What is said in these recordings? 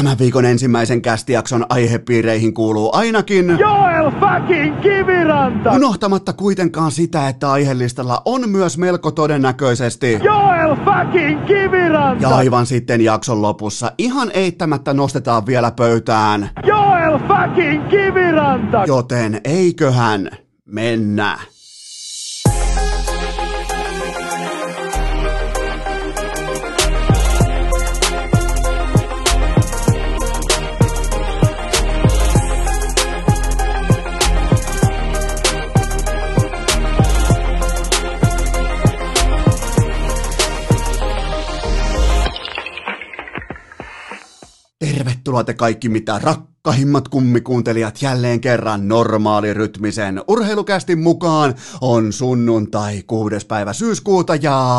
Tämän viikon ensimmäisen kästijakson aihepiireihin kuuluu ainakin Joel fucking Kiviranta! Unohtamatta kuitenkaan sitä, että aihelistalla on myös melko todennäköisesti Joel fucking Kiviranta! ja aivan sitten jakson lopussa ihan eittämättä nostetaan vielä pöytään. Joel fucking Kiviranta! Joten eiköhän mennä. Tervetuloa te kaikki mitä rakkahimmat kummikuuntelijat jälleen kerran normaalirytmisen urheilukästin mukaan. On sunnuntai 6. päivä syyskuuta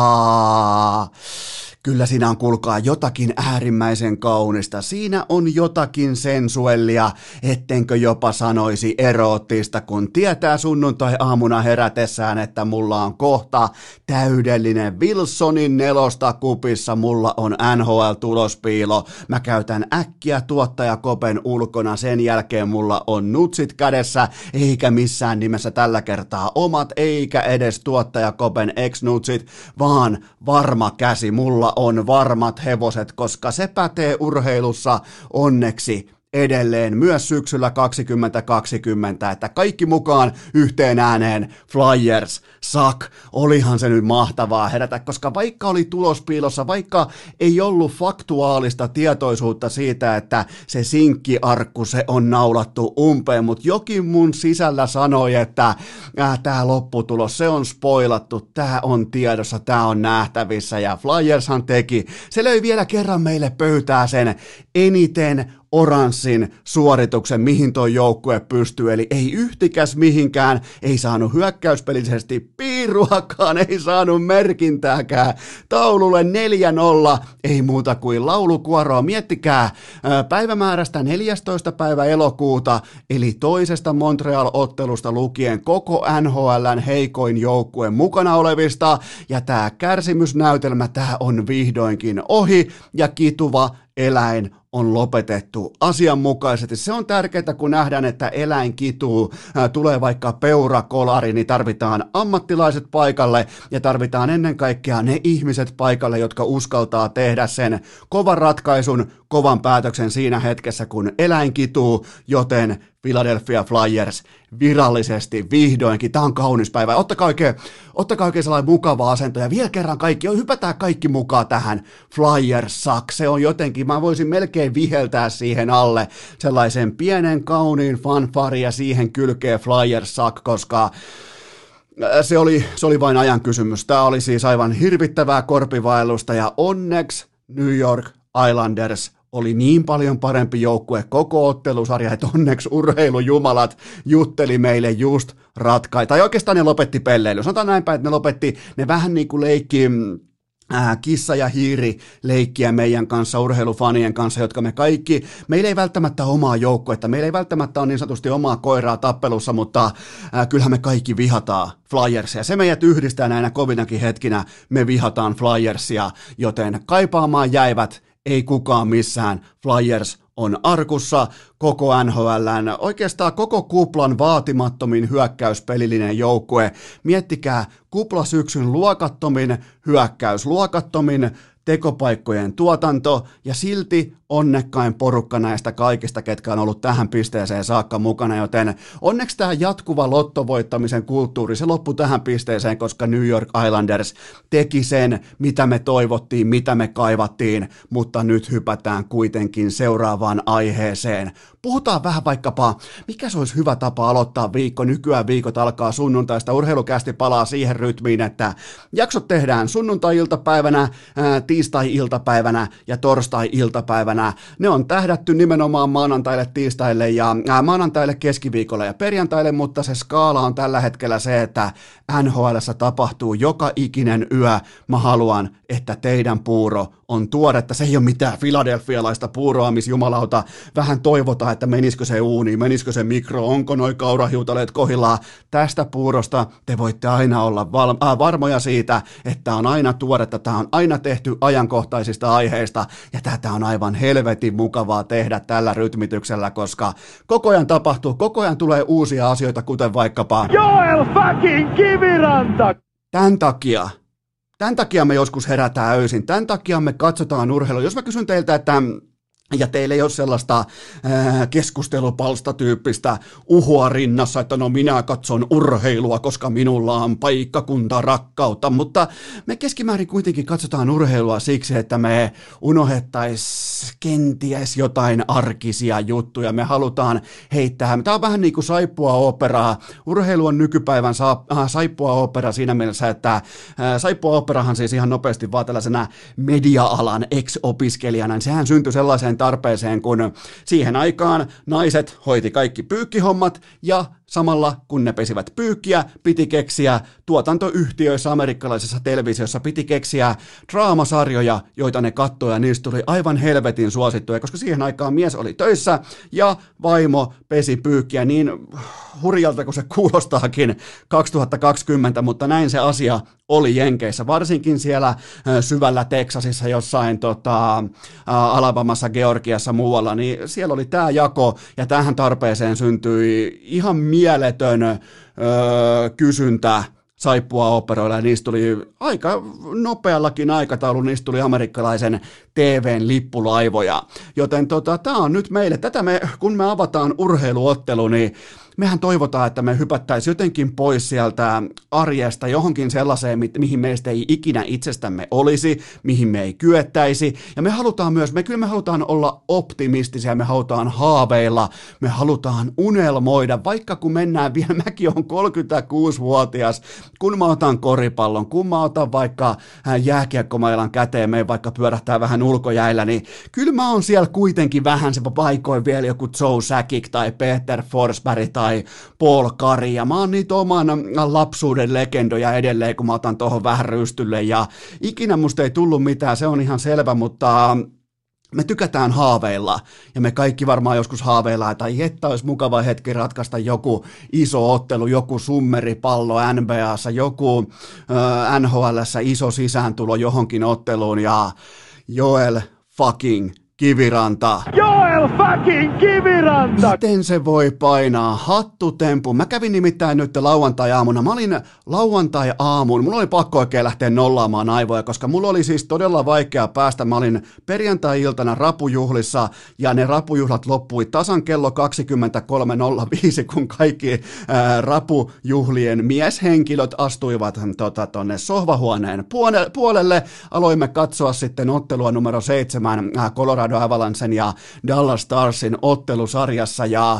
ja kyllä siinä on kuulkaa jotakin äärimmäisen kaunista. Siinä on jotakin sensuellia, ettenkö jopa sanoisi eroottista, kun tietää sunnuntai-aamuna herätessään, että mulla on kohta täydellinen Wilsonin 4 kupissa, mulla on NHL-tulospiilo. Mä käytän äkkiä tuottajakopen ulkona, sen jälkeen mulla on nutsit kädessä, eikä missään nimessä tällä kertaa omat, eikä edes tuottajakopen ex-nutsit, vaan varma käsi, mulla on varmat hevoset, koska se pätee urheilussa onneksi edelleen myös syksyllä 2020, että kaikki mukaan yhteen ääneen Flyers, suck, olihan se nyt mahtavaa herätä, koska vaikka oli tulospiilossa, vaikka ei ollut faktuaalista tietoisuutta siitä, että se sinkkiarkku, se on naulattu umpeen, mutta jokin mun sisällä sanoi, että tämä lopputulos, se on spoilattu, tämä on tiedossa, tämä on nähtävissä ja Flyershan teki, se löi vielä kerran meille pöytää sen eniten oranssin suorituksen, mihin tuo joukkue pystyy, eli ei yhtikäs mihinkään, ei saanut hyökkäyspelisesti piiruakaan, ei saanut merkintääkään, taululle 4-0, ei muuta kuin laulukuoroa, miettikää päivämäärästä 14. päivä elokuuta, eli toisesta Montreal-ottelusta lukien koko NHL:n heikoin joukkue mukana olevista, ja tämä kärsimysnäytelmä, tämä on vihdoinkin ohi, ja kituva eläin on lopetettu asianmukaisesti. Se on tärkeää, kun nähdään, että eläin kituu, tulee vaikka peurakolari, niin tarvitaan ammattilaiset paikalle ja tarvitaan ennen kaikkea ne ihmiset paikalle, jotka uskaltaa tehdä sen kovan ratkaisun, kovan päätöksen siinä hetkessä, kun eläin kituu, joten Philadelphia Flyers virallisesti vihdoinkin, tämä on kaunis päivä, ottakaa oikein sellainen mukava asento ja vielä kerran hypätään kaikki mukaan tähän Flyers suck, se on jotenkin, mä voisin melkein viheltää siihen alle sellaisen pienen kauniin fanfari ja siihen kylkee Flyers suck, koska se oli vain ajan kysymys, tämä oli siis aivan hirvittävää korpivaellusta ja onneksi New York Islanders oli niin paljon parempi joukkue koko ottelusarja, että onneksi urheilujumalat jutteli meille just tai oikeastaan ne lopetti pelleily. Sanotaan näin päin, että ne vähän niin kuin leikki kissa ja hiiri leikkiä meidän kanssa, urheilufanien kanssa, jotka meillä ei välttämättä ole omaa joukkuetta, meillä ei välttämättä ole niin sanotusti omaa koiraa tappelussa, mutta kyllähän me kaikki vihataan Flyersia. Se meidät yhdistää näinä kovinakin hetkinä, me vihataan Flyersia, joten kaipaamaan jäivät ei kukaan missään. Flyers on arkussa koko NHL:n, oikeastaan koko kuplan vaatimattomin hyökkäyspelillinen joukkue. Miettikää kuplasyksyn luokattomin hyökkäys, luokattomin tekopaikkojen tuotanto ja silti onnekkain porukka näistä kaikista, ketkä on ollut tähän pisteeseen saakka mukana, joten onneksi tämä jatkuva lottovoittamisen kulttuuri, se loppui tähän pisteeseen, koska New York Islanders teki sen, mitä me toivottiin, mitä me kaivattiin, mutta nyt hypätään kuitenkin seuraavaan aiheeseen. Puhutaan vähän vaikkapa, mikä se olisi hyvä tapa aloittaa viikko, nykyään viikot alkaa sunnuntaista, urheilukästi palaa siihen rytmiin, että jaksot tehdään sunnuntai-iltapäivänä, tiistai-iltapäivänä ja torstai-iltapäivänä. Ne on tähdätty nimenomaan maanantaille, tiistaille ja maanantaille, keskiviikolle ja perjantaille, mutta se skaala on tällä hetkellä se, että NHL:ssä tapahtuu joka ikinen yö. Mä haluan, että teidän puuro on tuoretta. Se ei ole mitään filadelfialaista puuroa, missä jumalauta vähän toivotaan, että menisikö se uuniin, menisikö se mikro, onko noi kaurahiutaleet kohillaan. Tästä puurosta te voitte aina olla varmoja siitä, että on aina tuoretta, tämä on aina tehty ajankohtaisista aiheista ja tätä on aivan helvetin mukavaa tehdä tällä rytmityksellä, koska koko ajan tapahtuu, koko ajan tulee uusia asioita, kuten vaikkapa Joel fucking Kiviranta! Tämän takia me joskus herätään öisin, tämän takia me katsotaan urheilua. Jos mä kysyn teiltä, että ja teillä ei ole sellaista keskustelupalstatyyppistä uhua rinnassa, että no minä katson urheilua, koska minulla on paikkakunta rakkautta, mutta me keskimäärin kuitenkin katsotaan urheilua siksi, että me unohdettaisiin kenties jotain arkisia juttuja, me halutaan heittää. Tämä on vähän niin kuin saippuaoperaa. Urheilu on nykypäivän saippuaopera siinä mielessä, että saippuaoperahan siis ihan nopeasti vaan tällaisena media-alan ex-opiskelijana, niin sehän syntyi sellaiseen tarpeeseen, kun siihen aikaan naiset hoiti kaikki pyykkihommat ja samalla kun ne pesivät pyykkiä, piti keksiä tuotantoyhtiöissä, amerikkalaisessa televisiossa piti keksiä draamasarjoja, joita ne kattoi ja niistä tuli aivan helvetin suosittuja, koska siihen aikaan mies oli töissä ja vaimo pesi pyykkiä niin hurjalta kuin se kuulostaakin 2020, mutta näin se asia oli Jenkeissä, varsinkin siellä syvällä Teksasissa jossain Alabamassa, Georgiassa muualla, niin siellä oli tämä jako ja tähän tarpeeseen syntyi ihan mieletön kysyntä saippuaoperoilla ja niistä tuli aika nopeallakin aikataulu, niistä tuli amerikkalaisen TVn lippulaivoja, joten tämä on nyt meille, kun me avataan urheiluottelu, niin mehän toivotaan, että me hypättäisiin jotenkin pois sieltä arjesta johonkin sellaiseen, mihin meistä ei ikinä itsestämme olisi, mihin me ei kyettäisi. Ja me halutaan myös, me halutaan olla optimistisia, me halutaan haaveilla, me halutaan unelmoida, vaikka kun mennään vielä, mäkin olen 36-vuotias, kun mä otan koripallon, kun mä otan vaikka jääkiekkomailan käteen, me vaikka pyörähtää vähän ulkojäillä, niin kyllä mä oon siellä kuitenkin vähän se paikoin vielä joku Joe Sakic tai Peter Forsberg tai Paul Kari, ja mä oon niitä oman lapsuuden legendoja edelleen, kun mä otan tohon vähän rystylle, ja ikinä musta ei tullut mitään, se on ihan selvä, mutta me tykätään haaveilla, ja me kaikki varmaan joskus haaveillaan, että olisi mukava hetki ratkaista joku iso ottelu, joku summeripallo NBAssa, joku NHL:ssä iso sisääntulo johonkin otteluun, ja Joel fucking Kiviranta. Joel fucking Kiviranta! Miten se voi painaa hattutempu? Mä kävin nimittäin nyt lauantai-aamuna. Mä olin lauantai-aamuun. Mulla oli pakko oikein lähteä nollaamaan aivoja, koska mulla oli siis todella vaikea päästä. Mä olin perjantai-iltana rapujuhlissa ja ne rapujuhlat loppui tasan kello 23.05, kun kaikki rapujuhlien mieshenkilöt astuivat tonne sohvahuoneen puolelle. Aloimme katsoa sitten ottelua numero 7 Colorado Avalancen ja Dallas Starsin ottelusarjassa, ja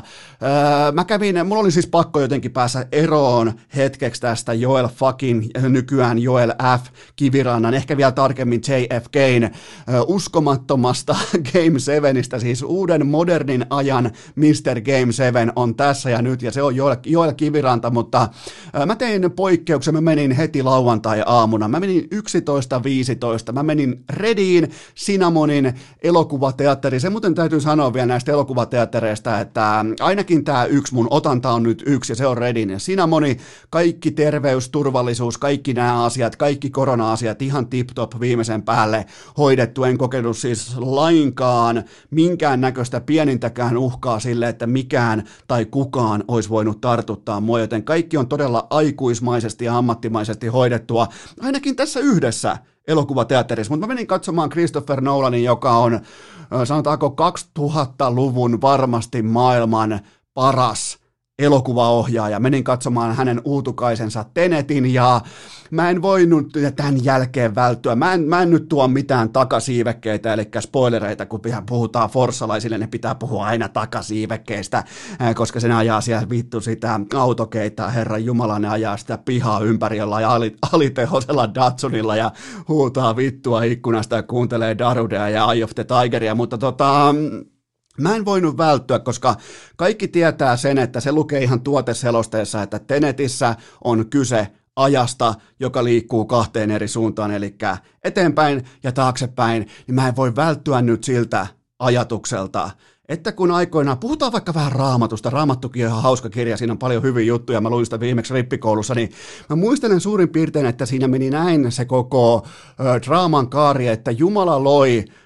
mulla oli siis pakko jotenkin päästä eroon hetkeksi tästä Joel fucking, nykyään Joel F. Kivirannan, ehkä vielä tarkemmin JFK:n uskomattomasta Game 7:istä, siis uuden modernin ajan Mr. Game 7 on tässä ja nyt, ja se on Joel Kiviranta, mutta mä tein poikkeuksen, mä menin heti lauantai-aamuna, mä menin 11.15, mä menin Rediin, Cinnamonin elokuvateatteri. Se muuten täytyy sanoa vielä näistä elokuvateattereista, että ainakin tämä yksi mun otanta on nyt yksi, ja se on Redin ja Cinnamoni. Kaikki terveys, turvallisuus, kaikki nämä asiat, kaikki korona-asiat ihan tip-top viimeisen päälle hoidettu. En kokenut siis lainkaan minkään näköistä pienintäkään uhkaa sille, että mikään tai kukaan olisi voinut tartuttaa mua, joten kaikki on todella aikuismaisesti ja ammattimaisesti hoidettua, ainakin tässä yhdessä elokuvateatterissa, mutta mä menin katsomaan Christopher Nolanin, joka on, sanotaanko 2000-luvun varmasti maailman paras elokuvaohjaaja. Menin katsomaan hänen uutukaisensa Tenetin, ja mä en voinut tämän jälkeen välttyä. Mä en nyt tuo mitään takasiivekkeitä, eli spoilereita, kun puhutaan forssalaisille, ne pitää puhua aina takasiivekkeistä, koska sen ajaa siellä vittu sitä autokeitaa, herran jumala, ne ajaa sitä pihaa ympäri jollain alitehoisella Datsunilla ja huutaa vittua ikkunasta ja kuuntelee Darudea ja Eye of the Tigeria, mutta mä en voinut välttyä, koska kaikki tietää sen, että se lukee ihan tuoteselosteessa, että Tenetissä on kyse ajasta, joka liikkuu kahteen eri suuntaan, eli eteenpäin ja taaksepäin, niin mä en voi välttyä nyt siltä ajatukselta, että kun aikoinaan, puhutaan vaikka vähän Raamatusta, Raamattukin on ihan hauska kirja, siinä on paljon hyviä juttuja, mä luin sitä viimeksi rippikoulussa, niin mä muistelen suurin piirtein, että siinä meni näin se koko draaman kaari, että Jumala loi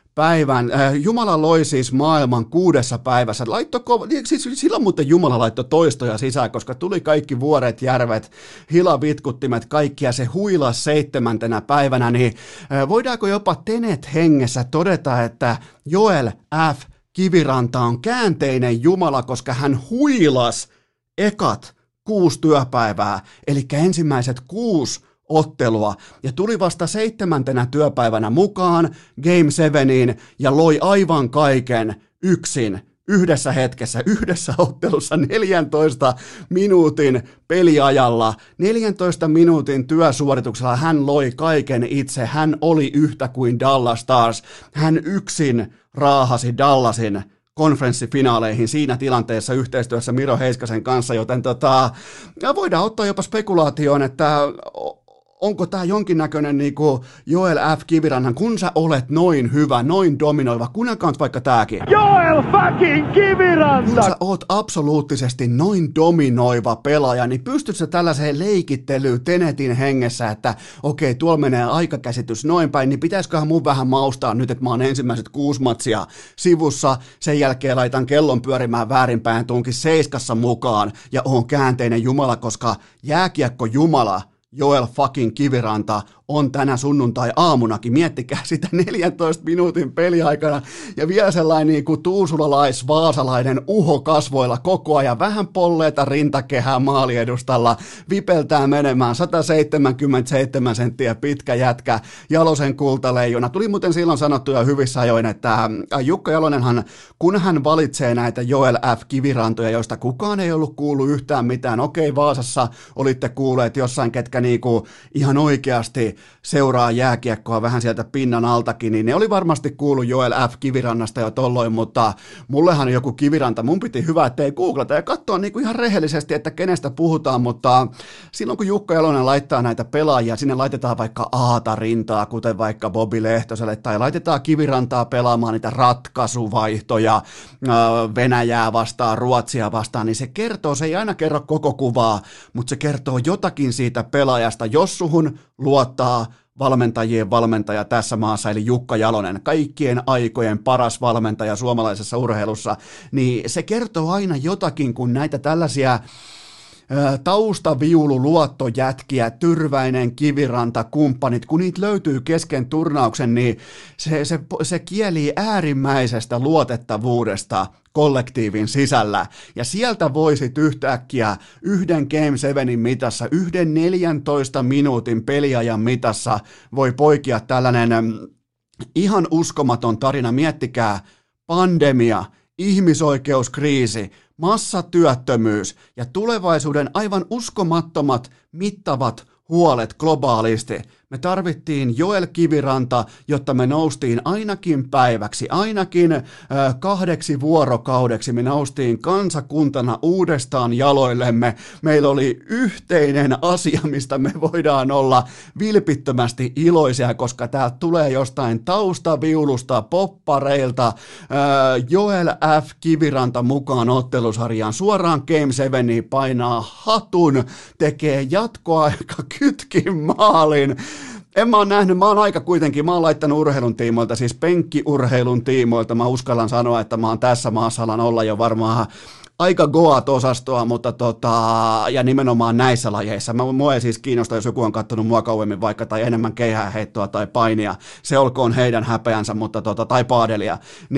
päivän, Jumala loi siis maailman 6 päivässä, siis silloin muuten Jumala laittoi toistoja sisään, koska tuli kaikki vuoret, järvet, hilavitkuttimet, kaikki ja se huilasi 7. päivänä, niin voidaanko jopa Tenet hengessä todeta, että Joel F. Kiviranta on käänteinen Jumala, koska hän huilasi ekat 6 työpäivää, eli ensimmäiset 6 ottelua, ja tuli vasta 7. työpäivänä mukaan Game 7 ja loi aivan kaiken yksin, yhdessä hetkessä, yhdessä ottelussa 14 minuutin peliajalla, 14 minuutin työsuorituksella hän loi kaiken itse, hän oli yhtä kuin Dallas Stars, hän yksin raahasi Dallasin konferenssifinaaleihin siinä tilanteessa yhteistyössä Miro Heiskasen kanssa, joten voidaan ottaa jopa spekulaatioon, että onko tämä jonkinnäköinen niinku Joel F. Kivirannan, kun sä olet noin hyvä, noin dominoiva, kuunnelkaan vaikka tääkin. Joel fucking Kiviranta! Kun sä oot absoluuttisesti noin dominoiva pelaaja, niin pystyt sä tällaiseen leikittelyyn Tenetin hengessä, että okei, tuolla menee aikakäsitys noin päin, niin pitäisiköhän mun vähän maustaa nyt, että mä oon ensimmäiset 6 matsia sivussa, sen jälkeen laitan kellon pyörimään väärinpäin, tuunkin 7 mukaan ja oon käänteinen Jumala, koska jääkiekko Jumala Joel fucking Kiviranta on tänä sunnuntai-aamunakin, miettikää sitä 14 minuutin peliaikana, ja vielä sellainen niin kuin tuusulalais-vaasalainen uho kasvoilla koko ajan, vähän polleita rintakehää maaliedustalla, vipeltää menemään 177 senttiä pitkä jätkä, Jalosen kultaleijona. Tuli muuten silloin sanottu jo hyvissä ajoin, että Jukka Jalonenhan, kun hän valitsee näitä Joel F. Kivirantoja, joista kukaan ei ollut kuullut yhtään mitään, okei, Vaasassa olitte kuulleet jossain, ketkä niinku ihan oikeasti seuraa jääkiekkoa vähän sieltä pinnan altakin, niin ne oli varmasti kuullut Joel F. Kivirannasta jo tolloin, mutta mullehan joku Kiviranta, mun piti hyvä, ettei googlata ja katsoa niinku ihan rehellisesti, että kenestä puhutaan, mutta silloin kun Jukka Jalonen laittaa näitä pelaajia, sinne laitetaan vaikka Aata Rintaa, kuten vaikka Bobi Lehtoselle, tai laitetaan Kivirantaa pelaamaan niitä ratkaisuvaihtoja Venäjää vastaan, Ruotsia vastaan, niin se kertoo, se ei aina kerro koko kuvaa, mutta se kertoo jotakin siitä pelaajasta, jos suhun luottaa valmentajien valmentaja tässä maassa, eli Jukka Jalonen, kaikkien aikojen paras valmentaja suomalaisessa urheilussa, niin se kertoo aina jotakin, kun näitä tällaisia taustaviululuottojätkiä, Tyrväinen, Kiviranta, kumppanit, kun niitä löytyy kesken turnauksen, niin se kielii äärimmäisestä luotettavuudesta kollektiivin sisällä, ja sieltä voisit yhtäkkiä yhden Game 7 mitassa, yhden 14 minuutin peliajan mitassa voi poikia tällainen ihan uskomaton tarina, miettikää, pandemia, ihmisoikeuskriisi, massatyöttömyys ja tulevaisuuden aivan uskomattomat mittavat huolet globaalisti. Me tarvittiin Joel Kiviranta, jotta me noustiin ainakin päiväksi, ainakin 2 vuorokaudeksi. Me noustiin kansakuntana uudestaan jaloillemme. Meillä oli yhteinen asia, mistä me voidaan olla vilpittömästi iloisia, koska täältä tulee jostain taustaviulusta, poppareilta Joel F. Kiviranta mukaan ottelusarjaan. Suoraan Game 7 painaa hatun, tekee jatkoaika kytkin maalin. Mä oon aika kuitenkin, mä oon laittanut urheilun tiimoilta, siis penkkiurheilun tiimoilta, mä uskallan sanoa, että mä oon tässä maassa alan olla jo varmaan aika goat-osastoa, mutta ja nimenomaan näissä lajeissa. Mua ei siis kiinnosta, jos joku on katsonut mua kauemmin vaikka tai enemmän keihäänheittoa tai painia, se olkoon heidän häpeänsä, mutta tai paadelia,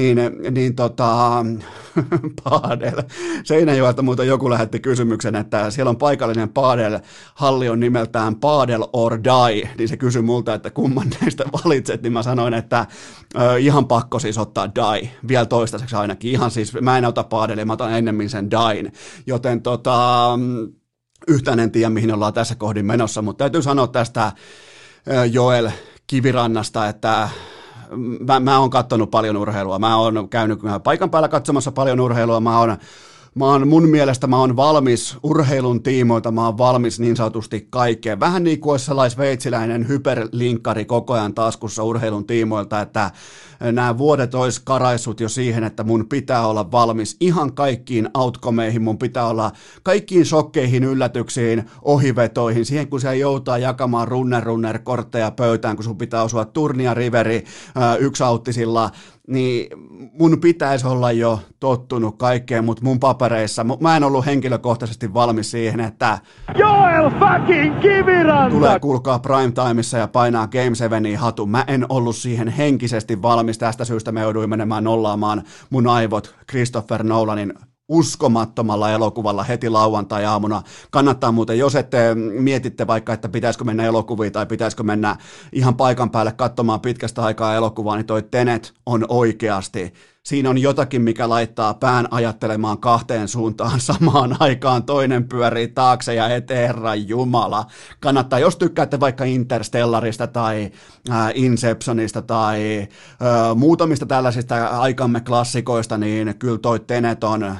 paadel. Seinäjoelta muuten joku lähetti kysymyksen, että siellä on paikallinen paadel-halli on nimeltään Paadel or Die, niin se kysyi multa, että kumman näistä valitset, niin mä sanoin, että ihan pakko siis ottaa Die, vielä toistaiseksi ainakin, ihan siis, mä en ota paadelia, mä otan ennemmin sen Dain, joten yhtään en tiedä, mihin ollaan tässä kohdin menossa, mutta täytyy sanoa tästä Joel Kivirannasta, että mä oon katsonut paljon urheilua, mä oon käynyt paikan päällä katsomassa paljon urheilua, mä oon mun mielestä mä oon valmis urheilun tiimoilta, mä oon valmis niin sanotusti kaikkeen. Vähän niin kuin olisi sellainen sveitsiläinen hyperlinkkari koko ajan taskussa urheilun tiimoilta, että nämä vuodet olisi karaissut jo siihen, että mun pitää olla valmis ihan kaikkiin outcomeihin, mun pitää olla kaikkiin shokkeihin, yllätyksiin, ohivetoihin, siihen kun siellä joutaa jakamaan runner-kortteja pöytään, kun sun pitää osua turnia riveri yksiauttisilla, niin mun pitäisi olla jo tottunut kaikkeen, mutta mun papereissa, mä en ollut henkilökohtaisesti valmis siihen, että Joel fucking Kiviranta! Tulee kuulkaa primetimeissa ja painaa Game 7 hatun. Mä en ollut siihen henkisesti valmis, tästä syystä me jouduin menemään nollaamaan mun aivot Christopher Nolanin uskomattomalla elokuvalla heti lauantai-aamuna. Kannattaa muuten, jos ette mietitte vaikka, että pitäisikö mennä elokuviin tai pitäisikö mennä ihan paikan päälle katsomaan pitkästä aikaa elokuvaa, niin toi Tenet on oikeasti. Siinä on jotakin, mikä laittaa pään ajattelemaan kahteen suuntaan samaan aikaan. Toinen pyörii taakse ja eteen, Herran Jumala. Kannattaa, jos tykkäätte vaikka Interstellarista tai Inceptionista tai muutamista tällaisista aikamme klassikoista, niin kyllä toi Tenet on,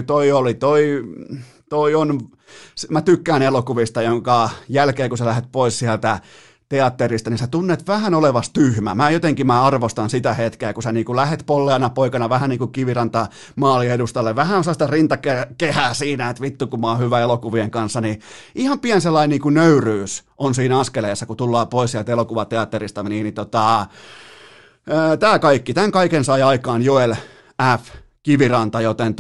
toi on, mä tykkään elokuvista, jonka jälkeen kun sä lähdet pois sieltä teatterista, niin sä tunnet vähän olevas tyhmä. Mä arvostan sitä hetkeä, kun sä niin kuin lähet polleana poikana vähän niin kuin Kiviranta maaliedustalle, vähän on sellaista rintakehää siinä, että vittu kun mä oon hyvä elokuvien kanssa, niin ihan pien sellainen niin kuin nöyryys on siinä askeleessa, kun tullaan pois sieltä elokuvateatterista, niin tämän kaiken sai aikaan Joel F. Kiviranta, joten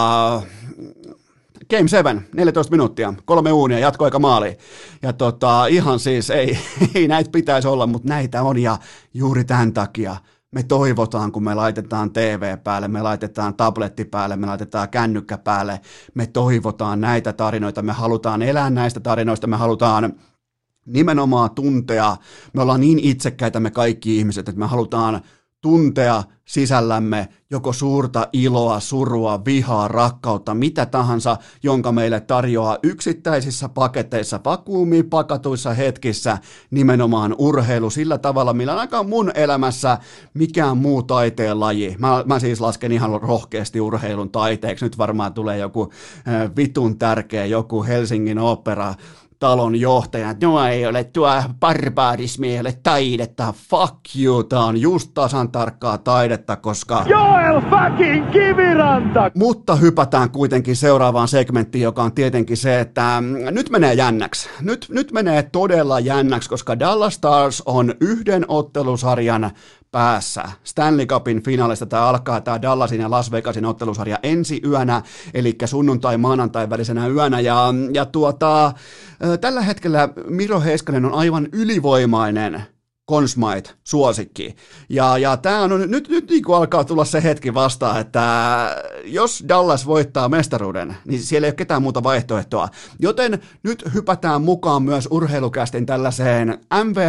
Game 7, 14 minuuttia, 3 uunia, jatkoaika maali. Ja ihan siis ei näitä pitäisi olla, mutta näitä on ja juuri tämän takia me toivotaan, kun me laitetaan TV päälle, me laitetaan tabletti päälle, me laitetaan kännykkä päälle, me toivotaan näitä tarinoita, me halutaan elää näistä tarinoista, me halutaan nimenomaan tuntea, me ollaan niin itsekkäitä me kaikki ihmiset, että me halutaan tuntea sisällämme joko suurta iloa, surua, vihaa, rakkautta, mitä tahansa, jonka meille tarjoaa yksittäisissä paketeissa, vakuumiin pakatuissa hetkissä nimenomaan urheilu sillä tavalla, millä on aika mun elämässä mikään muu taiteen laji. Mä siis lasken ihan rohkeasti urheilun taiteeksi. Nyt varmaan tulee joku vitun tärkeä, joku Helsingin opera talon johtaja, että no ei ole tuo barbarismi, ei ole taidetta, fuck you, tää on just tasan tarkkaa taidetta, koska Joel fucking Kiviranta! Mutta hypätään kuitenkin seuraavaan segmenttiin, joka on tietenkin se, että nyt menee jännäksi. Nyt menee todella jännäksi, koska Dallas Stars on yhden ottelusarjan päässä. Stanley Cupin finaalista tämä alkaa, tämä Dallasin ja Las Vegasin ottelusarja ensi yönä, eli sunnuntai-maanantai välisenä yönä, ja tällä hetkellä Miro Heiskanen on aivan ylivoimainen Conn Smythe-suosikki. Ja tämä on nyt niin kuin alkaa tulla se hetki vastaan, että jos Dallas voittaa mestaruuden, niin siellä ei ole ketään muuta vaihtoehtoa. Joten nyt hypätään mukaan myös urheilukästin tällaiseen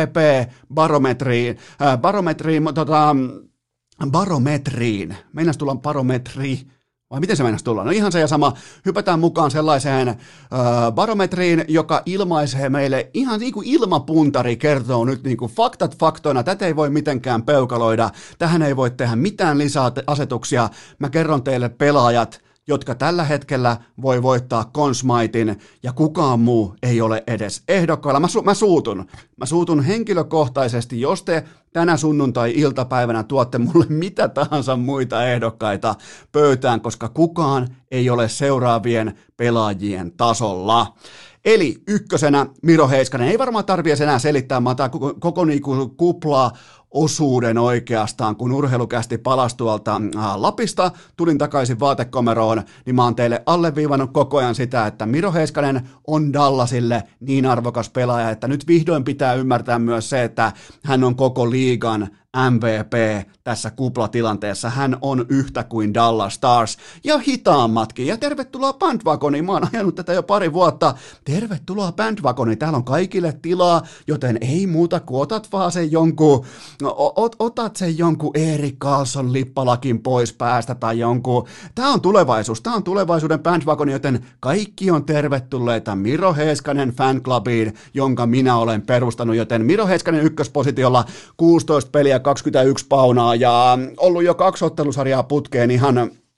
MVP-barometriin. Meinaisi tulla barometri. Vai miten se mennäisi tulla? No ihan se ja sama. Hypätään mukaan sellaiseen barometriin, joka ilmaisee meille ihan niin kuin ilmapuntari kertoo nyt niin kuin faktat faktoina. Tätä ei voi mitenkään peukaloida. Tähän ei voi tehdä mitään lisäasetuksia. Mä kerron teille pelaajat, jotka tällä hetkellä voi voittaa Conn Smythen ja kukaan muu ei ole edes ehdokkailla. Mä suutun henkilökohtaisesti, jos te tänä sunnuntai-iltapäivänä tuotte mulle mitä tahansa muita ehdokkaita pöytään, koska kukaan ei ole seuraavien pelaajien tasolla. Eli ykkösenä Miro Heiskanen, ei varmaan tarvitse enää selittää, mä otan koko niinku kuplaa osuuden oikeastaan, kun urheilukästi palasi tuolta Lapista, tulin takaisin vaatekomeroon, niin mä oon teille alleviivannut koko ajan sitä, että Miro Heiskanen on Dallasille niin arvokas pelaaja, että nyt vihdoin pitää ymmärtää myös se, että hän on koko liigan MVP tässä kuplatilanteessa. Hän on yhtä kuin Dallas Stars ja hitaammatkin. Ja tervetuloa bandwagoniin. Mä oon ajanut tätä jo pari vuotta. Tervetuloa bandwagoniin. Täällä on kaikille tilaa, joten ei muuta kuin otat vaan sen jonkun, otat sen jonkun Erik Karlsson lippalakin pois päästä tai jonkun. Tää on tulevaisuus. Tää on tulevaisuuden bandwagoni, joten kaikki on tervetulleita Miro Heiskanen fanclubiin, jonka minä olen perustanut. Joten Miro Heiskanen ykköspositiolla 16 peliä 21 paunaa ja ollut jo 2 ottelusarjaa putkeen ihan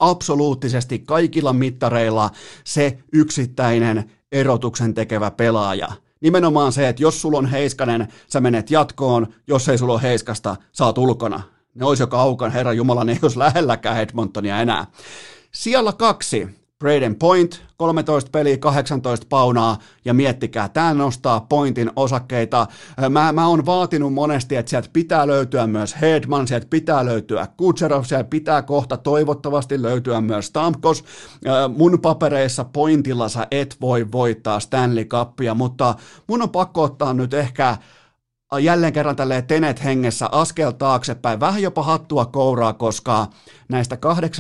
absoluuttisesti kaikilla mittareilla se yksittäinen erotuksen tekevä pelaaja. Nimenomaan se, että jos sulla on Heiskanen, sä menet jatkoon, jos ei sulla ole Heiskasta, sä oot ulkona. Ne olisi jo kaukan, herra jumala, ne ei olisi lähelläkään Edmontonia enää. Siellä 2, Brayden Point, 13 peliä, 18 paunaa, ja miettikää, tämä nostaa Pointin osakkeita. Mä oon vaatinut monesti, että sieltä pitää löytyä myös Hedman, sieltä pitää löytyä Kucherov, sieltä pitää kohta toivottavasti löytyä myös Stamkos. Mun papereissa Pointilla sä et voi voittaa Stanley Cupia, mutta mun on pakko ottaa nyt ehkä jälleen kerran tälleen Tenet hengessä askel taaksepäin, vähän jopa hattua kouraa, koska näistä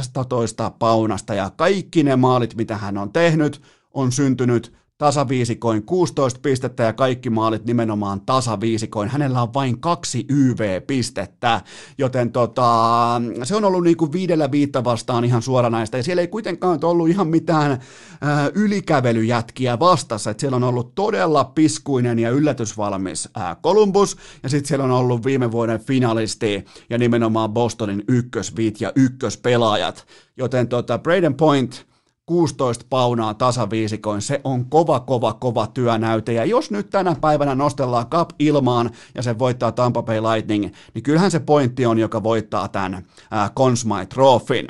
18 paunasta ja kaikki ne maalit, mitä hän on tehnyt, on syntynyt tasaviisikoin 16 pistettä ja kaikki maalit nimenomaan tasaviisikoin. Hänellä on vain 2 YV-pistettä, joten se on ollut niinku 5 vastaan ihan suoranaista ja siellä ei kuitenkaan ollut ihan mitään ylikävelyjätkiä vastassa, että siellä on ollut todella piskuinen ja yllätysvalmis Columbus ja sitten siellä on ollut viime vuoden finalisti ja nimenomaan Bostonin ykkösviit ja ykköspelaajat, joten Brayden Point 16 paunaa tasaviisikoin, se on kova työnäyte, ja jos nyt tänä päivänä nostellaan Cup ilmaan ja se voittaa Tampa Bay Lightning, niin kyllähän se pointti on, joka voittaa tämän Conn Smythe Trophyn.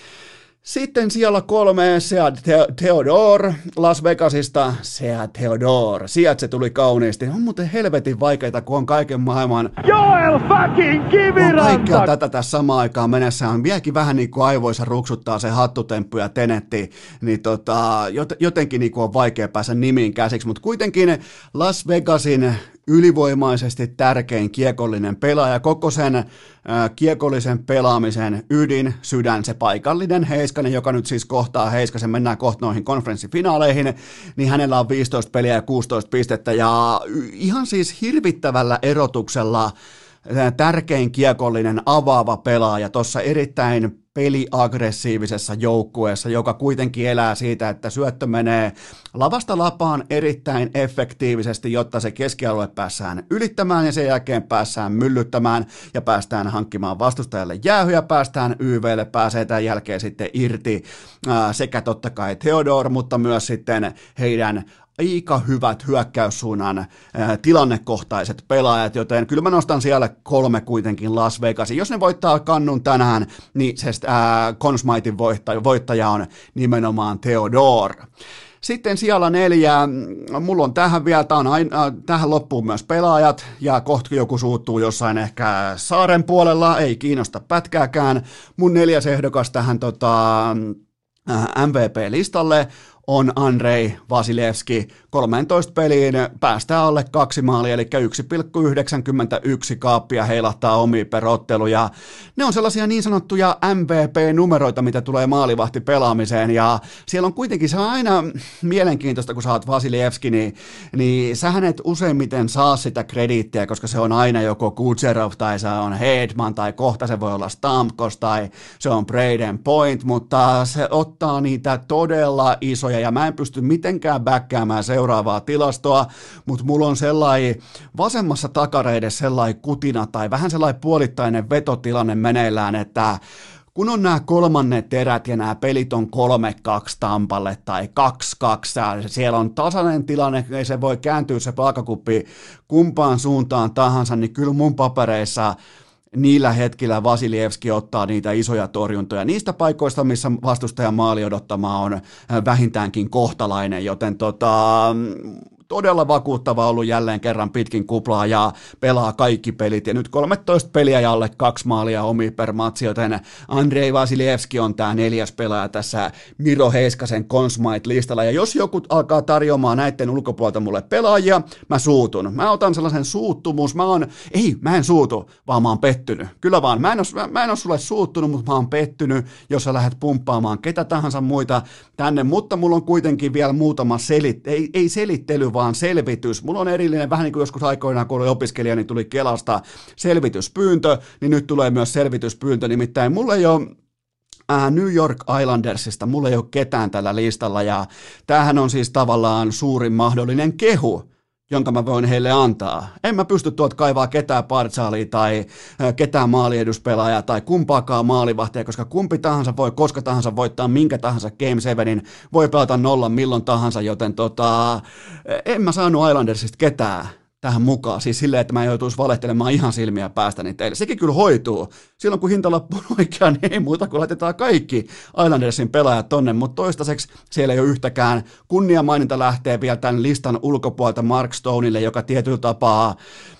Sitten siellä 3 Sead Theodore Las Vegasista. Sead Theodore, sieltä se tuli kauniisti. On muuten helvetin vaikeita, kun on kaiken maailman Joel fucking Kiviranta! On kaikkea tätä tässä samaan aikaan mennessä. On vieläkin vähän niin kuin aivoissa ruksuttaa se hattutemppu ja tenetti, niin jotenkin niin kuin on vaikea päästä nimiin käsiksi, mutta kuitenkin Las Vegasin ylivoimaisesti tärkein kiekollinen pelaaja, koko sen kiekollisen pelaamisen ydin, sydän, se paikallinen Heiskanen, joka nyt siis kohtaa Heiskasen, mennään kohta noihin konferenssifinaaleihin, niin hänellä on 15 peliä ja 16 pistettä, ja ihan siis hirvittävällä erotuksella tärkein kiekollinen avaava pelaaja tuossa erittäin peliaggressiivisessa joukkueessa, joka kuitenkin elää siitä, että syöttö menee lavasta lapaan erittäin efektiivisesti, jotta se keskialue päässään ylittämään ja sen jälkeen päässään myllyttämään ja päästään hankkimaan vastustajalle jäähyä, päästään YVlle, pääsee tämän jälkeen sitten irti sekä totta kai Theodore, mutta myös sitten heidän aika hyvät hyökkäyssuunnan tilannekohtaiset pelaajat, joten kyllä mä nostan siellä 3 kuitenkin Las Vegasin. Jos ne voittaa kannun tänään, niin se Conn Smythen voittaja on nimenomaan Theodore. Sitten siellä 4, mulla on tähän vielä, tähän loppuun myös pelaajat, ja kohta joku suuttuu jossain ehkä Saaren puolella, ei kiinnosta pätkääkään. Mun 4. ehdokas tähän MVP-listalle on Andrei Vasilevski, 13 peliin päästää alle 2 maalia, eli 1,91 kaappia heilahtaa omiin per ottelu, ja ne on sellaisia niin sanottuja MVP-numeroita, mitä tulee maalivahtipelaamiseen, ja siellä on kuitenkin, se on aina mielenkiintoista, kun sä oot Vasilevski, niin sähän et useimmiten saa sitä krediittiä, koska se on aina joko Kucherov, tai se on Hedman, tai kohta se voi olla Stamkos, tai se on Brayden Point, mutta se ottaa niitä todella isoja, ja mä en pysty mitenkään backkäämään seuraavaa tilastoa, mutta mulla on sellainen vasemmassa takareidessä sellainen kutina tai vähän sellainen puolittainen vetotilanne meneillään, että kun on nämä kolmannet erät ja nämä pelit on 3-2 Tampalle tai 2-2, siellä on tasainen tilanne, ei se voi kääntyä se vaakakuppi kumpaan suuntaan tahansa, niin kyllä mun papereissa niillä hetkillä Vasilevski ottaa niitä isoja torjuntoja niistä paikoista, missä vastustajan maali odottama on vähintäänkin kohtalainen, joten todella vakuuttava ollut jälleen kerran pitkin kuplaa ja pelaa kaikki pelit. Ja nyt 13 peliä ja alle 2 maalia omi per matsi, joten Andrei Vasilevski on tämä 4. pelaaja tässä Miro Heiskasen Conn Smythe-listalla. Ja jos joku alkaa tarjoamaan näiden ulkopuolelta mulle pelaajia, mä suutun. Mä otan sellaisen suuttumus. Mä en suutu, vaan mä oon pettynyt. Kyllä vaan. Mä en ole sulle suuttunut, mutta mä oon pettynyt, jos sä lähdet pumppaamaan ketä tahansa muita tänne. Mutta mulla on kuitenkin vielä muutama ei selittely, vaan selvitys. Mulla on erillinen, vähän niin kuin joskus aikoinaan, kun olin opiskelija, niin tuli Kelasta selvityspyyntö, niin nyt tulee myös selvityspyyntö, nimittäin mulla ei ole New York Islandersista, mulla ei ole ketään tällä listalla, ja tämähän on siis tavallaan suurin mahdollinen kehu, jonka mä voin heille antaa. En mä pysty tuolta kaivaa ketään Partsaalia tai ketään maalieduspelaajaa tai kumpaakaan maalivahtia, koska kumpi tahansa voi koska tahansa voittaa minkä tahansa Game 7, voi pelata nollan milloin tahansa, joten en mä saanut Islandersista ketään tähän mukaan, siis silleen, että mä joutuisi valehtelemaan ihan silmiä päästäni teille. Sekin kyllä hoituu. Silloin kun hintalappu on oikea, niin ei muuta kuin laitetaan kaikki Islandersin pelaajat tonne, mutta toistaiseksi siellä ei ole yhtäkään. Kunniamaininta lähtee vielä tämän listan ulkopuolelta Mark Stoneille, joka tietyllä tapaa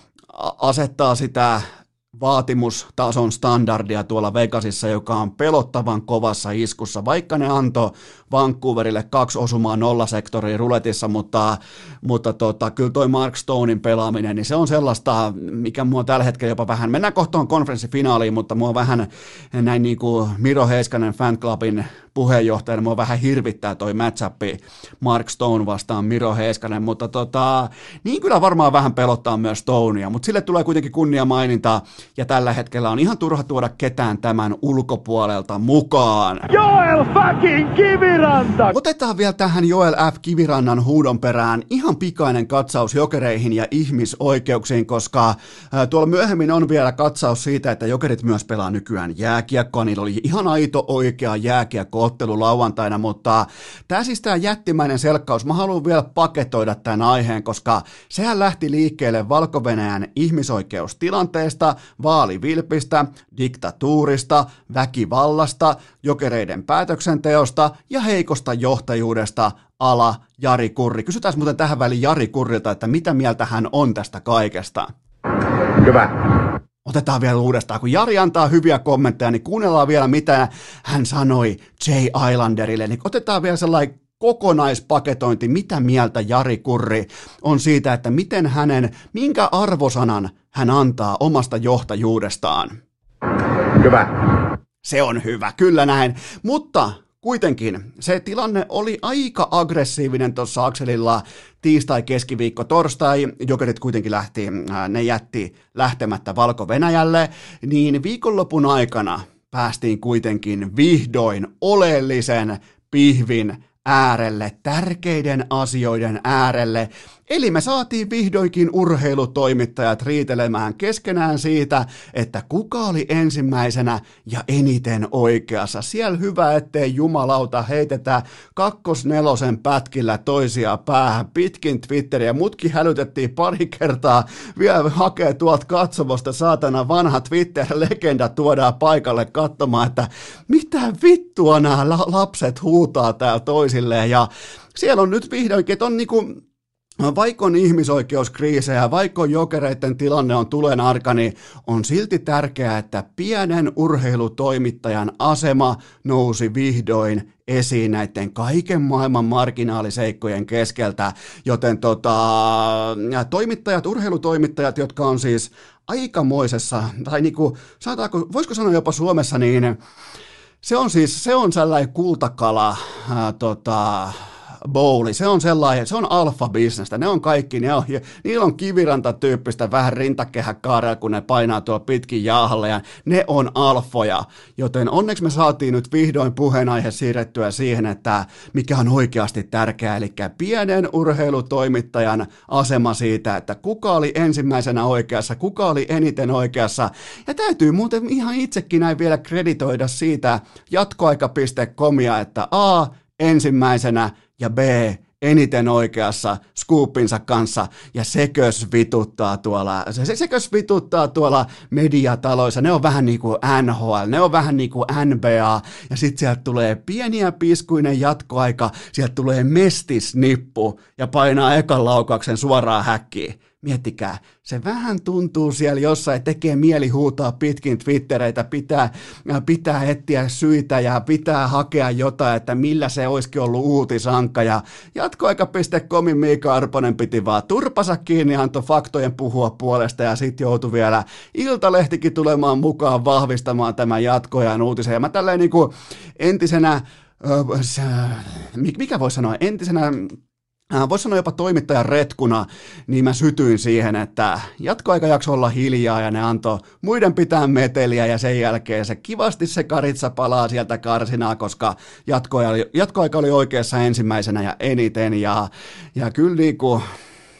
asettaa sitä vaatimustason standardia tuolla Vegasissa, joka on pelottavan kovassa iskussa, vaikka ne antoi Vancouverille 2 osumaa nollasektoriin ruletissa, mutta kyllä toi Mark Stonein pelaaminen, niin se on sellaista, mikä mua tällä hetkellä jopa vähän, mennään kohtaan konferenssifinaaliin, mutta mua vähän näin niin kuin Miro Heiskanen fanclubin puheenjohtajana, mua vähän hirvittää toi matchupi Mark Stone vastaan Miro Heiskanen, mutta niin kyllä varmaan vähän pelottaa myös Stonea, mutta sille tulee kuitenkin kunniamaininta, ja tällä hetkellä on ihan turha tuoda ketään tämän ulkopuolelta mukaan. Joel fucking Kiviranta! Otetaan vielä tähän Joel F. Kivirannan huudon perään ihan pikainen katsaus Jokereihin ja ihmisoikeuksiin, koska tuolla myöhemmin on vielä katsaus siitä, että Jokerit myös pelaa nykyään jääkiekkoa. Niillä oli ihan aito oikea jääkiekkoottelu lauantaina, mutta tämä jättimäinen selkkaus, mä haluan vielä paketoida tämän aiheen, koska sehän lähti liikkeelle Valko-Venäjän ihmisoikeustilanteesta, vaalivilpistä, diktatuurista, väkivallasta, Jokereiden päätöksenteosta ja heikosta johtajuudesta ala Jari Kurri. Kysytään muuten tähän väliin Jari Kurrilta, että mitä mieltä hän on tästä kaikesta. Hyvä. Otetaan vielä uudestaan, kun Jari antaa hyviä kommentteja, niin kuunnellaan vielä mitä hän sanoi Jay Islanderille, niin otetaan vielä sellainen kokonaispaketointi, mitä mieltä Jari Kurri on siitä, että minkä arvosanan hän antaa omasta johtajuudestaan. Hyvä. Se on hyvä, kyllä näin, mutta kuitenkin se tilanne oli aika aggressiivinen tuossa akselilla tiistai, keskiviikko, torstai, Jokerit kuitenkin jätti lähtemättä Valko-Venäjälle, niin viikonlopun aikana päästiin kuitenkin vihdoin oleellisen pihvin äärelle, tärkeiden asioiden äärelle. Eli me saatiin vihdoinkin urheilutoimittajat riitelemään keskenään siitä, että kuka oli ensimmäisenä ja eniten oikeassa. Siellä hyvä, ettei jumalauta heitetä 2-4 pätkillä toisia päähän pitkin Twitteriä. Mutkin hälytettiin pari kertaa vielä hakee tuolta katsomosta saatana vanha Twitter-legenda tuodaan paikalle katsomaan, että mitä vittua nämä lapset huutaa täällä toisilleen. Ja siellä on nyt vihdoinkin, että on niinku vaikka on ihmisoikeuskriisejä, vaikka Jokereiden tilanne on tulen arka, niin on silti tärkeää, että pienen urheilutoimittajan asema nousi vihdoin esiin näiden kaiken maailman marginaaliseikkojen keskeltä, joten urheilutoimittajat, jotka on siis aikamoisessa, tai niinku, sanotaanko, voisiko sanoa jopa Suomessa, niin se on sellainen kultakala, bowli, se on alfa-bisnestä, ne on kaikki, niillä on Kiviranta-tyyppistä vähän rintakehäkaarella, kun ne painaa tuolla pitkin jaahalle, ja ne on alfoja, joten onneksi me saatiin nyt vihdoin puheenaihe siirrettyä siihen, että mikä on oikeasti tärkeää, eli pienen urheilutoimittajan asema siitä, että kuka oli ensimmäisenä oikeassa, kuka oli eniten oikeassa, ja täytyy muuten ihan itsekin näin vielä kreditoida siitä jatkoaika.comia, että A, ensimmäisenä, ja B, eniten oikeassa scoopinsa kanssa, ja sekös vituttaa tuolla mediataloissa, ne on vähän niin kuin NHL, ne on vähän niin kuin NBA, ja sitten sieltä tulee pieniä piskuinen jatkoaika, sieltä tulee mestisnippu, ja painaa ekan laukauksen suoraan häkkiin. Miettikää, se vähän tuntuu siellä jossain, tekee mieli huutaa pitkin Twittereitä, pitää etsiä syitä ja pitää hakea jotain, että millä se olisikin ollut uutisanka. Ja jatkoaika.comin Miika Arponen piti vaan turpansa kiinni, antoi faktojen puhua puolesta ja sitten joutui vielä Iltalehtikin tulemaan mukaan vahvistamaan tämän jatkoajan uutisen. Ja mä tälleen niin kuin entisenä, mikä voisi sanoa, voisi sanoa jopa toimittajan retkuna, niin mä sytyin siihen, että jatkoaika jakso olla hiljaa ja ne antoi muiden pitää meteliä ja sen jälkeen kivasti se karitsa palaa sieltä karsinaa, koska jatkoaika oli oikeassa ensimmäisenä ja eniten ja kyllä niinku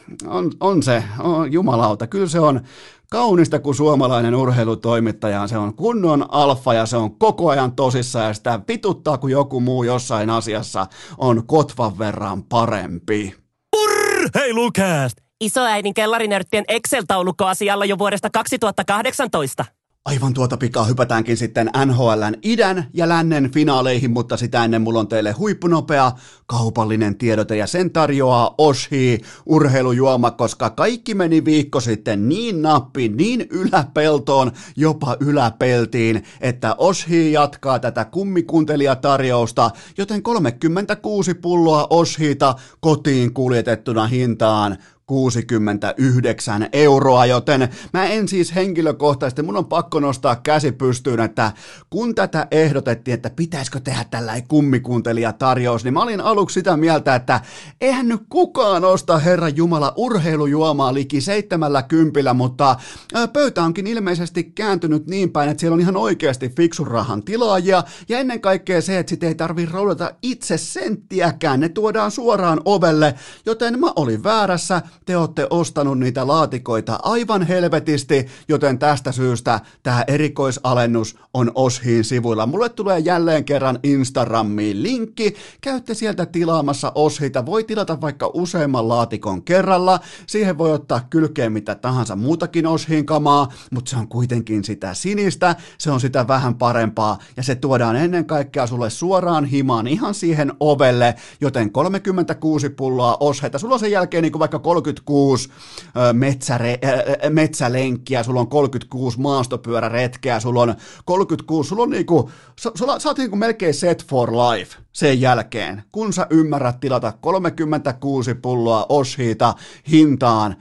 on se, jumalauta, kyllä se on kaunista, kun suomalainen urheilutoimittaja on. Se on kunnon alfa ja se on koko ajan tosissaan ja sitä vituttaa, kun joku muu jossain asiassa on kotvan verran parempi. Urheilukääst! Isoäidin kellarinörttien Excel-taulukko asialla jo vuodesta 2018. Aivan tuota pikaa hypätäänkin sitten NHL:n idän ja lännen finaaleihin, mutta sitä ennen mulla on teille huippunopea kaupallinen tiedote ja sen tarjoaa Oshi urheilujuoma, koska kaikki meni viikko sitten niin nappiin, niin yläpeltoon, jopa yläpeltiin, että Oshi jatkaa tätä kummikuuntelijatarjousta, joten 36 pulloa Oshita kotiin kuljetettuna hintaan 69 €, joten mä en siis henkilökohtaisesti, mun on pakko nostaa käsi pystyyn, että kun tätä ehdotettiin, että pitäisikö tehdä tällainen kummikuuntelijatarjous, niin mä olin aluksi sitä mieltä, että eihän nyt kukaan osta Herran Jumala urheilujuomaa liki 70, mutta pöytä onkin ilmeisesti kääntynyt niin päin, että siellä on ihan oikeasti fiksun rahan tilaajia, ja ennen kaikkea se, että sit ei tarvii roudata itse senttiäkään, ne tuodaan suoraan ovelle, joten mä olin väärässä. Te olette ostanut niitä laatikoita aivan helvetisti, joten tästä syystä tämä erikoisalennus on Oshiin sivuilla. Mulle tulee jälleen kerran Instagramiin linkki. Käytte sieltä tilaamassa Oshita. Voi tilata vaikka useamman laatikon kerralla. Siihen voi ottaa kylkeen mitä tahansa muutakin Oshiin kamaa, mutta se on kuitenkin sitä sinistä. Se on sitä vähän parempaa ja se tuodaan ennen kaikkea sulle suoraan himaan ihan siihen ovelle, joten 36 pulloa Oshita. Sulla on sen jälkeen niin kuin vaikka 36 metsälenkkiä, sulla on 36 maastopyöräretkeä, sulla on 36, sulla on niinku, sä oot niinku melkein set for life sen jälkeen, kun sä ymmärrät tilata 36 pulloa Oshita hintaan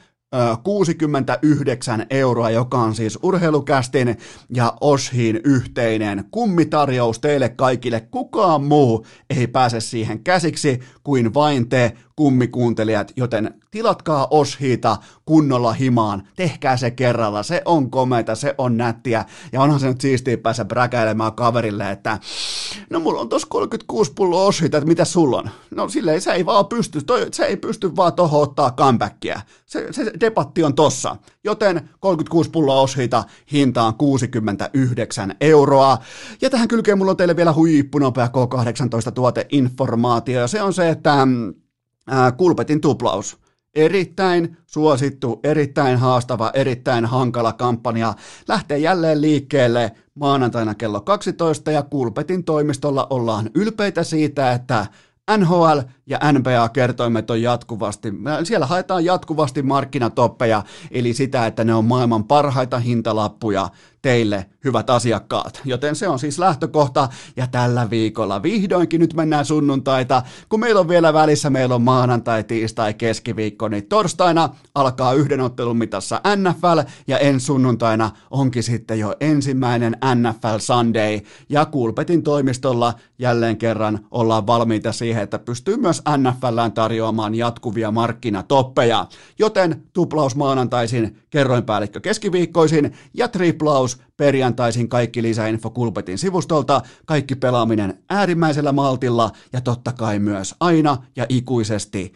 69 €, joka on siis Urheilukästin ja Oshin yhteinen kummitarjous teille kaikille. Kukaan muu ei pääse siihen käsiksi kuin vain te kummikuuntelijat, joten tilatkaa Oshita kunnolla himaan, tehkää se kerralla, se on komeita, se on nättiä, ja onhan se nyt siistiä päässä bräkäilemään kaverille, että no mulla on tossa 36 pulloa Oshita, että mitä sulla on? No silleen se ei vaan pysty, se ei pysty vaan tohon ottaa comebackia, se debatti on tossa, joten 36 pulloa Oshita hintaan 69 €, ja tähän kylkeen mulla on teille vielä huippunopea K18 tuoteinformaatio, ja se on se, että Kulpetin tuplaus. Erittäin suosittu, erittäin haastava, erittäin hankala kampanja lähtee jälleen liikkeelle maanantaina kello 12 ja Kulpetin toimistolla ollaan ylpeitä siitä, että NHL ja NBA-kertoimet on jatkuvasti, siellä haetaan jatkuvasti markkinatoppeja, eli sitä, että ne on maailman parhaita hintalappuja teille, hyvät asiakkaat. Joten se on siis lähtökohta, ja tällä viikolla vihdoinkin nyt mennään sunnuntaita, kun meillä on vielä välissä, meillä on maanantai, tiistai, keskiviikko, niin torstaina alkaa yhden ottelun mitassa NFL, ja ensi sunnuntaina onkin sitten jo ensimmäinen NFL Sunday, ja Kulpetin toimistolla jälleen kerran ollaan valmiita siihen, että pystyy myös NFLään tarjoamaan jatkuvia markkinatoppeja, joten tuplaus maanantaisin, kerroinpäällikkö keskiviikkoisin ja triplaus perjantaisin. Kaikki lisäinfo Kulpetin sivustolta, kaikki pelaaminen äärimmäisellä maltilla ja totta kai myös aina ja ikuisesti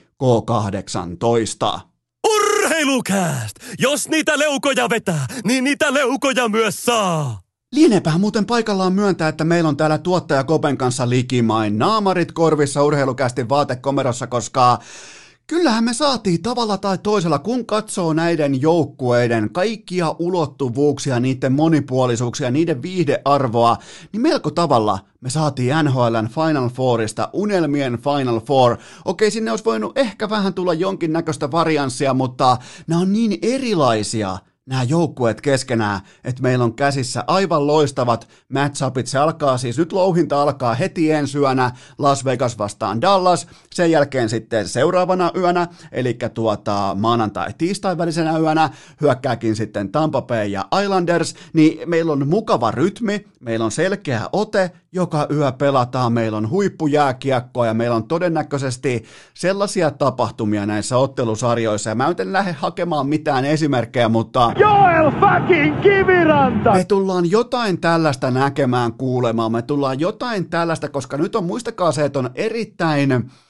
K18. Urheilukääst! Jos niitä leukoja vetää, niin niitä leukoja myös saa! Lieneepähän muuten paikallaan myöntää, että meillä on täällä tuottaja Kopen kanssa likimain naamarit korvissa Urheilukästin vaatekomerossa, koska kyllähän me saatiin tavalla tai toisella, kun katsoo näiden joukkueiden kaikkia ulottuvuuksia, niiden monipuolisuuksia, niiden viihdearvoa, niin melko tavalla me saatiin NHL:n Final Fourista, unelmien Final Four. Okei, sinne olisi voinut ehkä vähän tulla jonkinnäköistä varianssia, mutta nämä on niin erilaisia, nämä joukkueet keskenään, että meillä on käsissä aivan loistavat matchupit. Se alkaa siis, nyt louhinta alkaa heti ensi yönä, Las Vegas vastaan Dallas, sen jälkeen sitten seuraavana yönä, eli maanantai-tiistai välisenä yönä, hyökkääkin sitten Tampa Bay ja Islanders, niin meillä on mukava rytmi, meillä on selkeä ote, joka yö pelataan, meillä on huippujääkiekkoa ja meillä on todennäköisesti sellaisia tapahtumia näissä ottelusarjoissa, ja mä en lähde hakemaan mitään esimerkkejä, mutta Joel fucking Kiviranta! me tullaan jotain tällaista näkemään, kuulemaan, me tullaan jotain tällaista, koska nyt on, muistakaa se, että on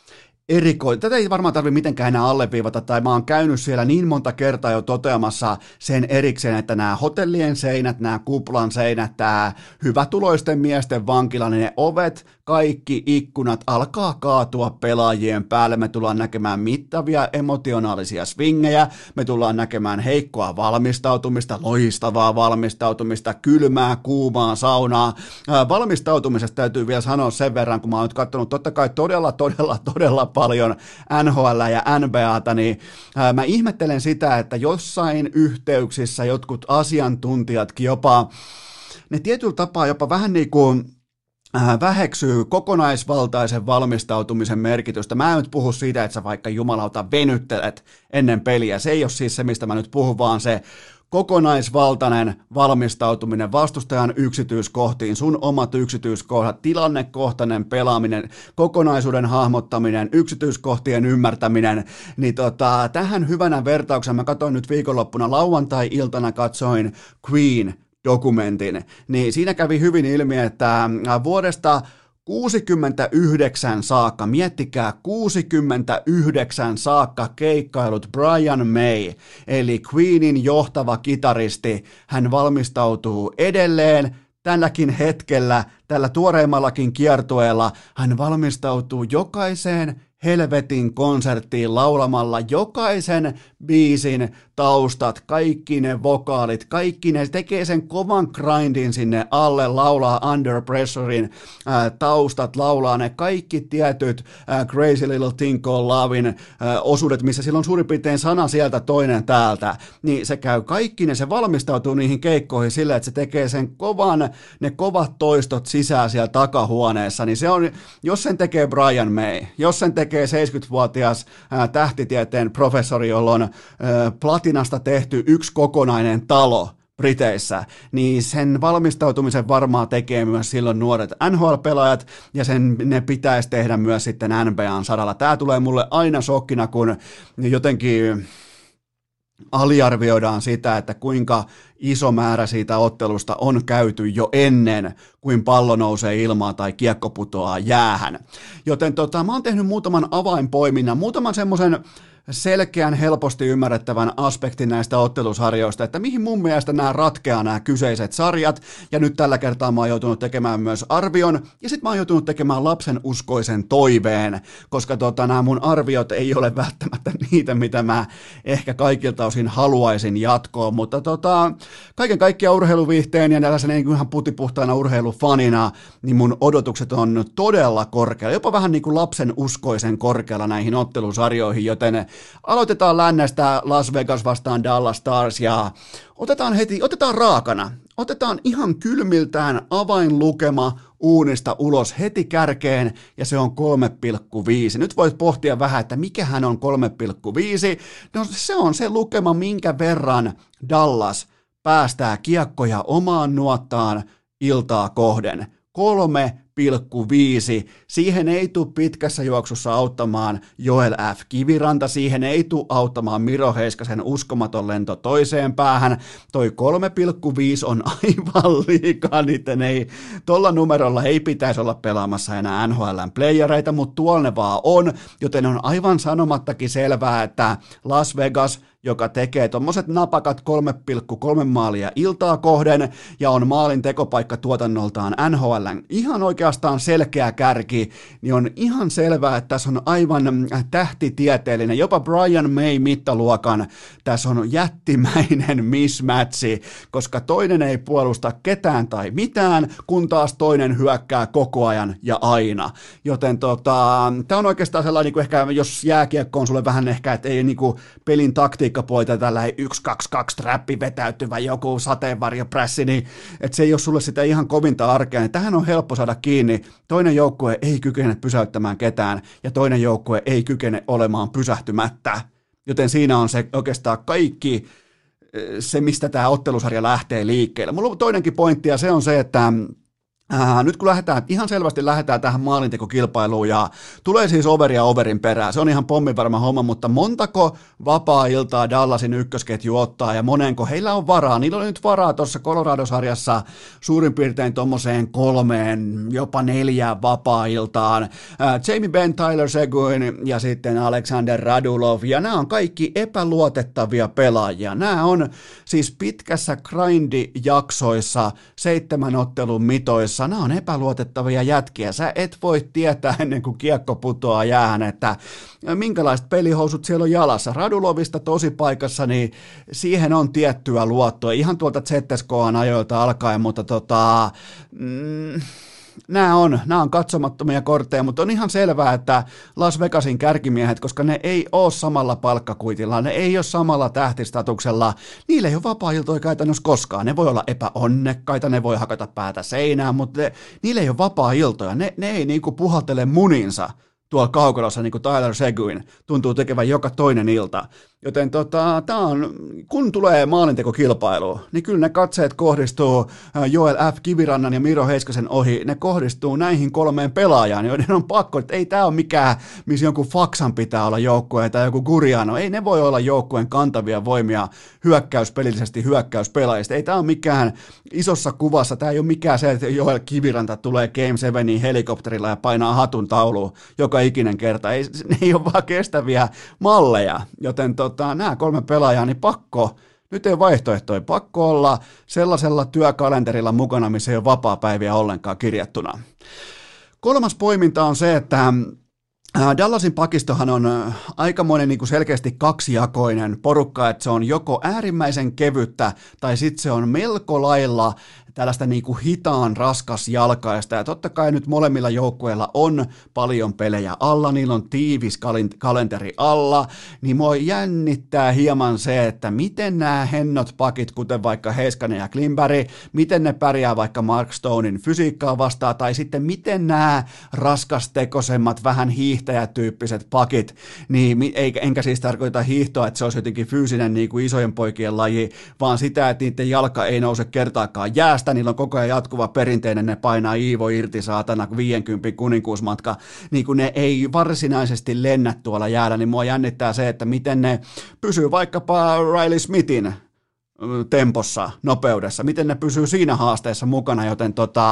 Tätä ei varmaan tarvitse mitenkään enää alleviivata, tai mä oon käynyt siellä niin monta kertaa jo toteamassa sen erikseen, että nämä hotellien seinät, nämä kuplan seinät, tämä hyvätuloisten miesten vankila, niin ne ovet, kaikki ikkunat alkaa kaatua pelaajien päälle. Me tullaan näkemään mittavia emotionaalisia swingejä, me tullaan näkemään heikkoa valmistautumista, loistavaa valmistautumista, kylmää, kuumaa saunaa. Valmistautumisesta täytyy vielä sanoa sen verran, kun mä oon nyt katsonut totta kai todella paljon NHL ja NBAta, niin mä ihmettelen sitä, että jossain yhteyksissä jotkut asiantuntijatkin jopa, ne tietyllä tapaa jopa vähän niin kuin väheksyy kokonaisvaltaisen valmistautumisen merkitystä. Mä en nyt puhu siitä, että sä vaikka jumalauta venyttelet ennen peliä. Se ei ole siis se, mistä mä nyt puhun, vaan se kokonaisvaltainen valmistautuminen vastustajan yksityiskohtiin, sun omat yksityiskohdat, tilannekohtainen pelaaminen, kokonaisuuden hahmottaminen, yksityiskohtien ymmärtäminen, niin tähän hyvänä vertauksena mä katsoin nyt viikonloppuna lauantai-iltana katsoin Queen-dokumentin, niin siinä kävi hyvin ilmi, että vuodesta 69 saakka, miettikää 69 saakka keikkailut Brian May, eli Queenin johtava kitaristi, hän valmistautuu edelleen tälläkin hetkellä, tällä tuoreimmallakin kiertueella, hän valmistautuu jokaiseen helvetin konserttiin laulamalla jokaisen biisin taustat, kaikki ne vokaalit, kaikki ne, tekee sen kovan grindin sinne alle, laulaa Under Pressurein taustat, laulaa ne kaikki tietyt Crazy Little Thing Called Lovein osuudet, missä sillä on suurin piirtein sana sieltä toinen täältä, niin se käy kaikki ne, se valmistautuu niihin keikkoihin sillä, että se tekee sen ne kovat toistot sisään siellä takahuoneessa, niin se on, jos sen tekee Brian May, jos sen tekee 70-vuotias tähtitieteen professori, jolla on platinasta tehty yksi kokonainen talo Briteissä, niin sen valmistautumisen varmaan tekee myös silloin nuoret NHL-pelaajat, ja ne pitäisi tehdä myös sitten NBAn saralla. Tämä tulee mulle aina shokkina, kun jotenkin aliarvioidaan sitä, että kuinka iso määrä siitä ottelusta on käyty jo ennen kuin pallo nousee ilmaan tai kiekko putoaa jäähän. Joten mä oon tehnyt muutaman avainpoiminnan, muutaman semmoisen selkeän, helposti ymmärrettävän aspektin näistä ottelusarjoista, että mihin mun mielestä nämä kyseiset sarjat, ja nyt tällä kertaa mä oon joutunut tekemään myös arvion, ja sit mä oon joutunut tekemään lapsen uskoisen toiveen, koska nämä mun arviot ei ole välttämättä niitä, mitä mä ehkä kaikilta osin haluaisin jatkoa, mutta kaiken kaikkiaan urheiluviihteen ja tällaisen niin ihan putipuhtaana urheilufanina, niin mun odotukset on todella korkealla, jopa vähän niin kuin lapsen uskoisen korkealla näihin ottelusarjoihin, joten aloitetaan lännestä Las Vegas vastaan Dallas Stars ja otetaan raakana, otetaan ihan kylmiltään avainlukema uunista ulos heti kärkeen ja se on 3,5. Nyt voit pohtia vähän, että mikähän on 3,5. No se on se lukema, minkä verran Dallas päästää kiekkoja omaan nuottaan iltaa kohden. 3,5. Siihen ei tule pitkässä juoksussa auttamaan Joel F. Kiviranta, siihen ei tule auttamaan Miro Heiskasen uskomaton lento toiseen päähän. Toi 3,5 on aivan liikaa, niiden ei, tuolla numerolla ei pitäisi olla pelaamassa enää NHL:n playereita, mutta tuolla ne vaan on, joten on aivan sanomattakin selvää, että Las Vegas, joka tekee tommoset napakat 3,3 maalia iltaa kohden ja on maalin tekopaikka tuotannoltaan NHL:n ihan oikeastaan selkeä kärki, niin on ihan selvää, että tässä on aivan tähtitieteellinen, jopa Brian May mittaluokan, tässä on jättimäinen mismatchi, koska toinen ei puolusta ketään tai mitään, kun taas toinen hyökkää koko ajan ja aina. Joten tämä on oikeastaan sellainen, niin ehkä jos jääkiekko on sulle vähän ehkä, että ei niin kuin pelin taktiikkapuolta tällainen 1-2-2 trappi vetäytyvä joku sateenvarjoprässi, niin että se ei ole sulle sitä ihan kovinta arkea, niin tähän on helppo saada kiinni. Toinen joukkue ei kykene pysäyttämään ketään ja toinen joukkue ei kykene olemaan pysähtymättä. Joten siinä on se oikeastaan kaikki se, mistä tämä ottelusarja lähtee liikkeelle. Mulla on toinenkin pointti ja se on se, että Nyt kun ihan selvästi lähdetään tähän maalintekokilpailuun ja tulee siis overia overin perään, se on ihan pommivarma homma, mutta montako vapaa-iltaa Dallasin ykkösketju ottaa ja monenko heillä on varaa? Niillä oli nyt varaa tuossa Colorado-sarjassa suurin piirtein tuommoiseen 3, jopa 4 vapaa-iltaan. Jamie Benn, Tyler Seguin ja sitten Alexander Radulov, ja nämä on kaikki epäluotettavia pelaajia. Nämä on siis pitkässä grindijaksoissa 7 ottelun mitoissa. Nämä on epäluotettavia jätkiä. Sä et voi tietää ennen kuin kiekko putoaa jäähän, että minkälaiset pelihousut siellä on jalassa. Radulovista tosi paikassa, niin siihen on tiettyä luottoa. Ihan tuolta ZSK:n ajoilta alkaen, mutta nämä on katsomattomia kortteja, mutta on ihan selvää, että Las Vegasin kärkimiehet, koska ne ei ole samalla palkkakuitilla, ne ei ole samalla tähtistatuksella, niillä ei ole vapaa-iltoja käytännössä koskaan. Ne voi olla epäonnekkaita, ne voi hakata päätä seinään, mutta niillä ei ole vapaa-iltoja, ne ei niinku puhaltele muninsa tuolla kaukalossa, niin kuin Tyler Seguin tuntuu tekevän joka toinen ilta. Joten tää on, kun tulee maalintekokilpailu, niin kyllä ne katseet kohdistuu Joel F. Kivirannan ja Miro Heiskasen ohi, ne kohdistuu näihin 3 pelaajaan, joiden on pakko, että ei tää ole mikään, missä jonkun Faksan pitää olla joukkue tai joku Guriano, ei ne voi olla joukkueen kantavia voimia hyökkäyspelillisesti hyökkäyspelaajista, ei tää ole mikään isossa kuvassa, tää ei ole mikään se, että Joel Kiviranta tulee Game 7 helikopterilla ja painaa hatun tauluun joka ikinen kerta, ne ei ole vaan kestäviä malleja, joten nämä 3 pelaajaa, niin nyt ei ole vaihtoehtoja, pakko olla sellaisella työkalenterilla mukana, missä ei ole vapaapäiviä ollenkaan kirjattuna. 3. poiminta on se, että Dallasin pakistohan on aikamoinen niin kuin selkeästi kaksijakoinen porukka, että se on joko äärimmäisen kevyttä tai sitten se on melko lailla tällaista niin kuin hitaan raskas jalkaista, ja totta kai nyt molemmilla joukkueilla on paljon pelejä alla, niillä on tiivis kalenteri alla, niin mua jännittää hieman se, että miten nämä hennot pakit, kuten vaikka Heiskanen ja Klimberg, miten ne pärjää vaikka Mark Stonein fysiikkaa vastaan, tai sitten miten nämä raskastekoisemmat, vähän hiihtäjätyyppiset pakit, niin enkä siis tarkoita hiihtoa, että se olisi jotenkin fyysinen niin kuin isojen poikien laji, vaan sitä, että niiden jalka ei nouse kertaakaan jäästä, niillä on koko ajan jatkuva perinteinen, ne painaa Iivo irti saatana 50 kuninkuusmatka, niin kun ne ei varsinaisesti lennä tuolla jäällä, niin mua jännittää se, että miten ne pysyy vaikkapa Riley Smithin tempossa, nopeudessa, miten ne pysyy siinä haasteessa mukana, joten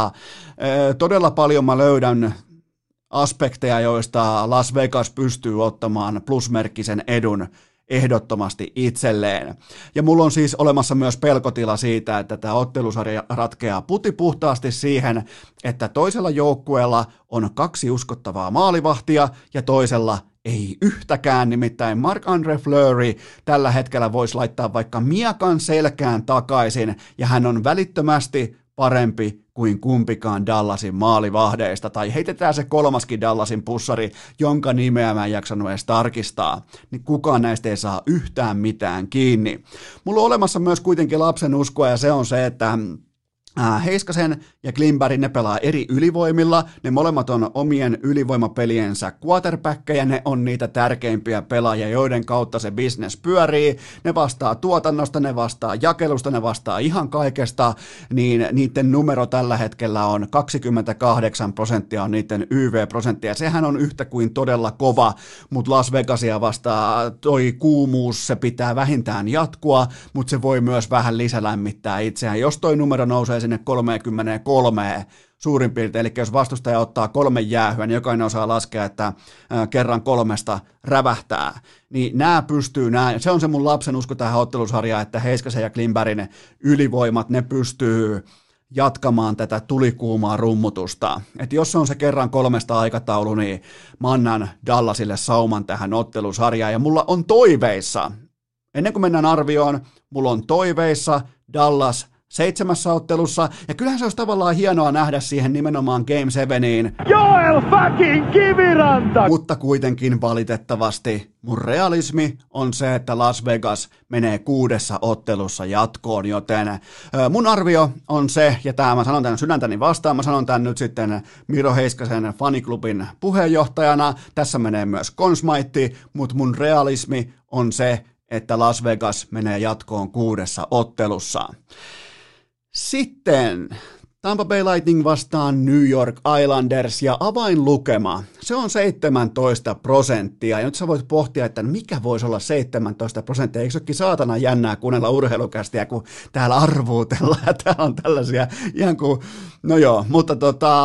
todella paljon mä löydän aspekteja, joista Las Vegas pystyy ottamaan plusmerkkisen edun ehdottomasti itselleen. Ja mulla on siis olemassa myös pelkotila siitä, että tämä ottelusarja ratkeaa putipuhtaasti siihen, että toisella joukkueella on 2 uskottavaa maalivahtia ja toisella ei yhtäkään, nimittäin Marc-Andre Fleury tällä hetkellä voisi laittaa vaikka miekan selkään takaisin ja hän on välittömästi parempi kuin kumpikaan Dallasin maalivahdeista, tai heitetään se 3. Dallasin pussari, jonka nimeä mä en jaksanut edes tarkistaa, niin kukaan näistä ei saa yhtään mitään kiinni. Mulla on olemassa myös kuitenkin lapsen uskoa, ja se on se, että Heiskasen ja Klimberg, ne pelaa eri ylivoimilla, ne molemmat on omien ylivoimapeliensä quarterbackkejä, ne on niitä tärkeimpiä pelaajia, joiden kautta se business pyörii, ne vastaa tuotannosta, ne vastaa jakelusta, ne vastaa ihan kaikesta, niin niiden numero tällä hetkellä on 28% on niiden YV-prosenttia, sehän on yhtä kuin todella kova, mutta Las Vegasia vastaa toi kuumuus, se pitää vähintään jatkua, mutta se voi myös vähän lisälämmittää itseään, jos toi numero nousee sinne 33 suurin piirtein, eli jos vastustaja ottaa 3 jäähyä, niin jokainen osaa laskea, että kerran 3 rävähtää, niin nämä pystyy, se on se mun lapsen usko tähän ottelusarjaan, että Heiskasen ja Klimbergin ylivoimat, ne pystyy jatkamaan tätä tulikuumaa rummutusta. Että jos on se kerran 3 aikataulu, niin mä annan Dallasille sauman tähän ottelusarjaan, ja mulla on toiveissa, ennen kuin mennään arvioon, mulla on toiveissa Dallas 7 ottelussa, ja kyllähän se olisi tavallaan hienoa nähdä siihen nimenomaan Game 7:iin. Joel fucking Kiviranta! Mutta kuitenkin valitettavasti mun realismi on se, että Las Vegas menee 6 ottelussa jatkoon, joten mun arvio on se, ja mä sanon tämän sydäntäni vastaan, mä sanon tämän nyt sitten Miro Heiskasen faniklubin puheenjohtajana, tässä menee myös Consmaitti, mutta mun realismi on se, että Las Vegas menee jatkoon 6 ottelussa. Sitten Tampa Bay Lightning vastaan New York Islanders ja avainlukema, se on 17%. Ja nyt sä voit pohtia, että mikä voisi olla 17%. Eikö se olekin saatana jännää kuunnella urheilukästiä, kun täällä arvuutellaan ja täällä on tällaisia ihan kuin, no joo, mutta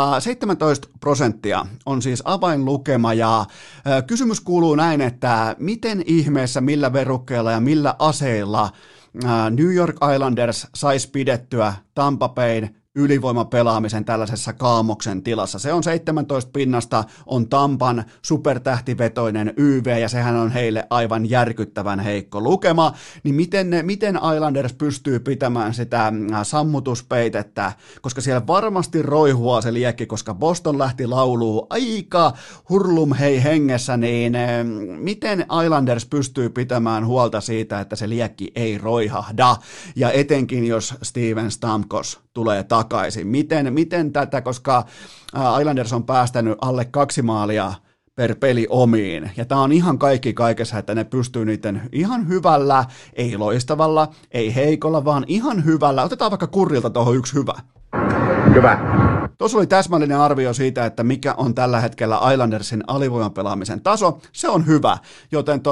17% on siis avainlukema ja kysymys kuuluu näin, että miten ihmeessä, millä verukkeella ja millä aseilla New York Islanders saisi pidettyä Tampa Bayn ylivoimapelaamisen tällaisessa kaamoksen tilassa. Se on 17 pinnasta, on Tampan supertähtivetoinen YV ja sehän on heille aivan järkyttävän heikko lukema. Niin miten Islanders pystyy pitämään sitä sammutuspeitettä, koska siellä varmasti roihuaa se liekki, koska Boston lähti lauluun aika hurlum hei hengessä, niin miten Islanders pystyy pitämään huolta siitä, että se liekki ei roihahda ja etenkin jos Steven Stamkos tulee takaisin. Miten tätä, koska Islanders on päästänyt alle 2 maalia per peli omiin, ja tämä on ihan kaikki kaikessa, että ne pystyy niiden ihan hyvällä, ei loistavalla, ei heikolla, vaan ihan hyvällä. Otetaan vaikka Kurrilta tuohon yksi hyvä. Hyvä. Tuossa oli täsmällinen arvio siitä, että mikä on tällä hetkellä Islandersin alivoiman pelaamisen taso. Se on hyvä, joten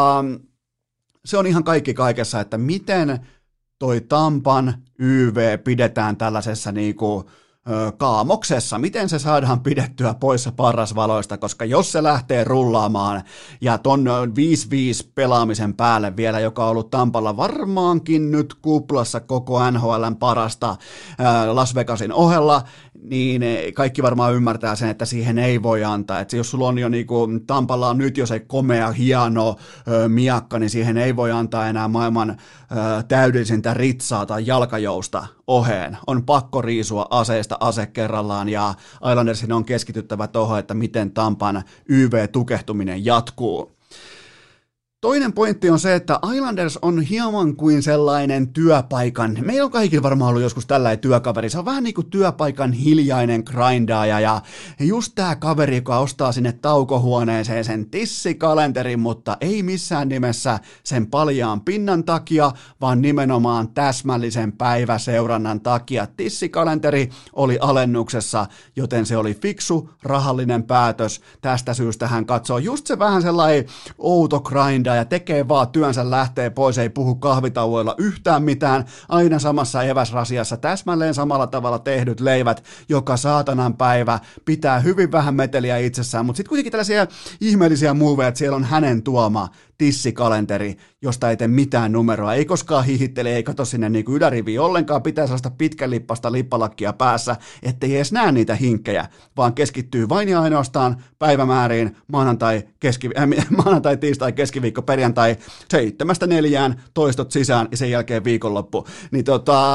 se on ihan kaikki kaikessa, että miten toi Tampan YV pidetään tällaisessa niinku kaamoksessa, miten se saadaan pidettyä poissa parrasvaloista, koska jos se lähtee rullaamaan ja ton 5-5 pelaamisen päälle vielä, joka on ollut Tampalla varmaankin nyt kuplassa koko NHL:n parasta Las Vegasin ohella, niin kaikki varmaan ymmärtää sen, että siihen ei voi antaa, että jos sulla on jo niinku, Tampalla on nyt jo se komea, hieno miakka, niin siihen ei voi antaa enää maailman täydellisintä ritsaa tai jalkajousta oheen. On pakko riisua aseesta ase kerrallaan ja Islandersin on keskityttävä tuohon, että miten Tampan YV-tukehtuminen jatkuu. Toinen pointti on se, että Islanders on hieman kuin sellainen työpaikan, meillä on kaikilla varmaan ollut joskus tällainen työkaveri, se on vähän niin kuin työpaikan hiljainen grindaaja ja just tämä kaveri, joka ostaa sinne taukohuoneeseen sen tissikalenterin, mutta ei missään nimessä sen paljaan pinnan takia, vaan nimenomaan täsmällisen päiväseurannan takia. Tissikalenteri oli alennuksessa, joten se oli fiksu rahallinen päätös. Tästä syystä hän katsoo just se vähän sellainen outo grinda ja tekee vaan työnsä, lähtee pois, ei puhu kahvitauoilla yhtään mitään, aina samassa eväsrasiassa, täsmälleen samalla tavalla tehdyt leivät, joka saatanan päivä, pitää hyvin vähän meteliä itsessään, mutta sitten kuitenkin tällaisia ihmeellisiä muoveja, että siellä on hänen tuoma tissikalenteri, josta ei tee mitään numeroa, ei koskaan hihittele, ei kato sinne niin kuin yläriviin ollenkaan, pitää sellaista pitkän lippasta lippalakkia päässä, ettei edes näe niitä hinkkejä, vaan keskittyy vain ja ainoastaan päivämääriin maanantai, tiistai, keskiviikko, perjantai 7-4 toistot sisään ja sen jälkeen viikonloppu. Niin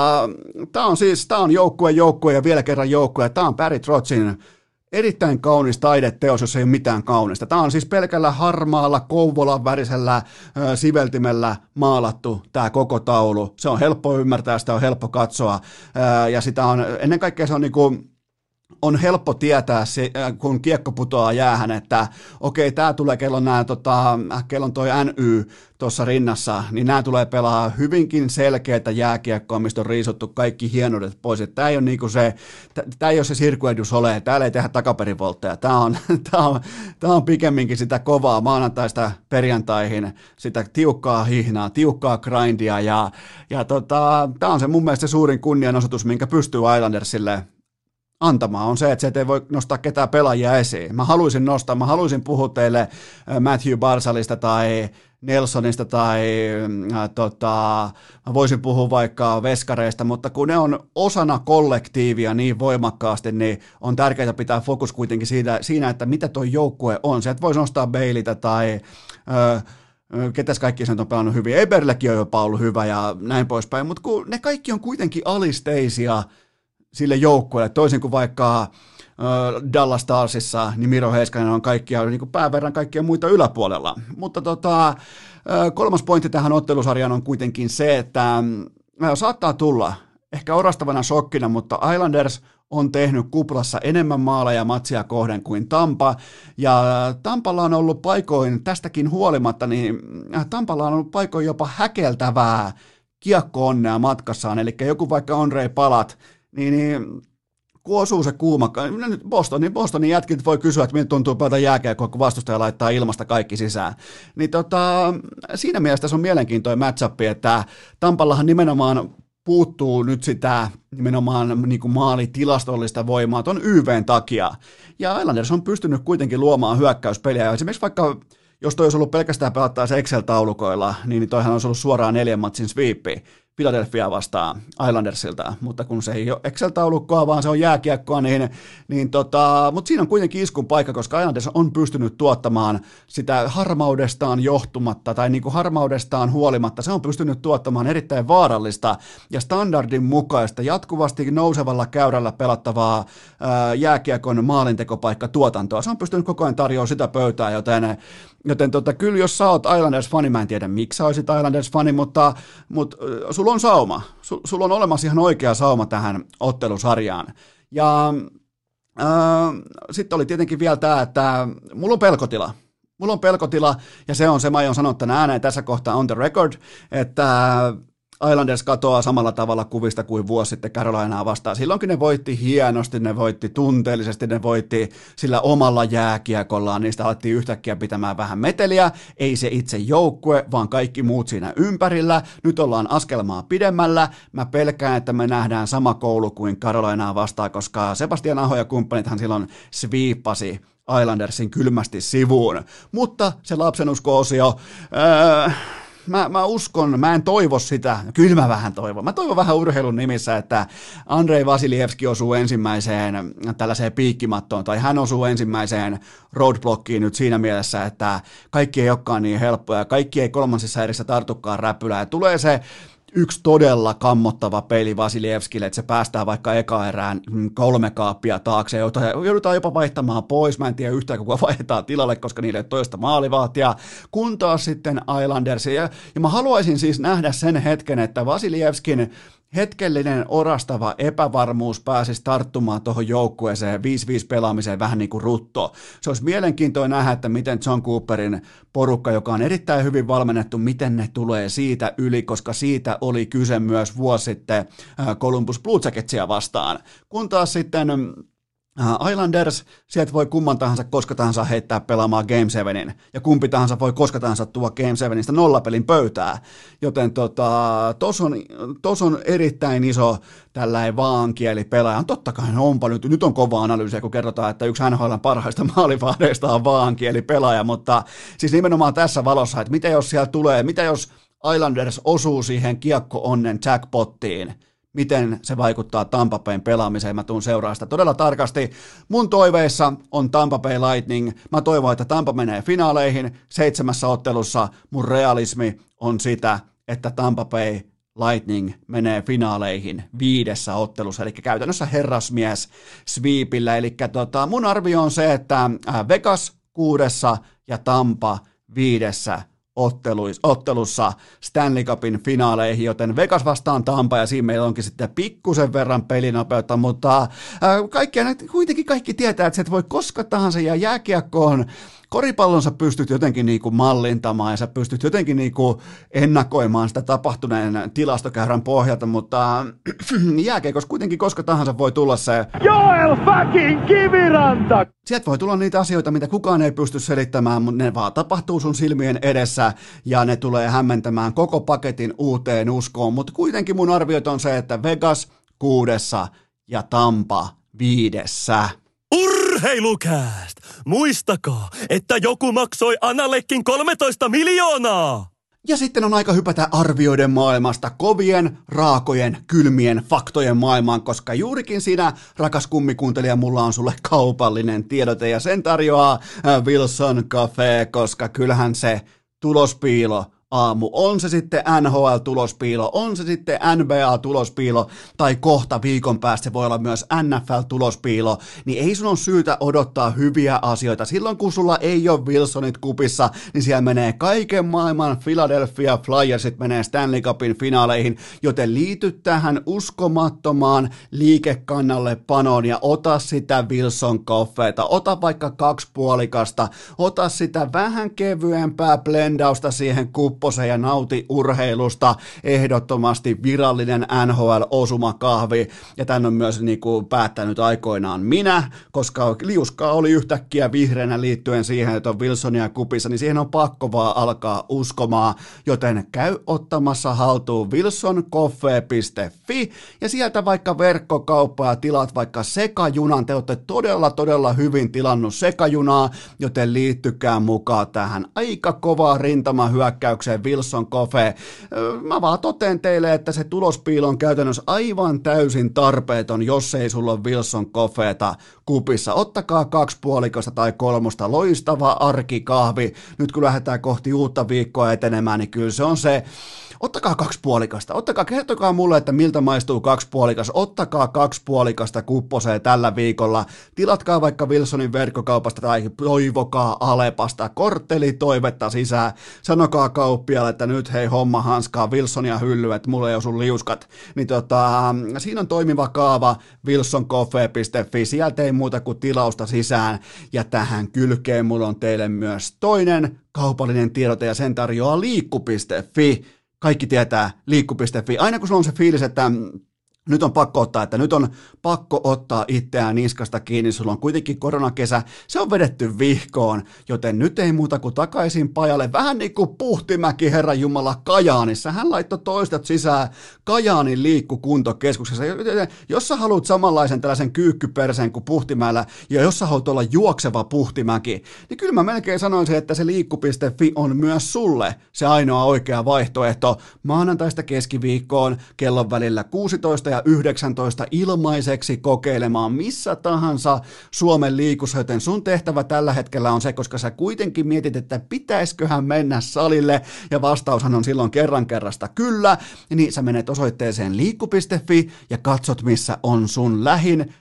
tää on joukkue ja vielä kerran joukkue, tää on Barry Trotzin erittäin kaunis taideteos, jos ei ole mitään kaunista. Tämä on siis pelkällä harmaalla, Kouvolan värisellä siveltimellä maalattu tämä koko taulu. Se on helppo ymmärtää, sitä on helppo katsoa ja sitä on, ennen kaikkea se on niinku, on helppo tietää, kun kiekko putoaa jäähän, että okei, tämä tulee kellon toi NY tuossa rinnassa, niin nämä tulee pelaa hyvinkin selkeätä jääkiekkoa, mistä on riisuttu kaikki hienoudet pois. Tämä ei ole niinku tämä ei ole se Circuedus ole, täällä ei tehdä takaperivoltteja. Tämä on pikemminkin sitä kovaa maanantaista perjantaihin, sitä tiukkaa hihnaa, tiukkaa grindia ja tämä on se mun mielestä se suurin kunnianosoitus, minkä pystyy Islandersille antamaan, on se, että sieltä ei voi nostaa ketään pelaajia esiin. Mä haluaisin puhua teille Matthew Barzalista tai Nelsonista tai mä voisin puhua vaikka veskareista, mutta kun ne on osana kollektiivia niin voimakkaasti, niin on tärkeää pitää fokus kuitenkin siinä, että mitä toi joukkue on. Sieltä voisi nostaa Baileytä tai ketäs kaikki sen on pelannut hyvin. Eberlekin on jopa ollut hyvä ja näin poispäin, mutta kun ne kaikki on kuitenkin alisteisia sille joukkueelle, toisin kuin vaikka Dallas Starsissa, niin Miro Heiskanen on kaikkia, niin kuin pääverran kaikkia muita yläpuolella. Mutta kolmas pointti tähän ottelusarjaan on kuitenkin se, että saattaa tulla ehkä orastavana shokkina, mutta Islanders on tehnyt kuplassa enemmän maaleja matsia kohden kuin Tampa, ja Tampalla on ollut paikoin, tästäkin huolimatta, niin Tampalla on ollut paikoin jopa häkeltävää kiekko-onnea matkassaan, eli joku vaikka Ondrej Palat, niin kun osuu se kuuma, nyt Bostonin jätkit voi kysyä, että miltä tuntuu pelata jääkiekkoa, kun vastustaja laittaa ilmasta kaikki sisään. Niin siinä mielessä se on mielenkiintoinen match-up, että Tampallahan nimenomaan puuttuu nyt sitä nimenomaan niin kuin maalitilastollista voimaa ton YVn takia. Ja Islanders on pystynyt kuitenkin luomaan hyökkäyspeliä. Ja esimerkiksi vaikka, jos toi olisi ollut pelkästään pelattaessa Excel-taulukoilla, niin toihan olisi ollut suoraan 4 matsin sweepi Philadelphia vastaan Islandersilta, mutta kun se ei ole Excel-taulukkoa, vaan se on jääkiekkoa, mutta siinä on kuitenkin iskun paikka, koska Islanders on pystynyt tuottamaan sitä harmaudestaan johtumatta tai niin kuin harmaudestaan huolimatta, se on pystynyt tuottamaan erittäin vaarallista ja standardin mukaista jatkuvasti nousevalla käyrällä pelattavaa jääkiekon maalintekopaikka tuotantoa. Se on pystynyt koko ajan tarjoamaan sitä pöytää, joten kyllä jos sä oot Islanders-fani, mä en tiedä miksi sä olisit Islanders-fani, mutta sulla on sauma. Sulla on olemassa ihan oikea sauma tähän ottelusarjaan. Ja sitten oli tietenkin vielä tämä, että mulla on pelkotila, ja se on se, mä aion sanoa tämän ääneen tässä kohtaa on the record, että Islanders katoaa samalla tavalla kuvista kuin vuosi sitten Carolinaa vastaan. Silloinkin ne voitti hienosti, ne voitti tunteellisesti, ne voitti sillä omalla jääkiekollaan. Niistä alettiin yhtäkkiä pitämään vähän meteliä. Ei se itse joukkue, vaan kaikki muut siinä ympärillä. Nyt ollaan askelmaa pidemmällä. Mä pelkään, että me nähdään sama koulu kuin Carolinaa vastaan, koska Sebastian Aho ja kumppanithan silloin sweepasi Islandersin kylmästi sivuun. Mutta se lapsenusko-osio... Mä uskon, mä en toivo sitä, kyllä mä vähän toivon. Mä toivon vähän urheilun nimissä, että Andrei Vasilievski osuu ensimmäiseen tällaiseen piikkimattoon, tai hän osuu ensimmäiseen roadblockiin nyt siinä mielessä, että kaikki ei olekaan niin helppoja, kaikki ei kolmansissa erissä tartukaan räpylää, ja tulee se yksi todella kammottava peli Vasilievskille, että se päästää vaikka eka erään 3 kaappia taakse, jota joudutaan jopa vaihtamaan pois. Mä en tiedä yhtään, kuka vaihdetaan tilalle, koska niille ei ole toista maalivahtia. Kun taas sitten Islanders. Ja mä haluaisin siis nähdä sen hetken, että Vasilievskin hetkellinen orastava epävarmuus pääsisi tarttumaan tuohon joukkueeseen 5-5 pelaamiseen vähän niin kuin rutto. Se olisi mielenkiintoinen nähdä, että miten John Cooperin porukka, joka on erittäin hyvin valmennettu, miten ne tulee siitä yli, koska siitä oli kyse myös vuosi sitten Columbus Blue Jacketsia vastaan. Kun taas sitten Islanders, sieltä voi kumman tahansa koska tahansa heittää pelaamaan Game 7, ja kumpi tahansa voi koska tahansa tuoda Game 7:istä nollapelin pöytää, joten tos on erittäin iso tällainen vaankielipelaaja. Totta kai onpa nyt on kova analyysiä, kun kerrotaan, että yksi NHL:n parhaista maalivahdeista on vaankielipelaaja, mutta siis nimenomaan tässä valossa, että mitä jos siellä tulee, mitä jos Islanders osuu siihen kiekko-onnen jackpottiin, miten se vaikuttaa Tampa Bayn pelaamiseen, mä tuun seuraamaan sitä todella tarkasti. Mun toiveissa on Tampa Bay Lightning, mä toivon, että Tampa menee finaaleihin 7 ottelussa, mun realismi on sitä, että Tampa Bay Lightning menee finaaleihin 5 ottelussa, eli käytännössä herrasmies sweepillä, eli mun arvio on se, että Vegas 6 ja Tampa 5 ottelussa Stanley Cupin finaaleihin, joten Vegas vastaan Tampa, ja siinä meillä onkin sitten pikkusen verran pelinopeutta, mutta kuitenkin kaikki tietää, että sä et voi koska tahansa, ja jääkiekkoon koripallon sä pystyt jotenkin niinku mallintamaan, ja sä pystyt jotenkin niinku ennakoimaan sitä tapahtuneen tilastokäyrän pohjalta, mutta jääkiekossa kuitenkin koska tahansa voi tulla se Joel fucking Kiviranta! Sieltä voi tulla niitä asioita, mitä kukaan ei pysty selittämään, mutta ne vaan tapahtuu sun silmien edessä, ja ne tulee hämmentämään koko paketin uuteen uskoon, mutta kuitenkin mun arviot on se, että Vegas 6 ja Tampa 5. Urheilukääst! Muistakaa, että joku maksoi Anallekin 13 miljoonaa! Ja sitten on aika hypätä arvioiden maailmasta kovien, raakojen, kylmien faktojen maailmaan, koska juurikin siinä, rakas kummikuuntelija, mulla on sulle kaupallinen tiedote, ja sen tarjoaa Wilson Cafe, koska kyllähän se tulospiilo aamu, on se sitten NHL-tulospiilo, on se sitten NBA-tulospiilo, tai kohta viikon päästä se voi olla myös NFL-tulospiilo, niin ei sun on syytä odottaa hyviä asioita. Silloin kun sulla ei ole Wilsonit kupissa, niin siellä menee kaiken maailman Philadelphia Flyersit menee Stanley Cupin finaaleihin, joten liity tähän uskomattomaan liikekannalle panoon ja ota sitä Wilson Coffeeta, ota vaikka 2 puolikasta, ota sitä vähän kevyempää blendausta siihen kuppiin, Kupposen ja nauti urheilusta, ehdottomasti virallinen NHL-osumakahvi, ja tän on myös niinku päättänyt aikoinaan minä, koska liuskaa oli yhtäkkiä vihreänä liittyen siihen, että on Wilsonia kupissa, niin siihen on pakko vaan alkaa uskomaan, joten käy ottamassa haltuun wilsoncoffee.fi, ja sieltä vaikka verkkokauppa ja tilaat vaikka sekajunan, te olette todella hyvin tilannut sekajunaa, joten liittykää mukaan tähän aika kovaa rintamahyökkäykseen Wilson Coffee. Mä vaan toteen teille, että se tulospiilo on käytännössä aivan täysin tarpeeton, jos ei sulla ole Wilson Coffeeta kupissa. Ottakaa 2 puolikosta tai 3, loistava arkikahvi. Nyt kun lähdetään kohti uutta viikkoa etenemään, niin kyllä se on se. Ottakaa 2 puolikasta. Kertokaa mulle, että miltä maistuu 2 puolikas. Ottakaa 2 puolikasta Kupposeen tällä viikolla. Tilatkaa vaikka Wilsonin verkkokaupasta tai toivokaa Alepasta korttelitoivetta sisään. Sanokaa kauppialle, että nyt hei homma hanskaa Wilsonia hyllyä, että mulle ei osu liuskat. Niin siinä on toimiva kaava wilsoncoffee.fi. Sieltä ei muuta kuin tilausta sisään. Ja tähän kylkeen mulla on teille myös toinen kaupallinen tiedote ja sen tarjoaa liikku.fi. Kaikki tietää liikku.fi. Aina kun sulla on se fiilis, että nyt on pakko ottaa itseään niskasta kiinni, sulla on kuitenkin koronakesä, se on vedetty vihkoon, joten nyt ei muuta kuin takaisin pajalle, vähän niin kuin Puhtimäki, Herran Jumala, Kajaanissa, hän laittoi toistot sisään Kajaanin liikkukuntokeskuksessa, jos sä haluat samanlaisen tällaisen kyykkyperseen kuin Puhtimäellä, ja jos sä haluat olla juokseva Puhtimäki, niin kyllä mä melkein sanoisin, että se liikku.fi on myös sulle se ainoa oikea vaihtoehto maanantaista keskiviikkoon kellon välillä 16 ja 19 ilmaiseksi kokeilemaan missä tahansa Suomen liikussa, joten sun tehtävä tällä hetkellä on se, koska sä kuitenkin mietit, että pitäisköhän mennä salille, ja vastaushan on silloin kerrasta kyllä, niin sä menet osoitteeseen liikku.fi ja katsot, missä on sun lähin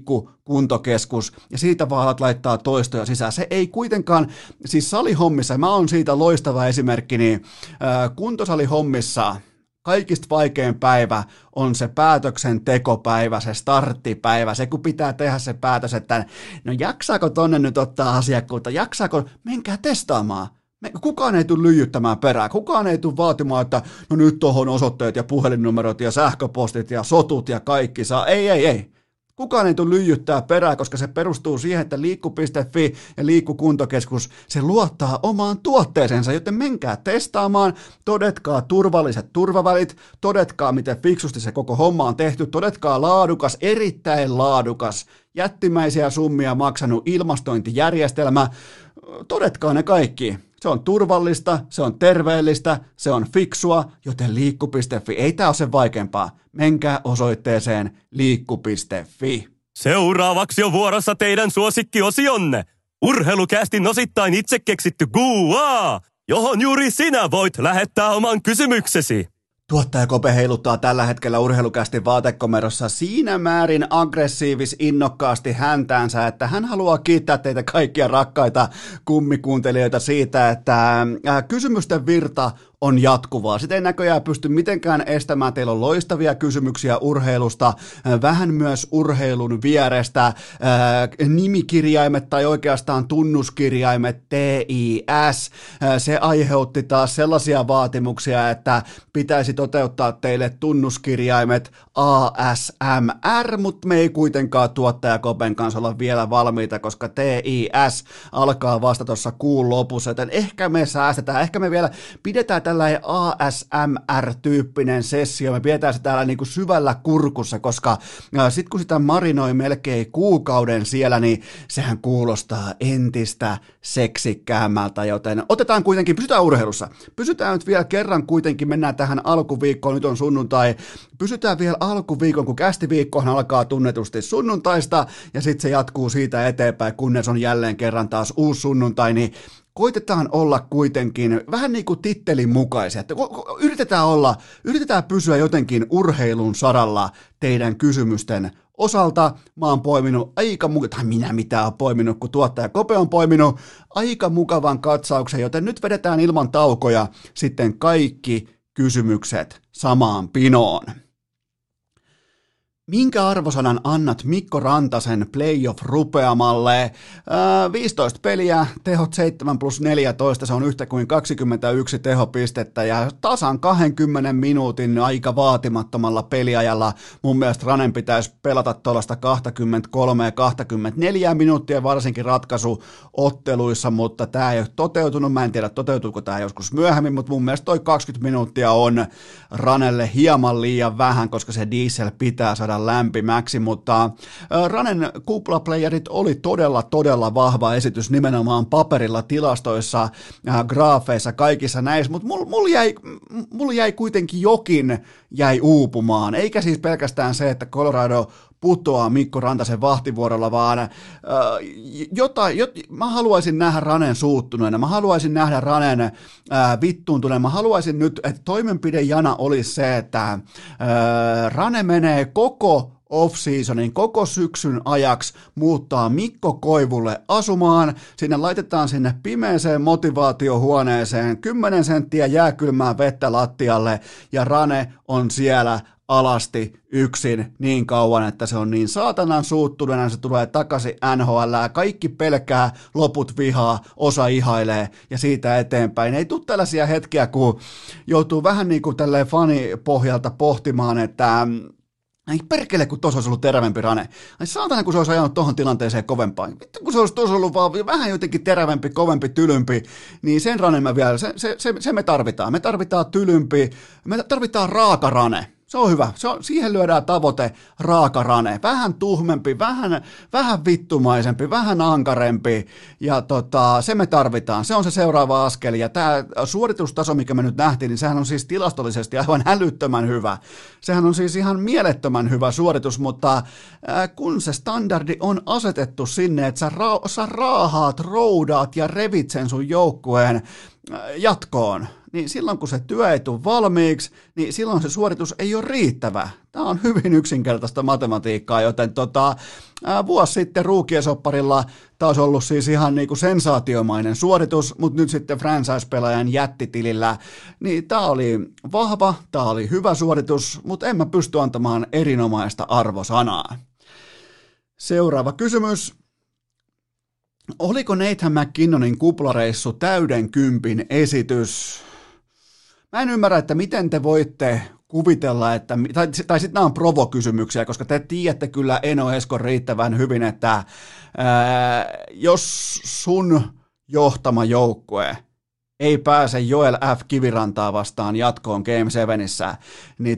kuntokeskus, ja siitä vaan alat laittaa toistoja sisään. Se ei kuitenkaan, siis salihommissa, mä oon siitä loistava esimerkki, niin kuntosalihommissa kaikista vaikein päivä on se päätöksentekopäivä, se starttipäivä, se kun pitää tehdä se päätös, että no jaksaako tonne nyt ottaa asiakkuutta, jaksaako, menkää testaamaan. Kukaan ei tule lyijyttämään perään, kukaan ei tule vaatimaan, että no nyt tohon osoitteet ja puhelinnumerot ja sähköpostit ja sotut ja kaikki saa, ei. Kukaan ei tule lyijyttää perään, koska se perustuu siihen, että liikku.fi ja liikkukuntokeskus, se luottaa omaan tuotteeseensa, joten menkää testaamaan, todetkaa turvalliset turvavälit, todetkaa miten fiksusti se koko homma on tehty, todetkaa laadukas, erittäin laadukas, jättimäisiä summia maksanut ilmastointijärjestelmä, todetkaa ne kaikki. Se on turvallista, se on terveellistä, se on fiksua, joten liikku.fi, ei tää ole sen vaikeampaa. Menkää osoitteeseen liikku.fi. Seuraavaksi on vuorossa teidän suosikkiosionne. Urheilukästin osittain itse keksitty Q&A, johon juuri sinä voit lähettää oman kysymyksesi. Tuottaja Kope heiluttaa tällä hetkellä Urheilukästin vaatekomerossa siinä määrin innokkaasti häntäänsä, että hän haluaa kiittää teitä kaikkia rakkaita kummikuuntelijoita siitä, että kysymysten virta on jatkuvaa. Sitä ei näköjään pysty mitenkään estämään. Teillä on loistavia kysymyksiä urheilusta, vähän myös urheilun vierestä, nimikirjaimet tai oikeastaan tunnuskirjaimet TIS. Se aiheutti taas sellaisia vaatimuksia, että pitäisi toteuttaa teille tunnuskirjaimet ASMR, mutta me ei kuitenkaan tuottaja Kopen kanssa olla vielä valmiita, koska TIS alkaa vasta tuossa kuun lopussa, joten ehkä me säästetään, ehkä me vielä pidetään tällainen ASMR-tyyppinen sessio, me pidetään se täällä niinku syvällä kurkussa, koska sitten kun sitä marinoi melkein kuukauden siellä, niin sehän kuulostaa entistä seksikkäämmältä, joten otetaan kuitenkin, pysytään urheilussa, pysytään nyt vielä kerran kuitenkin, mennään tähän alkuviikkoon, nyt on sunnuntai, pysytään vielä alkuviikon, kun kästiviikkohan alkaa tunnetusti sunnuntaista, ja sitten se jatkuu siitä eteenpäin, kunnes on jälleen kerran taas uusi sunnuntai, niin koitetaan olla kuitenkin vähän niin kuin tittelin mukaisia, että yritetään pysyä jotenkin urheilun saralla teidän kysymysten osalta. Mä oon poiminut kun tuottaja Kope on poiminut aika mukavan katsauksen, joten nyt vedetään ilman taukoja sitten kaikki kysymykset samaan pinoon. Minkä arvosanan annat Mikko Rantasen playoff-rupeamalle? 15 peliä, tehot 7+14, se on yhtä kuin 21 tehopistettä ja tasan 20 minuutin aika vaatimattomalla peliajalla. Mun mielestä Ranen pitäisi pelata tuollaista 23 ja 24 minuuttia varsinkin ratkaisuotteluissa, mutta tämä ei ole toteutunut. Mä en tiedä, toteutuuko tämä joskus myöhemmin, mutta mun mielestä toi 20 minuuttia on Ranelle hieman liian vähän, koska se diesel pitää saada lämpimäksi, mutta Ranen kuplaplayerit oli todella vahva esitys nimenomaan paperilla, tilastoissa, graafeissa, kaikissa näissä, mutta mulla jäi kuitenkin jäi uupumaan, eikä siis pelkästään se, että Colorado putoaa Mikko Rantasen vahtivuorolla, vaan mä haluaisin nähdä Ranen suuttuneena, mä haluaisin nähdä Ranen vittuuntuneena, mä haluaisin nyt, että toimenpidejana olisi se, että Rane menee koko off-seasonin, koko syksyn ajaksi muuttaa Mikko Koivulle asumaan, sinne laitetaan sinne pimeeseen motivaatiohuoneeseen 10 senttiä jääkylmää vettä lattialle ja Rane on siellä alasti yksin niin kauan, että se on niin saatanan suuttuneena, se tulee takaisin NHL, kaikki pelkää, loput vihaa, osa ihailee ja siitä eteenpäin. Ei tule tällaisia hetkiä, kun joutuu vähän niin kuin tälleen fanipohjalta pohtimaan, että ei perkele, kun tuossa olisi ollut terävempi Rane. Ai saatana, kun se olisi ajanut tuohon tilanteeseen kovempaan. Vittu, kun se olisi tuossa ollut vaan vähän jotenkin terävempi, kovempi, tylympi, niin sen Ranen mä vielä, se me tarvitaan. Me tarvitaan tylympi, me tarvitaan raaka Rane. Se on hyvä. Siihen lyödään tavoite raaka Rane. Vähän tuhmempi, vähän vittumaisempi, vähän ankarempi. Ja se me tarvitaan. Se on se seuraava askel. Ja tämä suoritustaso, mikä me nyt nähtiin, niin sehän on siis tilastollisesti aivan älyttömän hyvä. Sehän on siis ihan mielettömän hyvä suoritus, mutta kun se standardi on asetettu sinne, että sä raahaat, roudaat ja revit sen sun joukkueen jatkoon, niin silloin kun se työ ei tule valmiiksi, niin silloin se suoritus ei ole riittävä. Tämä on hyvin yksinkertaista matematiikkaa, joten vuosi sitten ruukiesopparilla taas ollut siis ihan niin kuin sensaatiomainen suoritus, mutta nyt sitten franchise-pelaajan jättitilillä, niin tämä oli vahva, tämä oli hyvä suoritus, mutta en mä pysty antamaan erinomaista arvosanaa. Seuraava kysymys. Oliko Nathan McKinnonin kuplareissu täyden kympin esitys? Mä en ymmärrä, että miten te voitte kuvitella, että, tai sitten nämä on provokysymyksiä, koska te tiedätte kyllä Eno Eskon riittävän hyvin, että jos sun johtama joukkue ei pääse Joel F. Kivirantaa vastaan jatkoon Game 7:issä, niin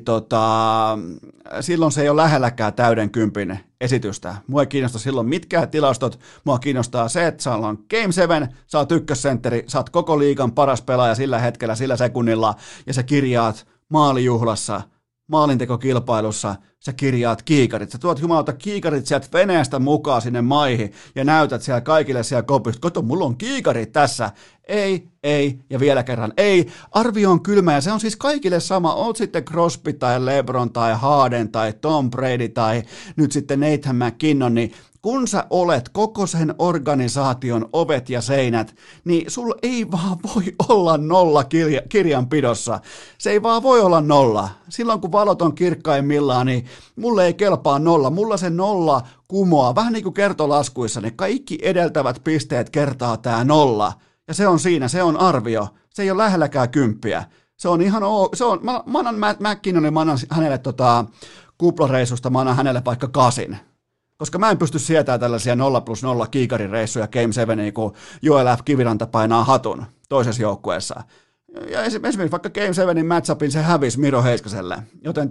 silloin se ei ole lähelläkään täyden kympin esitystä. Mua ei kiinnosta silloin mitkään tilastot, mua kiinnostaa se, että sä on Game 7, sä oot ykkössentteri, sä oot koko liigan paras pelaaja sillä hetkellä, sillä sekunnilla, ja sä kirjaat maalijuhlassa, maalintekokilpailussa, sä kirjaat kiikarit. Sä tuot jumalauta kiikarit sieltä veneestä mukaan sinne maihin ja näytät siellä kaikille siellä kopista, kato, mulla on kiikarit tässä. Ei, ja vielä kerran ei. Arvio on kylmä ja se on siis kaikille sama. Oot sitten Crosby tai LeBron tai Harden tai Tom Brady tai nyt sitten Nathan McKinnon, niin kun sä olet koko sen organisaation ovet ja seinät, niin sulla ei vaan voi olla nolla kirjanpidossa. Se ei vaan voi olla nolla. Silloin kun valot on kirkkaimmillaan, niin mulle ei kelpaa nolla. Mulla se nolla kumoaa. Vähän niin kuin kertolaskuissa, ne kaikki edeltävät pisteet kertaa tää nolla. Ja se on siinä, se on arvio. Se ei ole lähelläkään kymppiä. Se on ihan mä annan McKinnonin, mä annan hänelle kuplareissusta, mä annan hänelle vaikka 8. Koska mä en pysty sietämään tällaisia 0+0 kiikarireissuja Game 7, kun Joel F. Kiviranta painaa hatun toisessa joukkueessa. Ja esimerkiksi vaikka Game 7 matchupin se hävisi Miro Heiskaselle, joten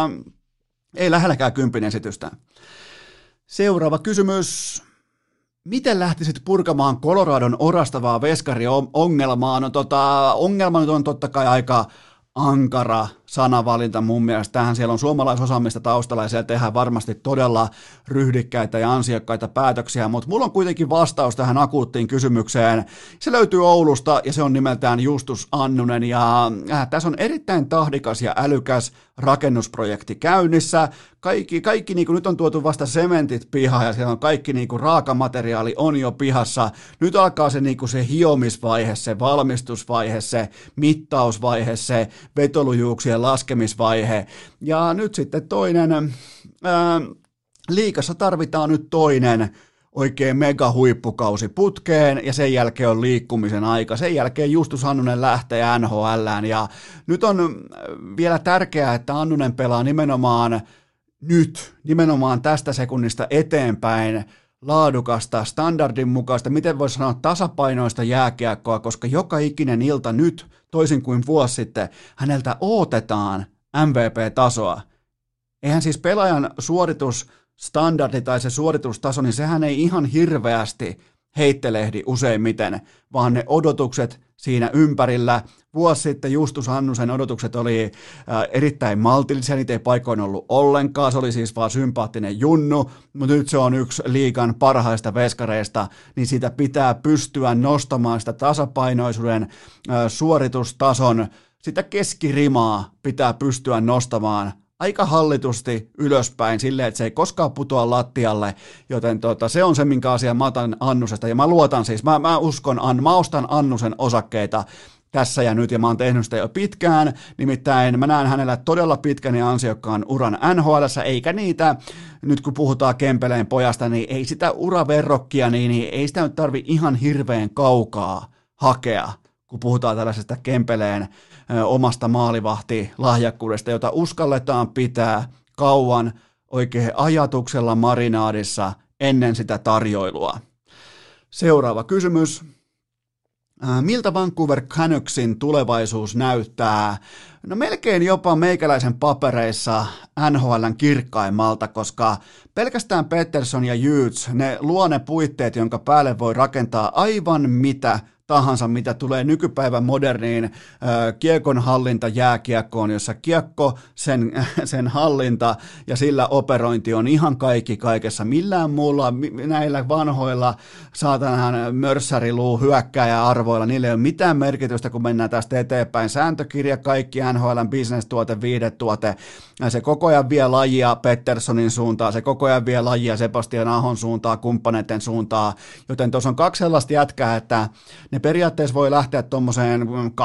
ei lähelläkään kympin esitystä. Seuraava kysymys. Miten lähtisit purkamaan Coloradon orastavaa veskariongelmaa? No ongelma nyt on totta kai aika ankara sanavalinta mun mielestä. Tähän siellä on suomalaisosaamista taustalla ja siellä tehdään varmasti todella ryhdikkäitä ja ansiokkaita päätöksiä, mutta mulla on kuitenkin vastaus tähän akuuttiin kysymykseen. Se löytyy Oulusta ja se on nimeltään Justus Annunen ja tässä on erittäin tahdikas ja älykäs rakennusprojekti käynnissä. Kaikki niin kuin nyt on tuotu vasta sementit pihaan ja siellä on kaikki niin kuin raakamateriaali on jo pihassa. Nyt alkaa se, niin kuin se hiomisvaihe, se valmistusvaihe, se mittausvaihe, se vetolujuuksien laskemisvaihe. Ja nyt sitten toinen, liigassa tarvitaan nyt toinen oikein mega huippukausi putkeen ja sen jälkeen on liikkumisen aika. Sen jälkeen Justus Annunen lähtee NHL:ään ja nyt on vielä tärkeää, että Annunen pelaa nimenomaan tästä sekunnista eteenpäin laadukasta, standardin mukaista, miten voisi sanoa tasapainoista jääkiekkoa, koska joka ikinen ilta nyt, toisin kuin vuosi sitten, häneltä odotetaan MVP-tasoa. Eihän siis pelaajan suoritusstandardi tai se suoritustaso, niin sehän ei ihan hirveästi heittelehdi useimmiten, vaan ne odotukset siinä ympärillä. Vuosi sitten Justus Annusen odotukset oli erittäin maltillisia, niitä ei paikoin ollut ollenkaan, se oli siis vaan sympaattinen junnu, mutta nyt se on yksi liigan parhaista veskareista, niin siitä pitää pystyä nostamaan sitä tasapainoisuuden suoritustason, sitä keskirimaa pitää pystyä nostamaan aika hallitusti ylöspäin silleen, että se ei koskaan putoa lattialle, joten se on se, minkä asian mä otan Annusesta, ja mä luotan siis, mä ostan Annusen osakkeita tässä ja nyt, ja mä oon tehnyt sitä jo pitkään, nimittäin mä näen hänellä todella pitkän ja ansiokkaan uran NHL:ssä, eikä niitä, nyt kun puhutaan Kempeleen pojasta, niin ei sitä uraverrokkia, niin ei sitä nyt tarvi ihan hirveän kaukaa hakea, kun puhutaan tällaisesta Kempeleen omasta maalivahtilahjakkuudesta, jota uskalletaan pitää kauan oikein ajatuksella marinaadissa ennen sitä tarjoilua. Seuraava kysymys. Miltä Vancouver Canucksin tulevaisuus näyttää? No melkein jopa meikäläisen papereissa NHL:n kirkkaimmalta, koska pelkästään Pettersson ja Hughes, ne luo ne puitteet, jonka päälle voi rakentaa aivan mitä tahansa, mitä tulee nykypäivän moderniin kiekon hallinta jääkiekkoon, jossa kiekko, sen hallinta ja sillä operointi on ihan kaikki kaikessa. Millään muulla näillä vanhoilla saatanan mörssäriluu hyökkääjäarvoilla, niillä ei ole mitään merkitystä, kun mennään tästä eteenpäin. Sääntökirja, kaikki NHL:n business-tuote, viihdetuote, se koko ajan vie lajia Petterssonin suuntaan, se koko ajan vie lajia Sebastian Ahon suuntaan, kumppaneiden suuntaan, joten tuossa on kaksi sellaista jätkää, että ne periaatteessa voi lähteä tuommoiseen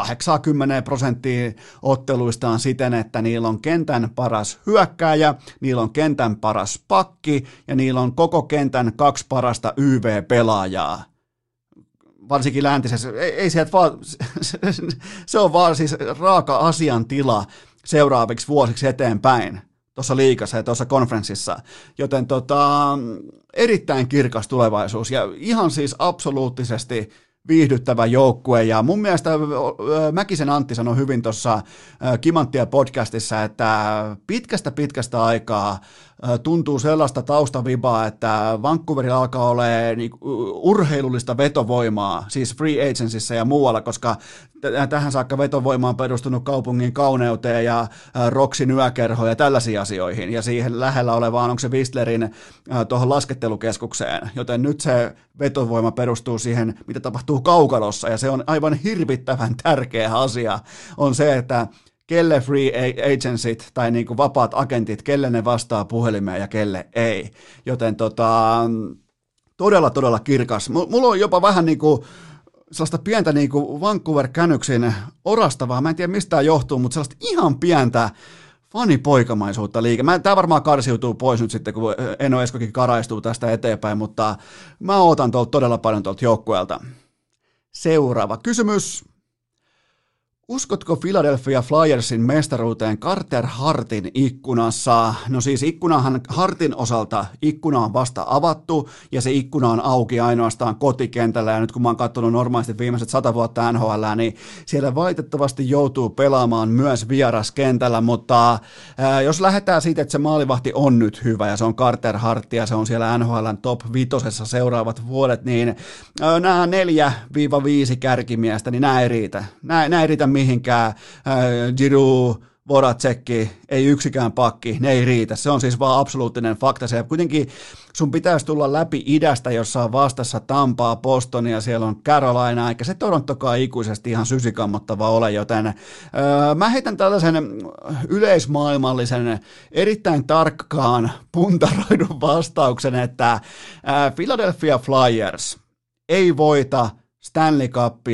80% otteluistaan siten, että niillä on kentän paras hyökkääjä, niillä on kentän paras pakki ja niillä on koko kentän 2 parasta YV-pelaajaa. Varsinkin läntisessä, ei sieltä vaan, se on vaan siis raaka asiantila seuraaviksi vuosiksi eteenpäin tuossa liigassa ja tuossa konferenssissa, joten erittäin kirkas tulevaisuus ja ihan siis absoluuttisesti viihdyttävä joukkue, ja mun mielestä Mäkisen Antti sanoi hyvin tuossa Kimanttia podcastissa, että pitkästä aikaa tuntuu sellaista taustavibaa, että Vancouverilla alkaa olemaan urheilullista vetovoimaa, siis free agencyssä ja muualla, koska tähän saakka vetovoima on perustunut kaupungin kauneuteen ja Roxin yökerhoon ja tällaisiin asioihin, ja siihen lähellä olevaan, onko se Whistlerin tuohon laskettelukeskukseen, joten nyt se vetovoima perustuu siihen, mitä tapahtuu kaukalossa, ja se on aivan hirvittävän tärkeä asia, on se, että kelle free agentsit tai niinku vapaat agentit, kelle ne vastaa puhelimeen ja kelle ei. Joten todella kirkas. Mulla on jopa vähän niinku sellaista pientä niinku Vancouver Canucksin orastavaa, mä en tiedä mistä tämä johtuu, mutta sellaista ihan pientä fanipoikamaisuutta liikaa. Tämä varmaan karsiutuu pois nyt sitten, kun Eno Eskokin karaistuu tästä eteenpäin, mutta mä ootan tuolta todella paljon tuolta joukkueelta. Seuraava kysymys. Uskotko Philadelphia Flyersin mestaruuteen Carter Hartin ikkunassa? No siis ikkunahan Hartin osalta ikkuna on vasta avattu ja se ikkuna on auki ainoastaan kotikentällä ja nyt kun mä oon katsonut normaalisti viimeiset 100 vuotta NHL, niin siellä valitettavasti joutuu pelaamaan myös vieraskentällä, mutta jos lähdetään siitä, että se maalivahti on nyt hyvä ja se on Carter Hart ja se on siellä NHL:n top 5 seuraavat vuodet, niin nämä 4-5 kärkimiestä, niin nämä ei riitä. Nämä ei riitä mihinkään. Giroux, Voracekki, ei yksikään pakki, ne ei riitä. Se on siis vaan absoluuttinen fakta. Se kuitenkin sun pitäisi tulla läpi idästä, jossa on vastassa Tampaa, Bostonia, siellä on Carolina, eikä se Torontokaan ikuisesti ihan sysikammottava ole, joten mä heitän tällaisen yleismaailmallisen, erittäin tarkkaan puntaroidun vastauksen, että Philadelphia Flyers ei voita Stanley Cupia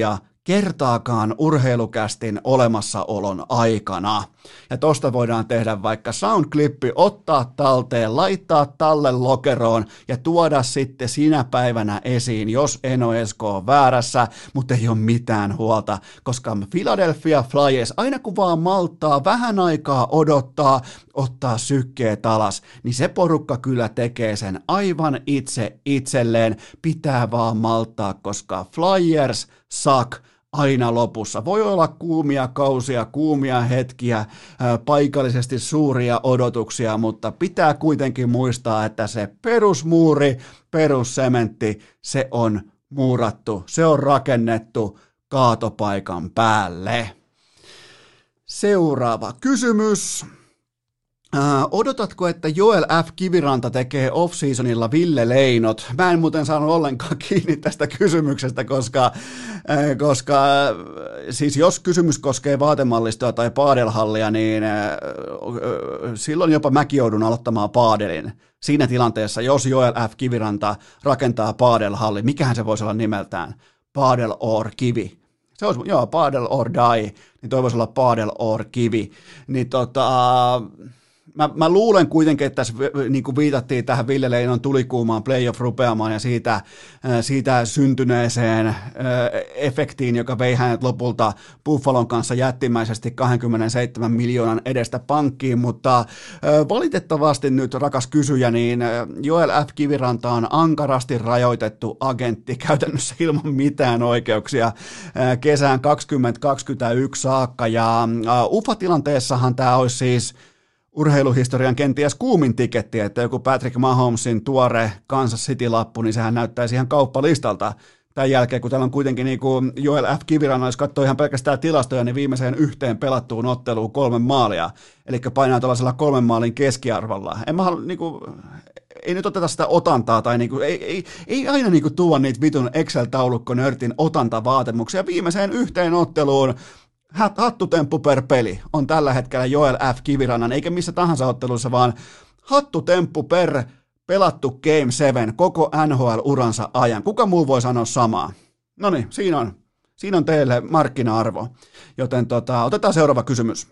kertaakaan urheilukästin olemassaolon aikana. Ja tosta voidaan tehdä vaikka soundklippi, ottaa talteen, laittaa tallen lokeroon ja tuoda sitten sinä päivänä esiin, jos Eno Esko on väärässä, mutta ei ole mitään huolta, koska Philadelphia Flyers, aina kun vaan malttaa vähän aikaa odottaa, ottaa sykkeet alas, niin se porukka kyllä tekee sen aivan itse itselleen, pitää vaan malttaa, koska Flyers suck aina lopussa. Voi olla kuumia kausia, kuumia hetkiä, paikallisesti suuria odotuksia, mutta pitää kuitenkin muistaa, että se perusmuuri, perussementti, se on muurattu, se on rakennettu kaatopaikan päälle. Seuraava kysymys. Odotatko, että Joel F. Kiviranta tekee off-seasonilla Ville Leinot? Mä en muuten saanut ollenkaan kiinni tästä kysymyksestä, koska siis jos kysymys koskee vaatemallistoa tai paadelhallia, niin silloin jopa mäkin joudun aloittamaan paadelin. Siinä tilanteessa, jos Joel F. Kiviranta rakentaa paadelhalli, mikähän se voisi olla nimeltään? Paadel or kivi. Se olisi, paadel or die, niin toi voisi olla paadel or kivi. Niin Mä luulen kuitenkin, että tässä niin kuin viitattiin tähän Ville Leinon tulikuumaan playoff-rupeamaan ja siitä syntyneeseen efektiin, joka vei hänet lopulta Buffalon kanssa jättimäisesti 27 miljoonan edestä pankkiin, mutta valitettavasti nyt, rakas kysyjä, niin Joel F. Kiviranta on ankarasti rajoitettu agentti käytännössä ilman mitään oikeuksia kesään 2021 saakka, ja UFA-tilanteessahan tämä olisi siis urheiluhistorian kenties kuumin tiketti, että joku Patrick Mahomesin tuore Kansas City-lappu, niin sehän näyttäisi ihan kauppalistalta tämän jälkeen, kun täällä on kuitenkin niin kuin Joel F. Kiviranta, jos katsoo ihan pelkästään tilastoja, niin viimeiseen yhteen pelattuun otteluun 3 maalia, eli painaa tuollaisella 3 maalin keskiarvolla. Ei nyt oteta sitä otantaa, tai niinku, ei aina niinku tuoda niitä vitun Excel-taulukkonörtin otantavaatimuksia viimeiseen yhteen otteluun. Hattutemppu per peli on tällä hetkellä Joel F. Kivirannan, eikä missä tahansa ottelussa, vaan hattutemppu per pelattu Game 7 koko NHL-uransa ajan. Kuka muu voi sanoa samaa? No niin, siinä on teille markkina-arvo. Joten otetaan seuraava kysymys.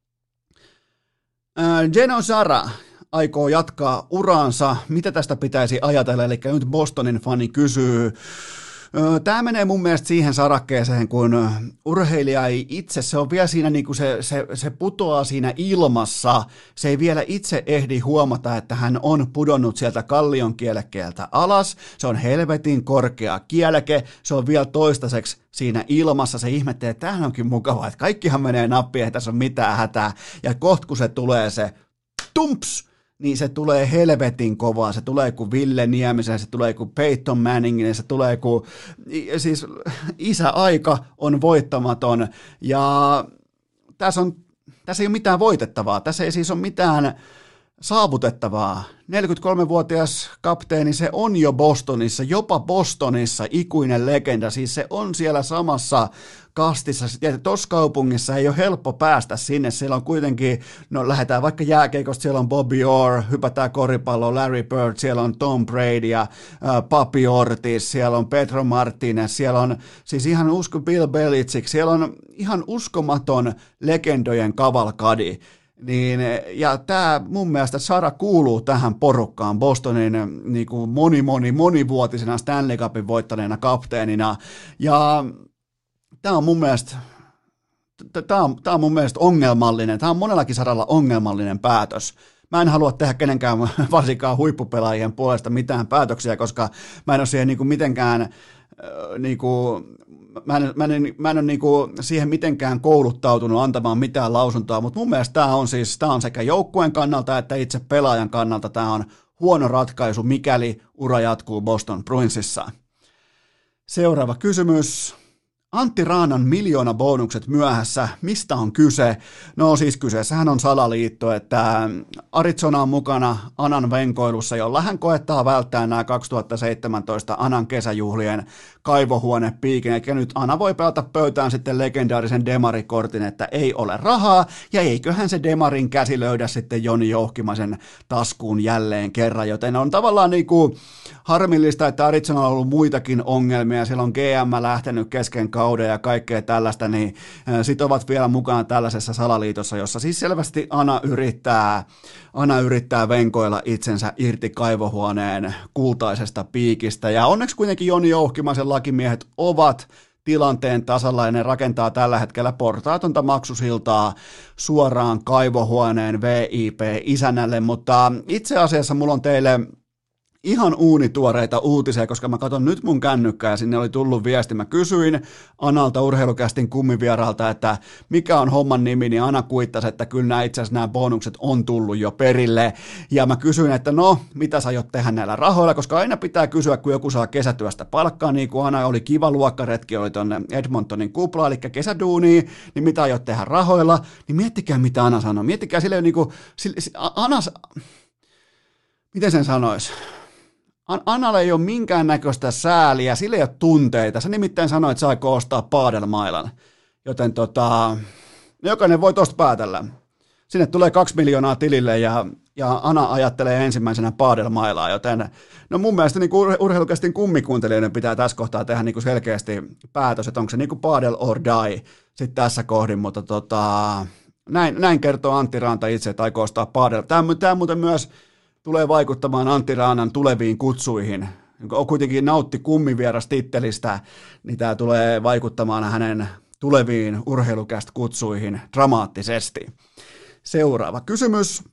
Geno Sara aikoo jatkaa uraansa. Mitä tästä pitäisi ajatella? Eli nyt Bostonin fani kysyy. Tämä menee mun mielestä siihen sarakkeeseen, kun urheilija ei itse, se on vielä siinä, niin kuin se putoaa siinä ilmassa, se ei vielä itse ehdi huomata, että hän on pudonnut sieltä kallion kielekkeeltä alas, se on helvetin korkea kieleke, se on vielä toistaiseksi siinä ilmassa, se ihmettelee, että tämähän onkin mukavaa, että kaikkihan menee nappiin, ei tässä ole mitään hätää, ja kohta kun se tulee se tumps, niin se tulee helvetin kovaa, se tulee kuin Ville Niemisen, se tulee kuin Peyton Manningin, se tulee kuin, siis isäaika on voittamaton, ja tässä ei ole mitään voitettavaa, tässä ei siis ole mitään saavutettavaa. 43-vuotias kapteeni, se on jo Bostonissa, jopa Bostonissa ikuinen legenda, siis se on siellä samassa kastissa, ja tuossa kaupungissa ei ole helppo päästä sinne, siellä on kuitenkin, no lähdetään vaikka jääkeikosta, siellä on Bobby Orr, hypätään koripalloon, Larry Bird, siellä on Tom Brady ja Papi Ortiz, siellä on Pedro Martinez, siellä on siis ihan Bill Belichick, siellä on ihan uskomaton legendojen kavalkadi. Niin, ja tämä mun mielestä Sara kuuluu tähän porukkaan Bostonin niin kuin monivuotisena Stanley Cupin voittaneena kapteenina, ja tämä on mun mielestä ongelmallinen, tämä on monellakin saralla ongelmallinen päätös. Mä en halua tehdä kenenkään, varsinkaan huippupelaajien puolesta mitään päätöksiä, koska mä en ole siihen niinku mitenkään mä en ole niinku siihen mitenkään kouluttautunut antamaan mitään lausuntoa, mutta mun mielestä tämä on sekä joukkueen kannalta että itse pelaajan kannalta tämä on huono ratkaisu, mikäli ura jatkuu Boston Bruinsissa. Seuraava kysymys. Antti Raanan miljoonabonukset myöhässä. Mistä on kyse? No siis kyseessähän on salaliitto, että Arizona on mukana Anan venkoilussa, jolla hän koettaa välttää nämä 2017 Anan kesäjuhlien kaivohuonepiikin. Eikä nyt Ana voi pelata pöytään sitten legendaarisen demarikortin, että ei ole rahaa, ja eiköhän se demarin käsi löydä sitten Joni Jouhkimaisen taskuun jälleen kerran, joten on tavallaan niinku harmillista, että Arizona on ollut muitakin ongelmia. Siellä on GM lähtenyt kesken kauden ja kaikkea tällaista, niin sit ovat vielä mukaan tällaisessa salaliitossa, jossa siis selvästi Ana yrittää venkoilla itsensä irti kaivohuoneen kultaisesta piikistä, ja onneksi kuitenkin Joni Jouhkimaisen lakimiehet ovat tilanteen tasalla, ja ne rakentaa tällä hetkellä portaatonta maksusiltaa suoraan kaivohuoneen VIP-isännälle, mutta itse asiassa mulla on teille ihan uunituoreita uutisia, koska mä katson nyt mun kännykkää ja sinne oli tullut viesti. Mä kysyin Analta Urheilukästin kummivieralta, että mikä on homman nimi, niin Ana kuittasi, että kyllä itse asiassa nämä bonukset on tullut jo perille. Ja mä kysyin, että no, mitä sä aiot tehdä näillä rahoilla, koska aina pitää kysyä, kun joku saa kesätyöstä palkkaa, niin kuin Ana oli kiva luokkaretki, oli tonne Edmontonin kupla, eli kesäduuniin, niin mitä aiot tehdä rahoilla, niin miettikää mitä Ana sanoi. Miettikää silleen niin kuin, Ana, miten sen sanoisi? Analla ei ole minkäännäköistä sääliä, sillä ei ole tunteita. Sä nimittäin sanoit, että saa ostaa paadelmailan. Joten jokainen voi tosta päätellä. Sinne tulee 2 miljoonaa tilille ja Ana ajattelee ensimmäisenä paadelmailaa, joten no mun mielestä niin Urheilukästin kummikuuntelijoiden pitää tässä kohtaa tehdä niin kuin selkeästi päätös, että onko se niin kuin paadel or die sitten tässä kohdin, mutta näin kertoo Antti Raanta itse, että aikoo ostaa paadel. Tämä muuten myös tulee vaikuttamaan Antti Raanan tuleviin kutsuihin. Kuitenkin nautti kummivierastittelistä, niin tämä tulee vaikuttamaan hänen tuleviin Urheilukäst-kutsuihin dramaattisesti. Seuraava kysymys.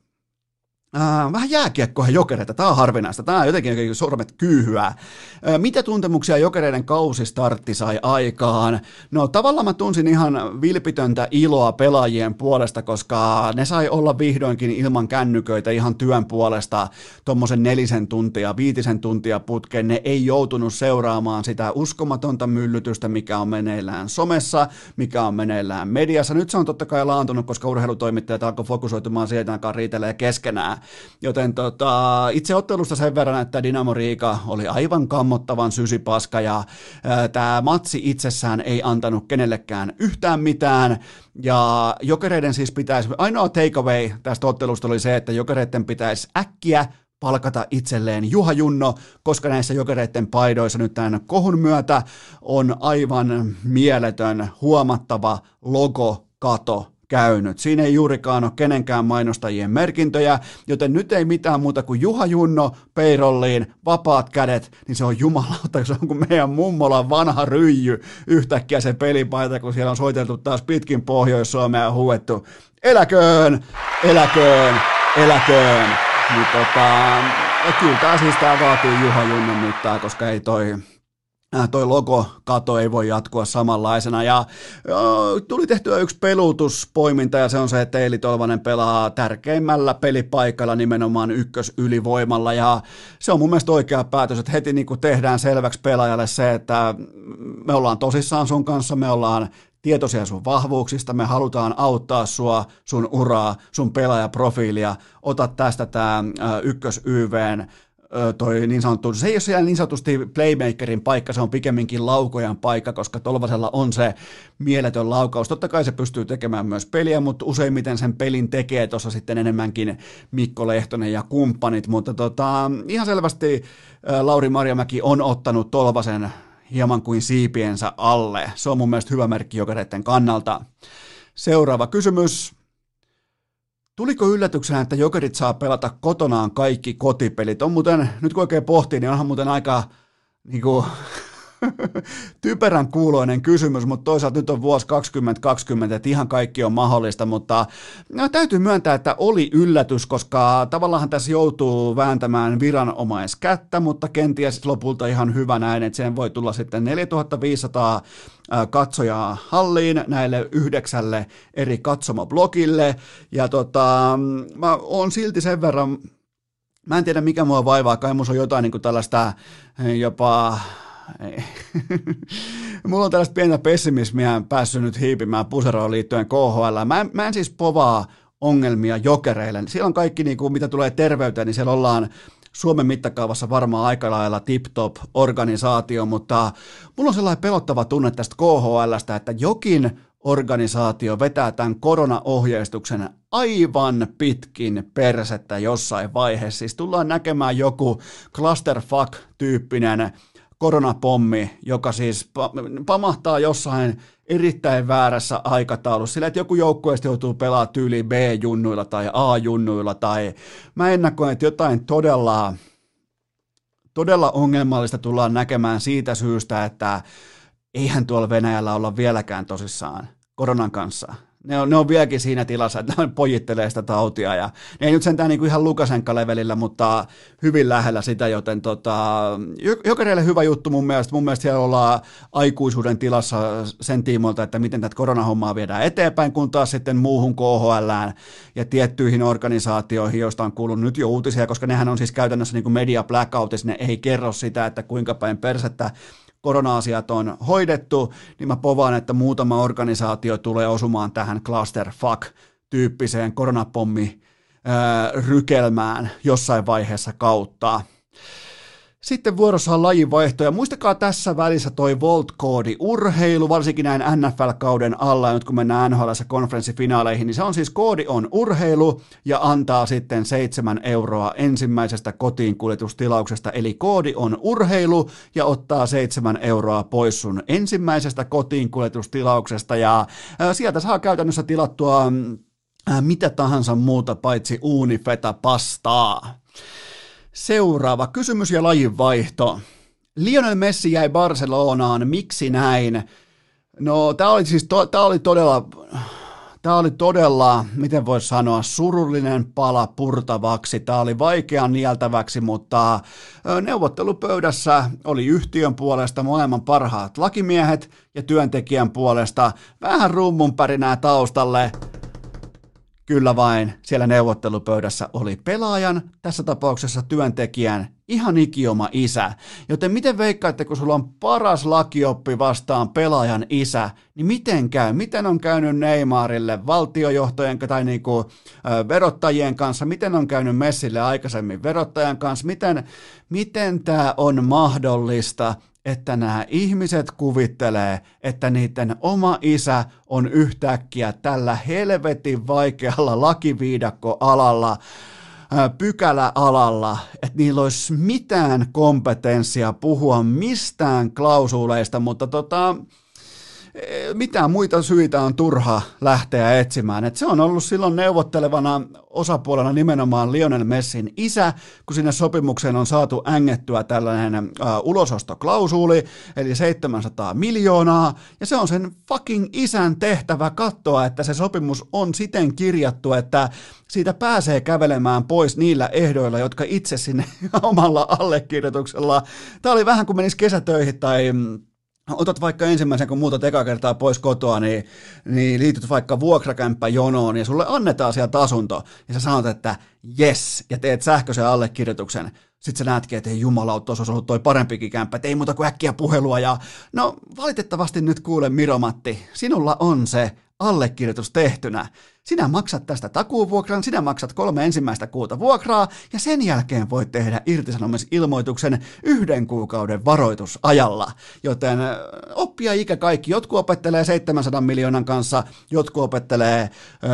Vähän jääkiekkoa Jokereita, tämä on harvinaista, tämä on jotenkin sormet kyyhyää. Mitä tuntemuksia Jokereiden kausistartti sai aikaan? No tavallaan mä tunsin ihan vilpitöntä iloa pelaajien puolesta, koska ne sai olla vihdoinkin ilman kännyköitä ihan työn puolesta tuommoisen 4 tuntia, 5 tuntia putkeen. Ne ei joutunut seuraamaan sitä uskomatonta myllytystä, mikä on meneillään somessa, mikä on meneillään mediassa. Nyt se on totta kai laantunut, koska urheilutoimittajat alkoi fokusoitumaan siihen, että riitelee keskenään. Joten itse ottelusta sen verran, että Dynamo Riga oli aivan kammottavan sysipaska ja tämä matsi itsessään ei antanut kenellekään yhtään mitään ja Jokereiden siis pitäisi, ainoa takeaway tästä ottelusta oli se, että Jokereiden pitäisi äkkiä palkata itselleen Juha Junno, koska näissä Jokereiden paidoissa nyt tämän kohun myötä on aivan mieletön huomattava logokato käynyt. Siinä ei juurikaan ole kenenkään mainostajien merkintöjä, joten nyt ei mitään muuta kuin Juha Junno peirolliin, vapaat kädet, niin se on jumalauta, se on kuin meidän mummolan vanha ryijy yhtäkkiä se pelipaita, kun siellä on soiteltu taas pitkin Pohjois-Suomea ja huuettu eläköön, eläköön, eläköön. Niin kyllä tämä vaatii Juha Junnon nyt koska ei toi logokato ei voi jatkua samanlaisena ja tuli tehtyä yksi pelutuspoiminta ja se on se, että Eeli Tolvanen pelaa tärkeimmällä pelipaikalla nimenomaan ykkösylivoimalla ja se on mun mielestä oikea päätös, että heti niin kuin tehdään selväksi pelaajalle se, että me ollaan tosissaan sun kanssa, me ollaan tietoisia sun vahvuuksista, me halutaan auttaa sua, sun uraa, sun pelaajaprofiilia, ota tästä tää ykkös-YVn toi niin sanottu, se ei ole siellä niin sanotusti playmakerin paikka, se on pikemminkin laukojan paikka, koska Tolvasella on se mieletön laukaus. Totta kai se pystyy tekemään myös peliä, mutta useimmiten sen pelin tekee tuossa sitten enemmänkin Mikko Lehtonen ja kumppanit, mutta ihan selvästi Lauri Marjamäki on ottanut Tolvasen hieman kuin siipiensä alle. Se on mun mielestä hyvä merkki Jokereiden kannalta. Seuraava kysymys. Tuliko yllätyksenä, että Jokerit saa pelata kotonaan kaikki kotipelit? On muuten, nyt kun oikein pohtii, niin onhan muuten aika niinku, typerän kuuloinen kysymys, mutta toisaalta nyt on vuosi 2020, että ihan kaikki on mahdollista, mutta täytyy myöntää, että oli yllätys, koska tavallaan tässä joutuu vääntämään viranomaiskättä, mutta kenties lopulta ihan hyvä näin, että sen voi tulla sitten 4500 katsojaa halliin näille 9 eri katsomoblogille, ja mä oon silti sen verran, mä en tiedä mikä mua vaivaa, kai musta on jotain niin kuin tällaista jopa mulla on tällaista pientä pessimismiä päässyt nyt hiipimään puseroon liittyen KHL. Mä en siis povaa ongelmia Jokereille. Siellä on kaikki, niin kuin, mitä tulee terveyteen, niin siellä ollaan Suomen mittakaavassa varmaan aika lailla tip-top organisaatio, mutta mulla on sellainen pelottava tunne tästä KHLstä, että jokin organisaatio vetää tämän koronaohjeistuksen aivan pitkin persettä jossain vaiheessa. Siis tullaan näkemään joku clusterfuck-tyyppinen koronapommi, joka siis pamahtaa jossain erittäin väärässä aikataulussa, sillä että joku joukkueesta joutuu pelaamaan tyyliin B-junnuilla tai A-junnuilla, tai mä ennakoin, että jotain todella ongelmallista tullaan näkemään siitä syystä, että eihän tuolla Venäjällä olla vieläkään tosissaan koronan kanssa. Ne on vieläkin siinä tilassa, että ne pojittelee sitä tautia, ja ne ei nyt sentään niin kuin ihan Lukasenka-levelillä, mutta hyvin lähellä sitä, joten Jokereille hyvä juttu mun mielestä. Mun mielestä siellä ollaan aikuisuuden tilassa sen tiimoilta, että miten tätä koronahommaa viedään eteenpäin, kun taas sitten muuhun KHL:ään ja tiettyihin organisaatioihin, joista on kuullut nyt jo uutisia, koska nehän on siis käytännössä niin kuin media blackoutis, ne ei kerro sitä, että kuinka päin persettä korona-asiat on hoidettu, niin mä povaan, että muutama organisaatio tulee osumaan tähän clusterfuck-tyyppiseen koronapommi-rykelmään jossain vaiheessa kautta. Sitten vuorossa on lajinvaihto, ja muistakaa tässä välissä toi Volt-koodi urheilu, varsinkin näin NFL-kauden alla, nyt kun mennään NHL-konferenssifinaaleihin, niin se on siis koodi on urheilu, ja antaa sitten 7 euroa ensimmäisestä kotiinkuljetustilauksesta, eli koodi on urheilu, ja ottaa 7 euroa pois sun ensimmäisestä kotiinkuljetustilauksesta, ja sieltä saa käytännössä tilattua mitä tahansa muuta paitsi uunifeta-pastaa. Seuraava kysymys ja lajinvaihto. Lionel Messi jäi Barcelonaan, miksi näin? No, tämä oli todella, miten voisi sanoa, surullinen pala purtavaksi. Tämä oli vaikea nieltäväksi, mutta neuvottelupöydässä oli yhtiön puolesta maailman parhaat lakimiehet ja työntekijän puolesta vähän rummunpärinää taustalle. Kyllä vain, siellä neuvottelupöydässä oli pelaajan, tässä tapauksessa työntekijän, ihan ikioma isä. Joten miten veikkaatte, kun sulla on paras lakioppi vastaan pelaajan isä, niin miten käy? Miten on käynyt Neymarille valtiojohtojen tai verottajien kanssa? Miten on käynyt Messille aikaisemmin verottajan kanssa? Miten tämä on mahdollista, että nämä ihmiset kuvittelee, että niiden oma isä on yhtäkkiä tällä helvetin vaikealla lakiviidakkoalalla, pykäläalalla, että niillä olisi mitään kompetenssia puhua mistään klausuuleista, mutta mitään muita syitä on turha lähteä etsimään. Et se on ollut silloin neuvottelevana osapuolena nimenomaan Lionel Messin isä, kun sinne sopimukseen on saatu ängettyä tällainen ulosostoklausuuli, eli 700 miljoonaa, ja se on sen fucking isän tehtävä katsoa, että se sopimus on siten kirjattu, että siitä pääsee kävelemään pois niillä ehdoilla, jotka itse sinne omalla allekirjoituksella. Tämä oli vähän kuin menisi kesätöihin tai otat vaikka ensimmäisen, kun muutat eka kertaa pois kotoa, niin liityt vaikka vuokrakämppäjonoon ja sulle annetaan sieltä asunto. Ja sä sanot, että yes, ja teet sähköisen allekirjoituksen. Sitten sä näetkin, että ei jumalauta, tuossa olisi ollut toi parempikin kämppä, että ei muuta kuin äkkiä puhelua. Ja no valitettavasti nyt kuule Miro-Matti, sinulla on se allekirjoitus tehtynä. Sinä maksat tästä takuuvuokran, sinä maksat 3 ensimmäistä kuuta vuokraa ja sen jälkeen voit tehdä irtisanomisilmoituksen 1 kuukauden varoitusajalla. Joten oppia ikä kaikki. Jotkut opettelee 700 miljoonan kanssa, jotkut opettelee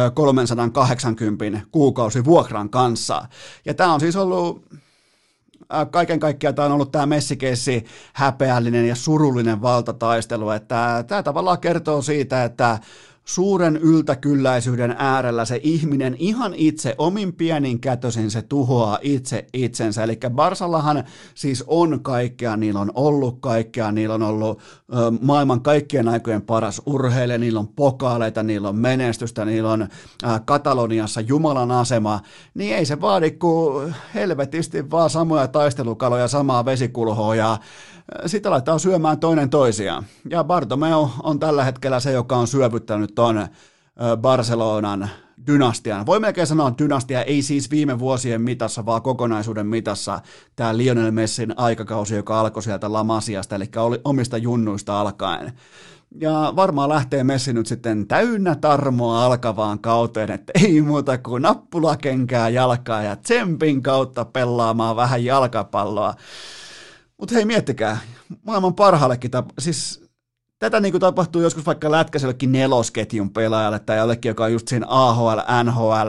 380 kuukausivuokran kanssa. Ja tämä on siis ollut kaiken kaikkiaan tämä on ollut tämä Messi-keissi häpeällinen ja surullinen valtataistelu, että tämä tavallaan kertoo siitä, että suuren yltäkylläisyyden äärellä se ihminen ihan itse omin pienin kätösin se tuhoaa itse itsensä. Eli Barsallahan siis on kaikkea, niillä on ollut kaikkea, niillä on ollut maailman kaikkien aikojen paras urheilija, niillä on pokaaleita, niillä on menestystä, niillä on Kataloniassa Jumalan asema, niin ei se vaadi kuin helvetisti vaan samoja taistelukaloja, samaa vesikulhoa ja sitä laittaa syömään toinen toisiaan. Ja Bartomeu on tällä hetkellä se, joka on syövyttänyt ton Barcelonan dynastian. Voi melkein sanoa dynastia, ei siis viime vuosien mitassa, vaan kokonaisuuden mitassa tämä Lionel Messin aikakausi, joka alkoi sieltä La Masiasta, eli oli omista junnuista alkaen. Ja varmaan lähtee Messi nyt sitten täynnä tarmoa alkavaan kauteen, että ei muuta kuin nappulakenkää jalkaa ja tsempin kautta pelaamaan vähän jalkapalloa. Mutta hei, miettikää, maailman parhaallekin, siis tätä niin kuin tapahtuu joskus vaikka lätkäisellekin nelosketjun pelaajalle tai jollekin, joka on just siinä AHL, NHL,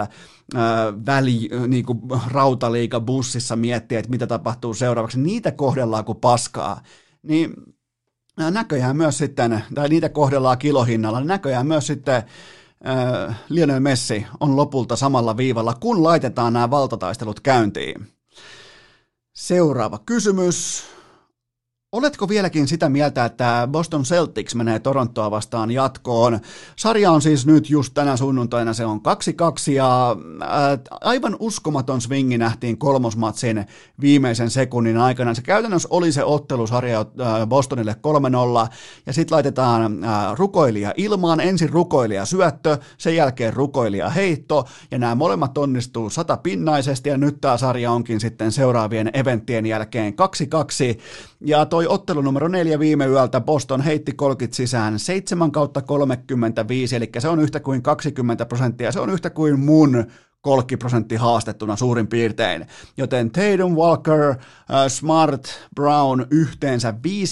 niin kuin rautaliiga bussissa miettii, että mitä tapahtuu seuraavaksi. Niitä kohdellaan kuin paskaa. niin näköjään myös sitten, tai niitä kohdellaan kilohinnalla, niin näköjään myös sitten Lionel Messi on lopulta samalla viivalla, kun laitetaan nämä valtataistelut käyntiin. Seuraava kysymys. Oletko vieläkin sitä mieltä, että Boston Celtics menee Torontoa vastaan jatkoon? Sarja on siis nyt just tänä sunnuntaina, se on 2-2 ja aivan uskomaton swingi nähtiin kolmosmatsin viimeisen sekunnin aikana. Se käytännössä oli se ottelusarja Bostonille 3-0 ja sitten laitetaan rukoilija ilmaan, ensin rukoilija syöttö, sen jälkeen rukoilija heitto ja nämä molemmat onnistuu 100-pinnaisesti ja nyt tämä sarja onkin sitten seuraavien eventtien jälkeen 2-2 ja toi ottelu numero 4 viime yöltä Boston heitti 30 sisään 7/35, eli se on yhtä kuin 20%, se on yhtä kuin mun 30% haastettuna suurin piirtein, joten Tatum, Walker, Smart, Brown yhteensä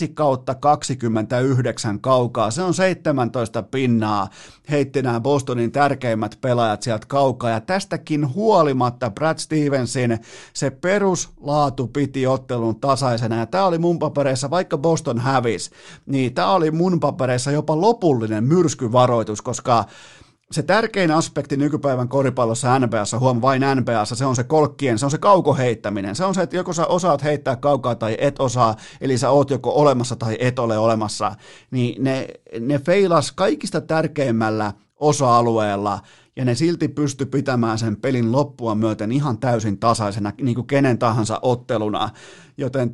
5/29 kaukaa, se on 17 pinnaa, heitti nämä Bostonin tärkeimmät pelaajat sieltä kaukaa, ja tästäkin huolimatta Brad Stevensin se peruslaatu piti ottelun tasaisena, ja tämä oli mun papereissa, vaikka Boston hävisi, niin tämä oli mun papereissa jopa lopullinen myrskyvaroitus, koska se tärkein aspekti nykypäivän koripallossa NBA:ssa, vain NBA:ssa, se on se kolkkien, se on se kaukoheittäminen. Se on se, että joko sä osaat heittää kaukaa tai et osaa, eli sä oot joko olemassa tai et ole olemassa. Niin ne feilas kaikista tärkeimmällä osa-alueella, ja ne silti pysty pitämään sen pelin loppua myöten ihan täysin tasaisena, niin kuin kenen tahansa otteluna. Joten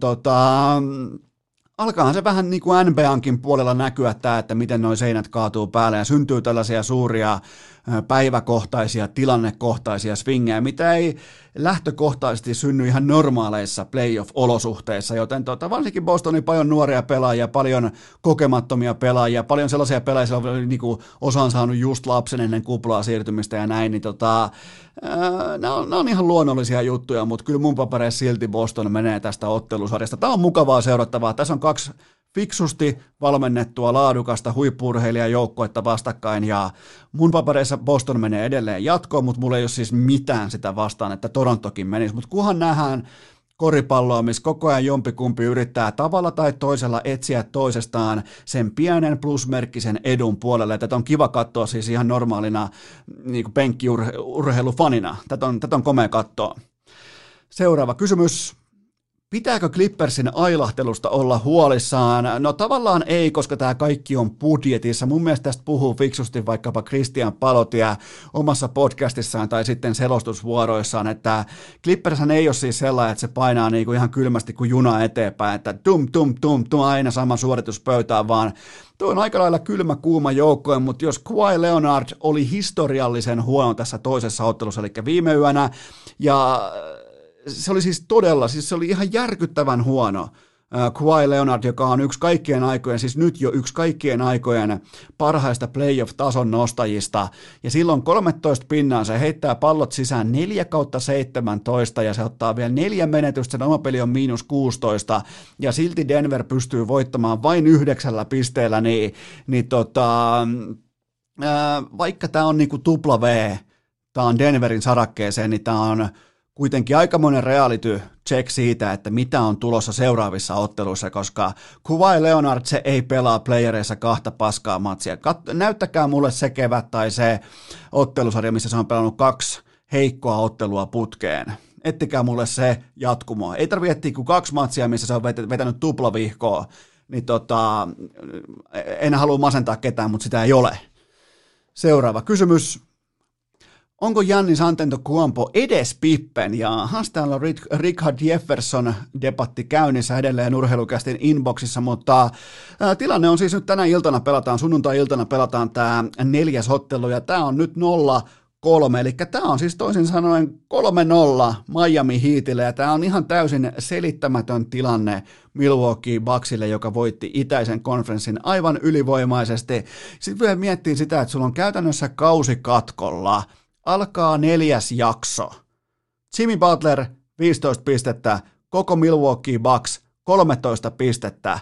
alkaahan se vähän niin kuin NBA:nkin puolella näkyä tämä, että miten nuo seinät kaatuu päälle ja syntyy tällaisia suuria päiväkohtaisia, tilannekohtaisia swingejä, mitä ei lähtökohtaisesti synny ihan normaaleissa playoff-olosuhteissa, joten varsinkin Bostonin paljon nuoria pelaajia, paljon kokemattomia pelaajia, paljon sellaisia pelaajia, joilla niin osa on saanut just lapsen ennen kuplaa siirtymistä ja näin, niin nämä on ihan luonnollisia juttuja, mutta kyllä mun papereissa silti Boston menee tästä ottelusarjasta. Tämä on mukavaa seurattavaa. Tässä on kaksi fiksusti valmennettua laadukasta huippu-urheilijajoukkoetta vastakkain ja mun papereissa Boston menee edelleen jatkoon, mutta mulla ei ole siis mitään sitä vastaan, että Torontokin menisi, mutta kunhan nähdään koripalloa, missä koko ajan jompikumpi yrittää tavalla tai toisella etsiä toisestaan sen pienen plusmerkkisen edun puolelle. Tätä on kiva katsoa siis ihan normaalina niin penkkiurheilufanina. Tätä on komea katsoa. Seuraava kysymys. Pitääkö Clippersin ailahtelusta olla huolissaan? No tavallaan ei, koska tämä kaikki on budjetissa. Mun mielestä tästä puhuu fiksusti vaikkapa Christian Palotia omassa podcastissaan tai sitten selostusvuoroissaan, että Clippershän ei ole siis sellainen, että se painaa niinku ihan kylmästi kuin juna eteenpäin, että tum aina sama suoritus pöytään, vaan tuo on aika lailla kylmä kuuma joukkoja, mutta jos Kawhi Leonard oli historiallisen huono tässä toisessa ottelussa, eli viime yönä, ja se oli siis todella, siis se oli ihan järkyttävän huono. Kawhi Leonard, joka on yksi kaikkien aikojen, siis nyt jo yksi kaikkien aikojen parhaista playoff-tason nostajista, ja silloin 13 pinnaa se heittää pallot sisään 4/17, ja se ottaa vielä 4 menetystä, sen oma peli on -16, ja silti Denver pystyy voittamaan vain 9 pisteellä, vaikka tämä on niinku tupla V, tämä on Denverin sarakkeeseen, niin tämä on kuitenkin aikamoinen reality check siitä, että mitä on tulossa seuraavissa otteluissa, koska Kawhi Leonard se ei pelaa playereissa 2 paskaa matsia. Näyttäkää mulle se kevät tai se ottelusarja, missä se on pelannut 2 heikkoa ottelua putkeen. Ettikää mulle se jatkumoa. Ei tarvitse etsiä kuin 2 matsia, missä se on vetänyt tuplavihkoa. Niin en halua masentaa ketään, mutta sitä ei ole. Seuraava kysymys. Onko Giannis Antetokounmpo edes Pippen? Ja täällä on Richard Jefferson debatti käynnissä edelleen Urheilukästin inboxissa, mutta tilanne on siis nyt tänä iltana pelataan, sunnuntai-iltana pelataan tämä 4. ottelu, ja tämä on nyt 0-3, eli tämä on siis toisin sanoen 3-0 Miami Heatille, ja tämä on ihan täysin selittämätön tilanne Milwaukee Bucksille, joka voitti itäisen konferenssin aivan ylivoimaisesti. Sitten vielä miettii sitä, että sulla on käytännössä kausi katkolla. Alkaa 4. jakso. Jimmy Butler 15 pistettä, koko Milwaukee Bucks 13 pistettä.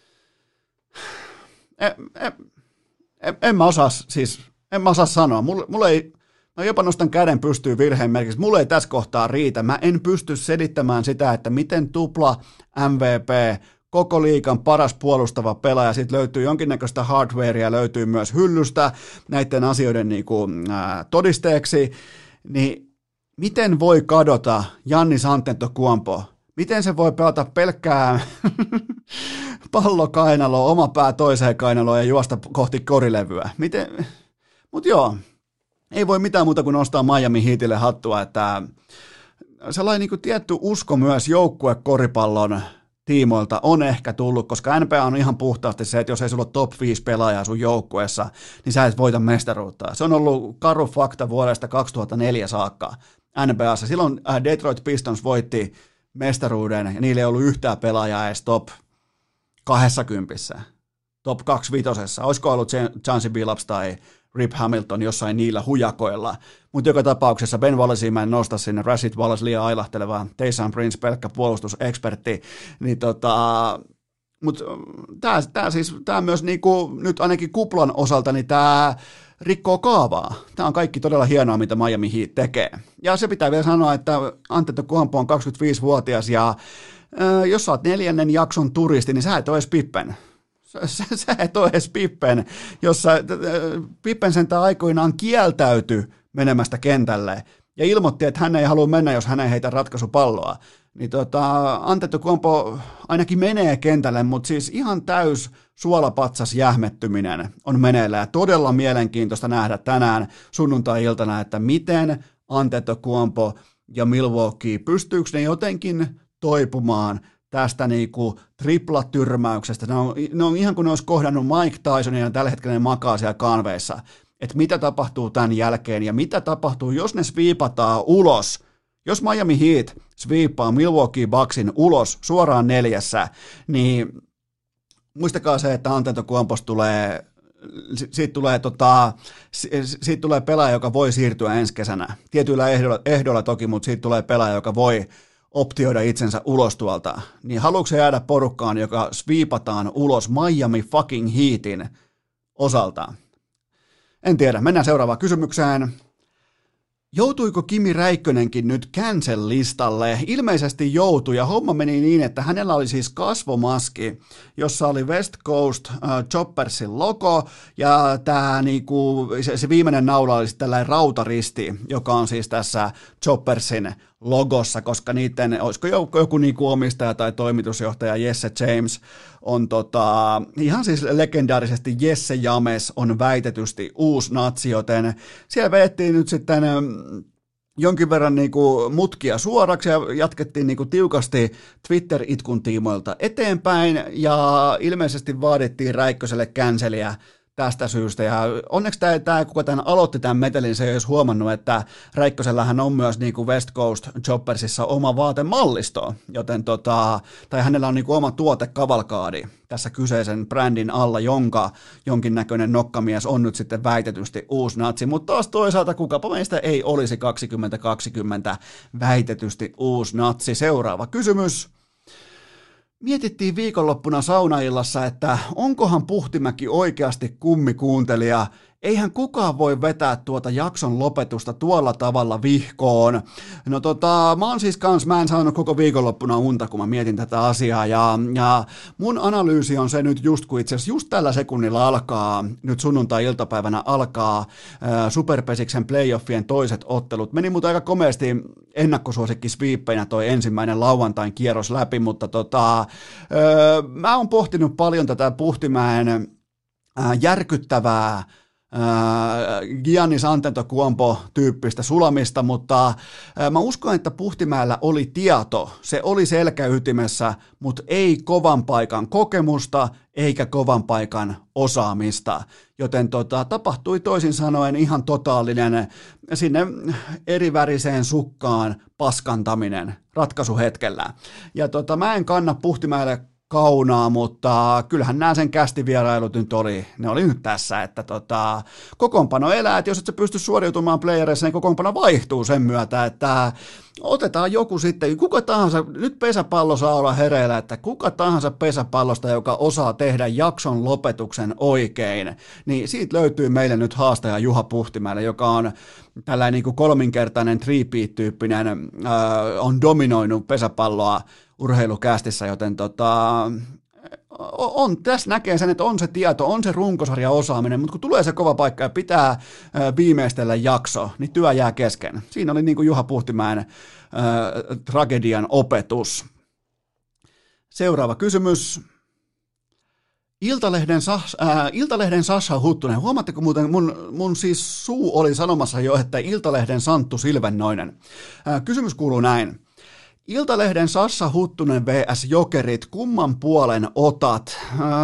En mä osaa sanoa. Mulla ei, mä jopa nostan käden pystyyn virheen merkiksi. Mulla ei tässä kohtaa riitä. Mä en pysty selittämään sitä, että miten tupla MVP koko liigan paras puolustava pelaaja, sitten löytyy jonkinnäköistä hardwarea, löytyy myös hyllystä näiden asioiden niin kuin, todisteeksi, niin miten voi kadota Giannis Antetokounmpo? Miten se voi pelata pelkkää pallokainaloa, oma pää toiseen kainaloon ja juosta kohti korilevyä? Mutta joo, ei voi mitään muuta kuin nostaa Miami Heatille hattua, että sellainen niin kuin tietty usko myös joukkuekoripallon tiimoilta on ehkä tullut, koska NBA on ihan puhtaasti se, että jos ei sulla ole top 5 pelaajaa sun joukkueessa, niin sä et voita mestaruutta. Se on ollut karu fakta vuodesta 2004 saakka NBAssa. Silloin Detroit Pistons voitti mestaruuden ja niillä ei ollut yhtään pelaajaa edes top 20, top 25. Olisiko ollut Chauncey Billups tai Rip Hamilton jossain niillä hujakoilla, mutta joka tapauksessa Ben Wallacea mä en nosta sinne, Rashid Wallace liian ailahteleva, Tayshaun Prince pelkkä puolustusekspertti, niin mutta tämä myös niinku, nyt ainakin kuplan osalta, niin tämä rikkoo kaavaa. Tämä on kaikki todella hienoa, mitä Miami Heat tekee. Ja se pitää vielä sanoa, että Antetokounmpo on 25-vuotias ja jos sä oot 4. jakson turisti, niin sä et ole edes Pippen. Sä et ole edes Pippen, jossa Pippen sentään aikoinaan kieltäytyi menemästä kentälle ja ilmoitti, että hän ei halua mennä, jos hän ei heitä ratkaisupalloa. Niin Antetokounmpo ainakin menee kentälle, mutta siis ihan täys suolapatsas jähmettyminen on meneillä ja todella mielenkiintoista nähdä tänään sunnuntai-iltana, että miten Antetokounmpo ja Milwaukee, pystyykö ne jotenkin toipumaan tästä niinku triplatyrmäyksestä. Ne on ihan kuin ne olisi kohdannut Mike Tysonin ja tällä hetkellä ne makaa siellä kanveissa. Että mitä tapahtuu tämän jälkeen ja mitä tapahtuu, jos ne sweepataan ulos. Jos Miami Heat sweepaa Milwaukee Bucksin ulos suoraan 4, niin muistakaa se, että Antetokounmposta siitä tulee pelaaja, joka voi siirtyä ensi kesänä. Tietyillä ehdoilla toki, mutta siitä tulee pelaaja, joka voi optioida itsensä ulos tuolta, niin haluatko se jäädä porukkaan, joka sweepataan ulos Miami fucking Heatin osalta? En tiedä, mennään seuraavaan kysymykseen. Joutuiko Kimi Räikkönenkin nyt cancel-listalle? Ilmeisesti joutui ja homma meni niin, että hänellä oli siis kasvomaski, jossa oli West Coast Choppersin logo ja tämä niinku, se viimeinen naula oli sitten tällainen rautaristi, joka on siis tässä Choppersin logossa, koska niiden, olisiko joku niinku omistaja tai toimitusjohtaja Jesse James on ihan siis legendaarisesti Jesse James on väitetysti uusi natsi, joten siellä veettiin nyt sitten jonkin verran niinku mutkia suoraksi ja jatkettiin niinku tiukasti Twitter-itkun tiimoilta eteenpäin ja ilmeisesti vaadittiin Räikköselle canceliä tästä syystä, ja onneksi tämä kuka tämän aloitti tämän metelin, se ei olisi huomannut, että Räikkösellähän on myös niin kuin West Coast Choppersissa oma vaatemallisto, joten tai hänellä on niin kuin oma tuotekavalkaadi tässä kyseisen brändin alla, jonka jonkinnäköinen nokkamies on nyt sitten väitetysti uusi natsi, mutta taas toisaalta kukapa meistä ei olisi 2020 väitetysti uusi natsi. Seuraava kysymys. Mietittiin viikonloppuna saunaillassa, että onkohan Puhtimäki oikeasti kummikuuntelija. Eihän kukaan voi vetää tuota jakson lopetusta tuolla tavalla vihkoon. No mä en saanut koko viikonloppuna unta, kun mä mietin tätä asiaa, ja mun analyysi on se nyt just, kun itse asiassa just tällä sekunnilla alkaa, nyt sunnuntai-iltapäivänä alkaa Superpesiksen playoffien toiset ottelut. Meni mutta aika komeasti ennakkosuosikki sweepeinä toi ensimmäinen lauantain kierros läpi, mutta mä oon pohtinut paljon tätä Puhtimäen järkyttävää Giannis Antetokounmpo-tyyppistä sulamista, mutta mä uskon, että Puhtimäellä oli tieto, se oli selkäytimessä, mutta ei kovan paikan kokemusta eikä kovan paikan osaamista, joten tapahtui toisin sanoen ihan totaalinen sinne eriväriseen sukkaan paskantaminen ratkaisuhetkellä, ja mä en kanna Puhtimäelle kaunaa, mutta kyllähän nämä sen kästivierailut nyt ne oli nyt tässä, että kokoonpano elää, että jos et sä pysty suoriutumaan playereissa, niin kokoonpano vaihtuu sen myötä, että otetaan joku sitten, kuka tahansa, nyt pesäpallo saa olla hereillä, että kuka tahansa pesäpallosta, joka osaa tehdä jakson lopetuksen oikein, niin siitä löytyy meille nyt haastaja Juha Puhtimäelle, joka on tällainen niin kuin kolminkertainen three-peat-tyyppinen, on dominoinut pesäpalloa urheilukästissä, joten tässä näkee sen, että on se tieto, on se runkosarja osaaminen, mutta kun tulee se kova paikka ja pitää viimeistellä jakso, niin työ jää kesken. Siinä oli niin kuin Juha Puhtimäen tragedian opetus. Seuraava kysymys. Iltalehden Sasha Huttunen. Huomaatteko muuten, mun siis suu oli sanomassa jo, että Iltalehden Santtu Silvennoinen. Kysymys kuuluu näin. Iltalehden Sassa Huttunen vs. Jokerit, kumman puolen otat?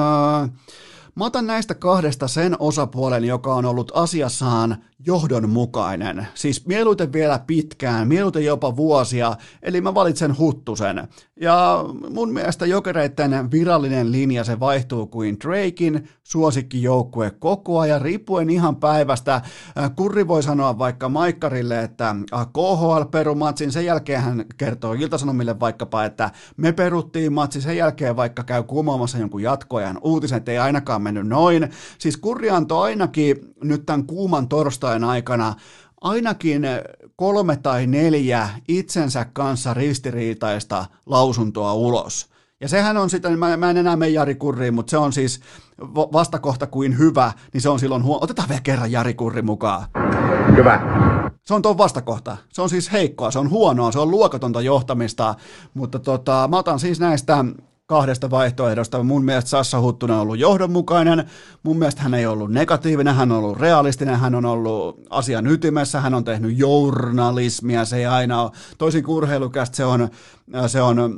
Mä otan näistä kahdesta sen osapuolen, joka on ollut asiassaan johdonmukainen. Siis mieluiten vielä pitkään, mieluiten jopa vuosia, eli mä valitsen Huttusen. Ja mun mielestä Jokereiden virallinen linja, se vaihtuu kuin Drakein suosikkijoukkue koko ajan, riippuen ihan päivästä. Kurri voi sanoa vaikka Maikkarille, että KHL peru matsin, sen jälkeen hän kertoo Ilta-Sanomille vaikkapa, että me peruttiin matsi, sen jälkeen vaikka käy kumoamassa jonkun jatkoajan uutisen, että ei ainakaan mennyt noin. Siis Kurri antoi ainakin nyt tämän kuuman torstain aikana ainakin 3 tai 4 itsensä kanssa ristiriitaista lausuntoa ulos. Ja sehän on sitten, mä en enää mene Jari Kurriin, mutta se on siis vastakohta kuin hyvä, niin se on silloin otetaan vielä kerran Jari Kurri mukaan. Hyvä. Se on tuon vastakohta. Se on siis heikkoa, se on huonoa, se on luokatonta johtamista, mutta mä otan siis näistä kahdesta vaihtoehdosta. Mun mielestä Sassa Huttunen on ollut johdonmukainen, mun mielestä hän ei ollut negatiivinen, hän on ollut realistinen, hän on ollut asian ytimessä, hän on tehnyt journalismia, se ei aina ole, toisin kuin urheilukästä, se on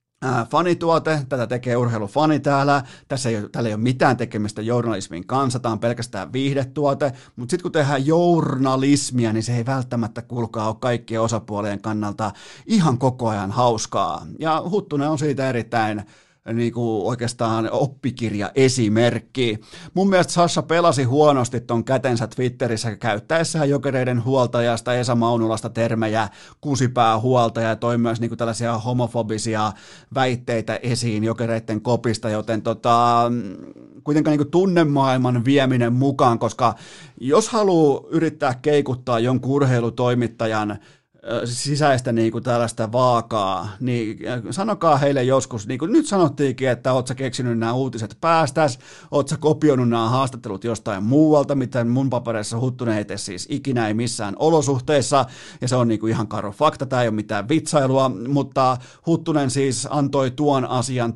fanituote, tätä tekee urheilufani täällä, tällä ei ole mitään tekemistä journalismin kanssa, tämä on pelkästään viihdetuote, mutta sitten kun tehdään journalismia, niin se ei välttämättä kuulkaa ole kaikkien osapuolien kannalta ihan koko ajan hauskaa, ja Huttunen on siitä erittäin niin kuin oikeastaan oppikirja-esimerkki. Mun mielestä Sassa pelasi huonosti ton kätensä Twitterissä käyttäessään Jokereiden huoltajasta Esa Maunulasta termejä kusipää huoltaja ja toi myös niin kuin tällaisia homofobisia väitteitä esiin Jokereiden kopista, joten kuitenkaan niin kuin tunnemaailman vieminen mukaan, koska jos haluaa yrittää keikuttaa jonkun urheilutoimittajan sisäistä niin kuin tällaista vaakaa, niin sanokaa heille joskus, niin kuin nyt sanottiinkin, että oot sä keksinyt nämä uutiset päästäs, oot sä kopioinut nämä haastattelut jostain muualta, mitä mun papereissa Huttunen ei tee siis ikinä ei missään olosuhteissa, ja se on niin kuin ihan karu fakta, tämä ei ole mitään vitsailua, mutta Huttunen siis antoi tuon asian,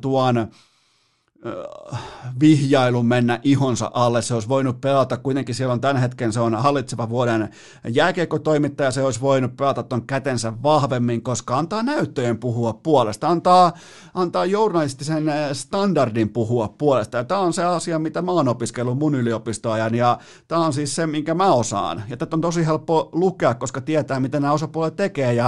vihjailun mennä ihonsa alle, se olisi voinut pelata, kuitenkin siellä on tämän hetken, se on hallitseva vuoden jääkiekkotoimittaja, se olisi voinut pelata ton kätensä vahvemmin, koska antaa näyttöjen puhua puolesta, antaa journalistisen standardin puhua puolesta, ja tämä on se asia, mitä mä oon opiskellut mun yliopistoajan, ja tämä on siis se, minkä mä osaan, ja tätä on tosi helppo lukea, koska tietää, mitä nämä osapuolet tekee, ja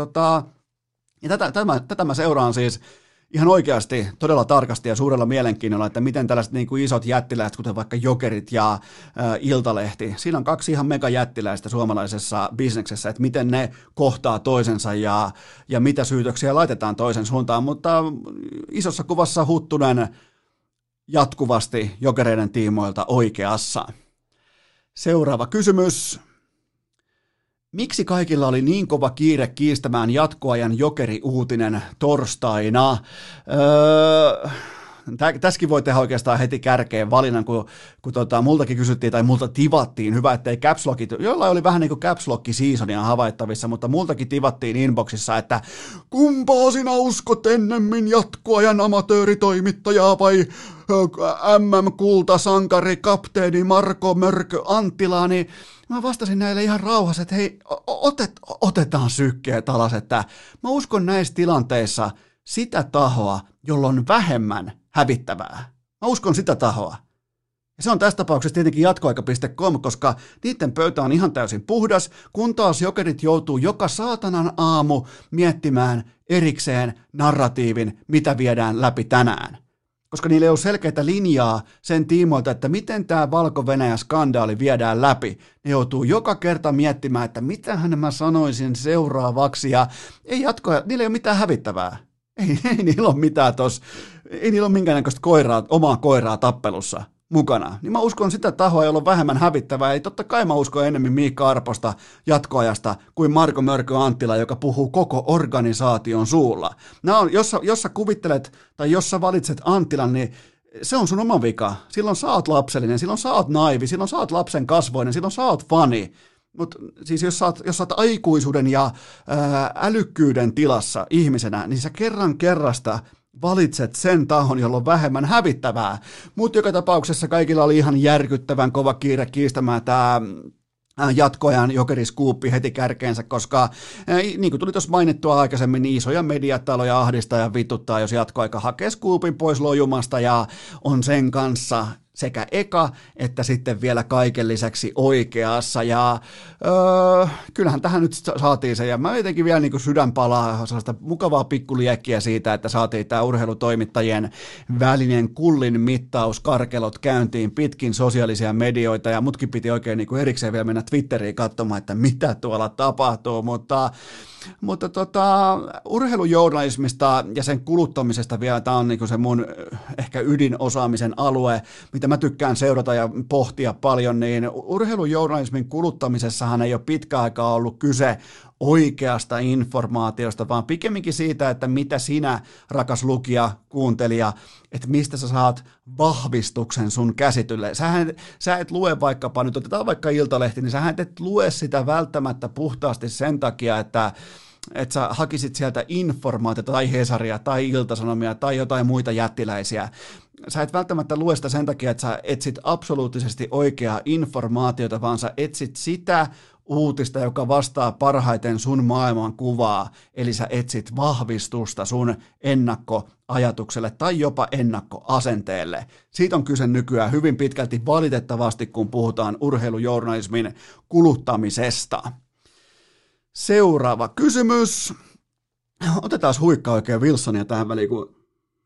tätä mä seuraan siis ihan oikeasti todella tarkasti ja suurella mielenkiinnolla, että miten tällaiset niin kuin isot jättiläiset, kuten vaikka Jokerit ja Iltalehti, siinä on 2 ihan megajättiläistä suomalaisessa bisneksessä, että miten ne kohtaa toisensa ja mitä syytöksiä laitetaan toisen suuntaan, mutta isossa kuvassa Huttunen jatkuvasti Jokereiden tiimoilta oikeassa. Seuraava kysymys. Miksi kaikilla oli niin kova kiire kiistämään jatkoajan Jokeri-uutinen torstaina? Tässäkin voi tehdä oikeastaan heti kärkeen valinnan, kun multakin kysyttiin tai multa tivattiin. Hyvä, ettei caps lockit, jollain oli vähän niin kuin caps lock seasonia havaittavissa, mutta multakin tivattiin inboxissa, että kumpaa sinä uskot ennemmin jatkoajan amatööritoimittajaa vai MM-kultasankari kapteeni Marko Mörkö Anttilaa, niin mä vastasin näille ihan rauhassa, että hei, otetaan sykkeet alas, että mä uskon näissä tilanteissa sitä tahoa, jolla on vähemmän hävittävää. Mä uskon sitä tahoa. Ja se on tässä tapauksessa tietenkin jatkoaika.com, koska niiden pöytä on ihan täysin puhdas, kun taas Jokerit joutuu joka saatanan aamu miettimään erikseen narratiivin, mitä viedään läpi tänään. Koska niillä ei ole selkeää linjaa sen tiimoilta, että miten tämä Valko-Venäjä-skandaali viedään läpi. Ne joutuu joka kerta miettimään, että mitähän mä sanoisin seuraavaksi, ja ei jatkoa, niillä ei ole mitään hävittävää. Ei niillä ole mitään tossa, ei niillä ole minkäännäköistä omaa koiraa tappelussa. mukana, niin mä uskon sitä tahoa, jolla on vähemmän hävittävää. Ei totta kai mä uskon enemmän Miikka Arposta jatkoajasta kuin Marko Mörkö Anttila, joka puhuu koko organisaation suulla. Jos sä kuvittelet tai jos sä valitset Anttilan, niin se on sun oma vika. Silloin sä oot lapsellinen, silloin sä oot naivi, silloin sä oot lapsen kasvoinen, silloin sä oot fani. Mutta siis jos sä oot aikuisuuden ja älykkyyden tilassa ihmisenä, niin sä kerrasta valitset sen tahon, jolla on vähemmän hävittävää. Mutta joka tapauksessa kaikilla oli ihan järkyttävän kova kiire kiistämään tämä jatkoajan jokeriskuuppi heti kärkeensä, koska niin kuin tuli tuossa mainittua aikaisemmin, niin isoja mediataloja ahdistaa ja vituttaa, jos jatkoaika hakee skuupin pois lojumasta ja on sen kanssa sekä eka että sitten vielä kaiken lisäksi oikeassa, ja kyllähän tähän nyt saatiin se, ja mä jotenkin vielä niin kuin sydän palaa sellaista mukavaa pikkuliekkiä siitä, että saatiin tämä urheilutoimittajien välinen kullin mittauskarkelot käyntiin pitkin sosiaalisia medioita, ja mutkin piti oikein niin kuin erikseen vielä mennä Twitteriin katsomaan, että mitä tuolla tapahtuu, mutta urheilujournalismista ja sen kuluttamisesta vielä, tämä on niin kuin se mun ehkä ydinosaamisen alue, mitä mä tykkään seurata ja pohtia paljon, niin urheilujournalismin kuluttamisessahan ei ole pitkä aikaa ollut kyse oikeasta informaatiosta, vaan pikemminkin siitä, että mitä sinä, rakas lukija, kuuntelija, että mistä sä saat vahvistuksen sun käsitylle. Sä et lue vaikkapa, nyt otetaan vaikka Iltalehti, niin sähän et lue sitä välttämättä puhtaasti sen takia, että sä hakisit sieltä informaatiota tai Hesaria tai Ilta-Sanomia tai jotain muita jättiläisiä. Sä et välttämättä lue sitä sen takia, että sä etsit absoluuttisesti oikeaa informaatiota, vaan sä etsit sitä uutista, joka vastaa parhaiten sun maailman kuvaa, eli sä etsit vahvistusta sun ennakkoajatukselle tai jopa ennakkoasenteelle. Siitä on kyse nykyään hyvin pitkälti valitettavasti, kun puhutaan urheilujournalismin kuluttamisesta. Seuraava kysymys. Otetaan huikka oikein Wilsonia tähän väliin, kun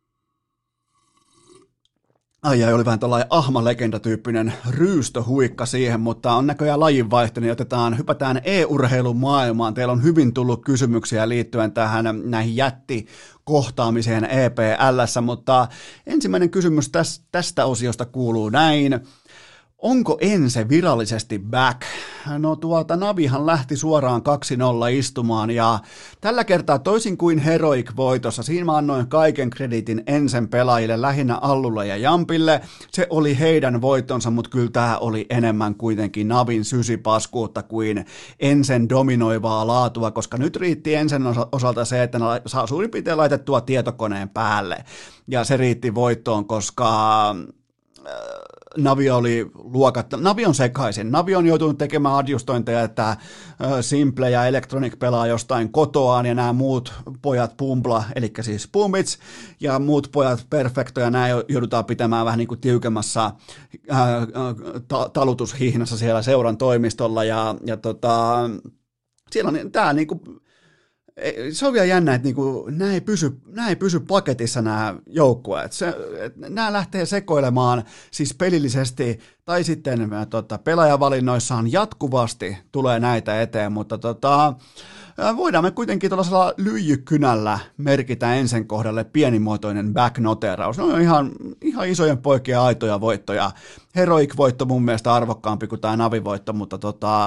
oli vähän tuollainen Ahma-legenda-tyyppinen ryystöhuikka siihen, mutta on näköjään lajinvaihto, niin hypätään e-urheilun maailmaan. Teillä on hyvin tullut kysymyksiä liittyen näihin jättikohtaamiseen EPL:ssä, mutta ensimmäinen kysymys tästä osiosta kuuluu näin. Onko Ense virallisesti back? No Navihan lähti suoraan 2-0 istumaan, ja tällä kertaa toisin kuin Heroic-voitossa, siinä mä annoin kaiken krediitin Ensen pelaajille, lähinnä Allulle ja Jampille. Se oli heidän voittonsa, mutta kyllä tämä oli enemmän kuitenkin Navin sysipaskuutta kuin Ensen dominoivaa laatua, koska nyt riitti Ensen osalta se, että ne saa suurin piirtein laitettua tietokoneen päälle, ja se riitti voittoon, koska Navi on sekaisin. Navi on joutunut tekemään adjustointeja, että Simple ja Electronic pelaa jostain kotoaan, ja nämä muut pojat Pumbla, eli siis Pumbits, ja muut pojat Perfecto, ja nämä joudutaan pitämään vähän niin kuin tiukemmassa talutushihnassa siellä seuran toimistolla, ja siellä on tämä niin kuin, se on vielä jännä, että niinku, nämä ei pysy paketissa nämä joukkueet. Nämä lähtee sekoilemaan siis pelillisesti tai sitten pelaajavalinnoissaan jatkuvasti tulee näitä eteen, mutta voidaan me kuitenkin tuollaisella lyijykynällä merkitä Ensen kohdalle pienimuotoinen back-noteraus. Ne on ihan isojen poikien aitoja voittoja. Heroic-voitto mun mielestä arvokkaampi kuin tämä Navi-voitto, mutta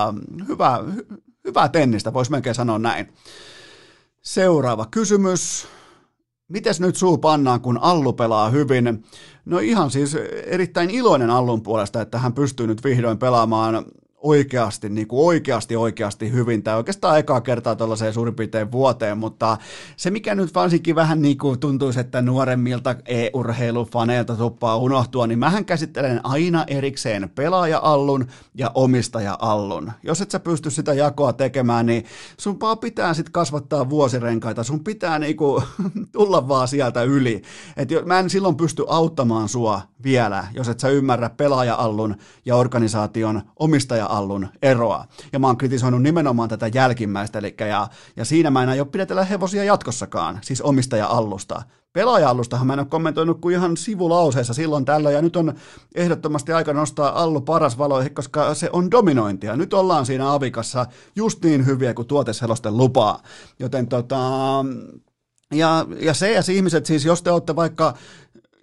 hyvää tennistä, voisi melkein sanoa näin. Seuraava kysymys. Mites nyt suu pannaan, kun Allu pelaa hyvin? No ihan siis erittäin iloinen Allun puolesta, että hän pystyy nyt vihdoin pelaamaan oikeasti, niin kuin oikeasti hyvin, tai oikeastaan ekaa kertaa tuollaiseen suurin piirtein vuoteen, mutta se mikä nyt varsinkin vähän niin kuin tuntuisi, että nuoremmilta e-urheilufaneilta tuppaa unohtua, niin mähän käsittelen aina erikseen pelaaja-Allun ja omistaja-Allun. Jos et sä pysty sitä jakoa tekemään, niin sun pitää sitten kasvattaa vuosirenkaita, sun pitää niinku tulla vaan sieltä yli. Et mä en silloin pysty auttamaan sua vielä, jos et sä ymmärrä pelaaja-Allun ja organisaation omistaja-Allun eroa. Ja mä oon kritisoinut nimenomaan tätä jälkimmäistä, ja siinä mä en aio pidetellä hevosia jatkossakaan, siis omistaja-Allusta. Pelaaja-Allustahan mä en ole kommentoinut kuin ihan sivulauseessa silloin tällöin, ja nyt on ehdottomasti aika nostaa Allu paras valoihin, koska se on dominointia. Nyt ollaan siinä avikassa just niin hyviä kuin tuoteselosten lupaa. Joten ja ihmiset siis, jos te olette vaikka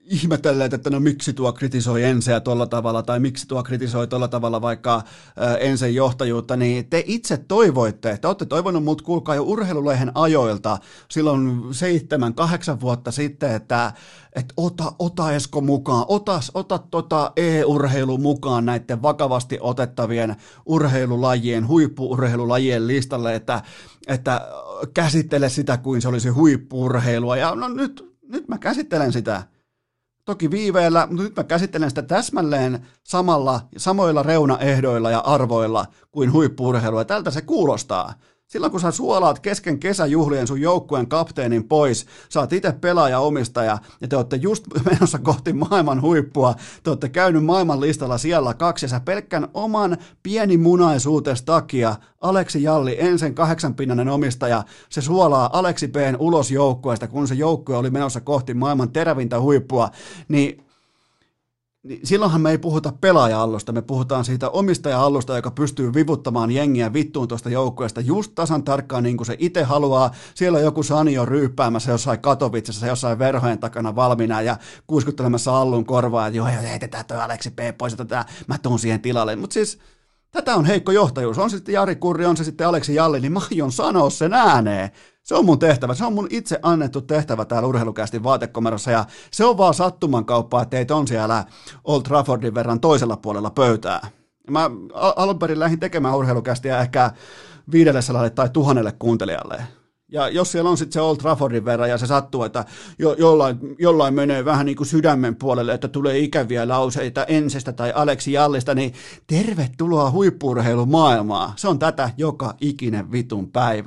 ihmetelleet, että no miksi tuo kritisoi Enseä tuolla tavalla tai miksi tuo kritisoi tuolla tavalla vaikka Ensen johtajuutta, niin te itse toivoitte, te olette toivonut mut kuulkaa jo Urheilulehen ajoilta silloin 7-8 vuotta sitten, että ota Esko mukaan, ota e-urheilu mukaan näiden vakavasti otettavien urheilulajien, huippu-urheilulajien listalle, että käsittele sitä kuin se olisi huippu-urheilua ja no nyt mä käsittelen sitä. Toki viiveellä, mutta nyt mä käsittelen sitä täsmälleen samoilla reunaehdoilla ja arvoilla kuin huippu-urheilu, ja tältä se kuulostaa. Silloin kun sä suolaat kesken kesäjuhlien sun joukkueen kapteenin pois, sä oot itse pelaaja-omistaja, ja te olette just menossa kohti maailman huippua, te olette käynyt maailman listalla siellä 2, ja sä pelkkän oman pienimunaisuutesi takia, Aleksi Jalli, Ensen 8-pinnainen omistaja, se suolaa Aleksi B:n ulos joukkueesta, kun se joukkue oli menossa kohti maailman terävintä huippua, niin silloinhan me ei puhuta pelaaja-allusta, me puhutaan siitä omistaja-allusta, joka pystyy vivuttamaan jengiä vittuun tuosta joukkueesta just tasan tarkkaan niin kuin se itse haluaa. Siellä on joku Sanio ryyppäämässä jossain Katowicessa, jossain verhojen takana valmiina ja kuiskuttelemassa Allun korvaa, että joo, heitetään toi Aleksi P. pois, mä tuun siihen tilalle. Mutta siis tätä on heikko johtajuus. On se sitten Jari Kurri, on se sitten Aleksi Jalli, niin mä aion sanoa sen ääneen. Se on mun tehtävä, se on mun itse annettu tehtävä täällä Urheilukästin vaatekomerossa ja se on vaan sattuman kauppaa, että teitä on siellä Old Traffordin verran toisella puolella pöytää. Mä alun perin lähdin tekemään Urheilukästiä ehkä 500 tai 1000 kuuntelijalle. Ja jos siellä on sitten se Old Traffordin verran ja se sattuu, että jollain menee vähän niin kuin sydämen puolelle, että tulee ikäviä lauseita Ensestä tai Aleksi Jallista, niin tervetuloa huippu-urheilumaailmaan. Se on tätä joka ikinen vitun päivä.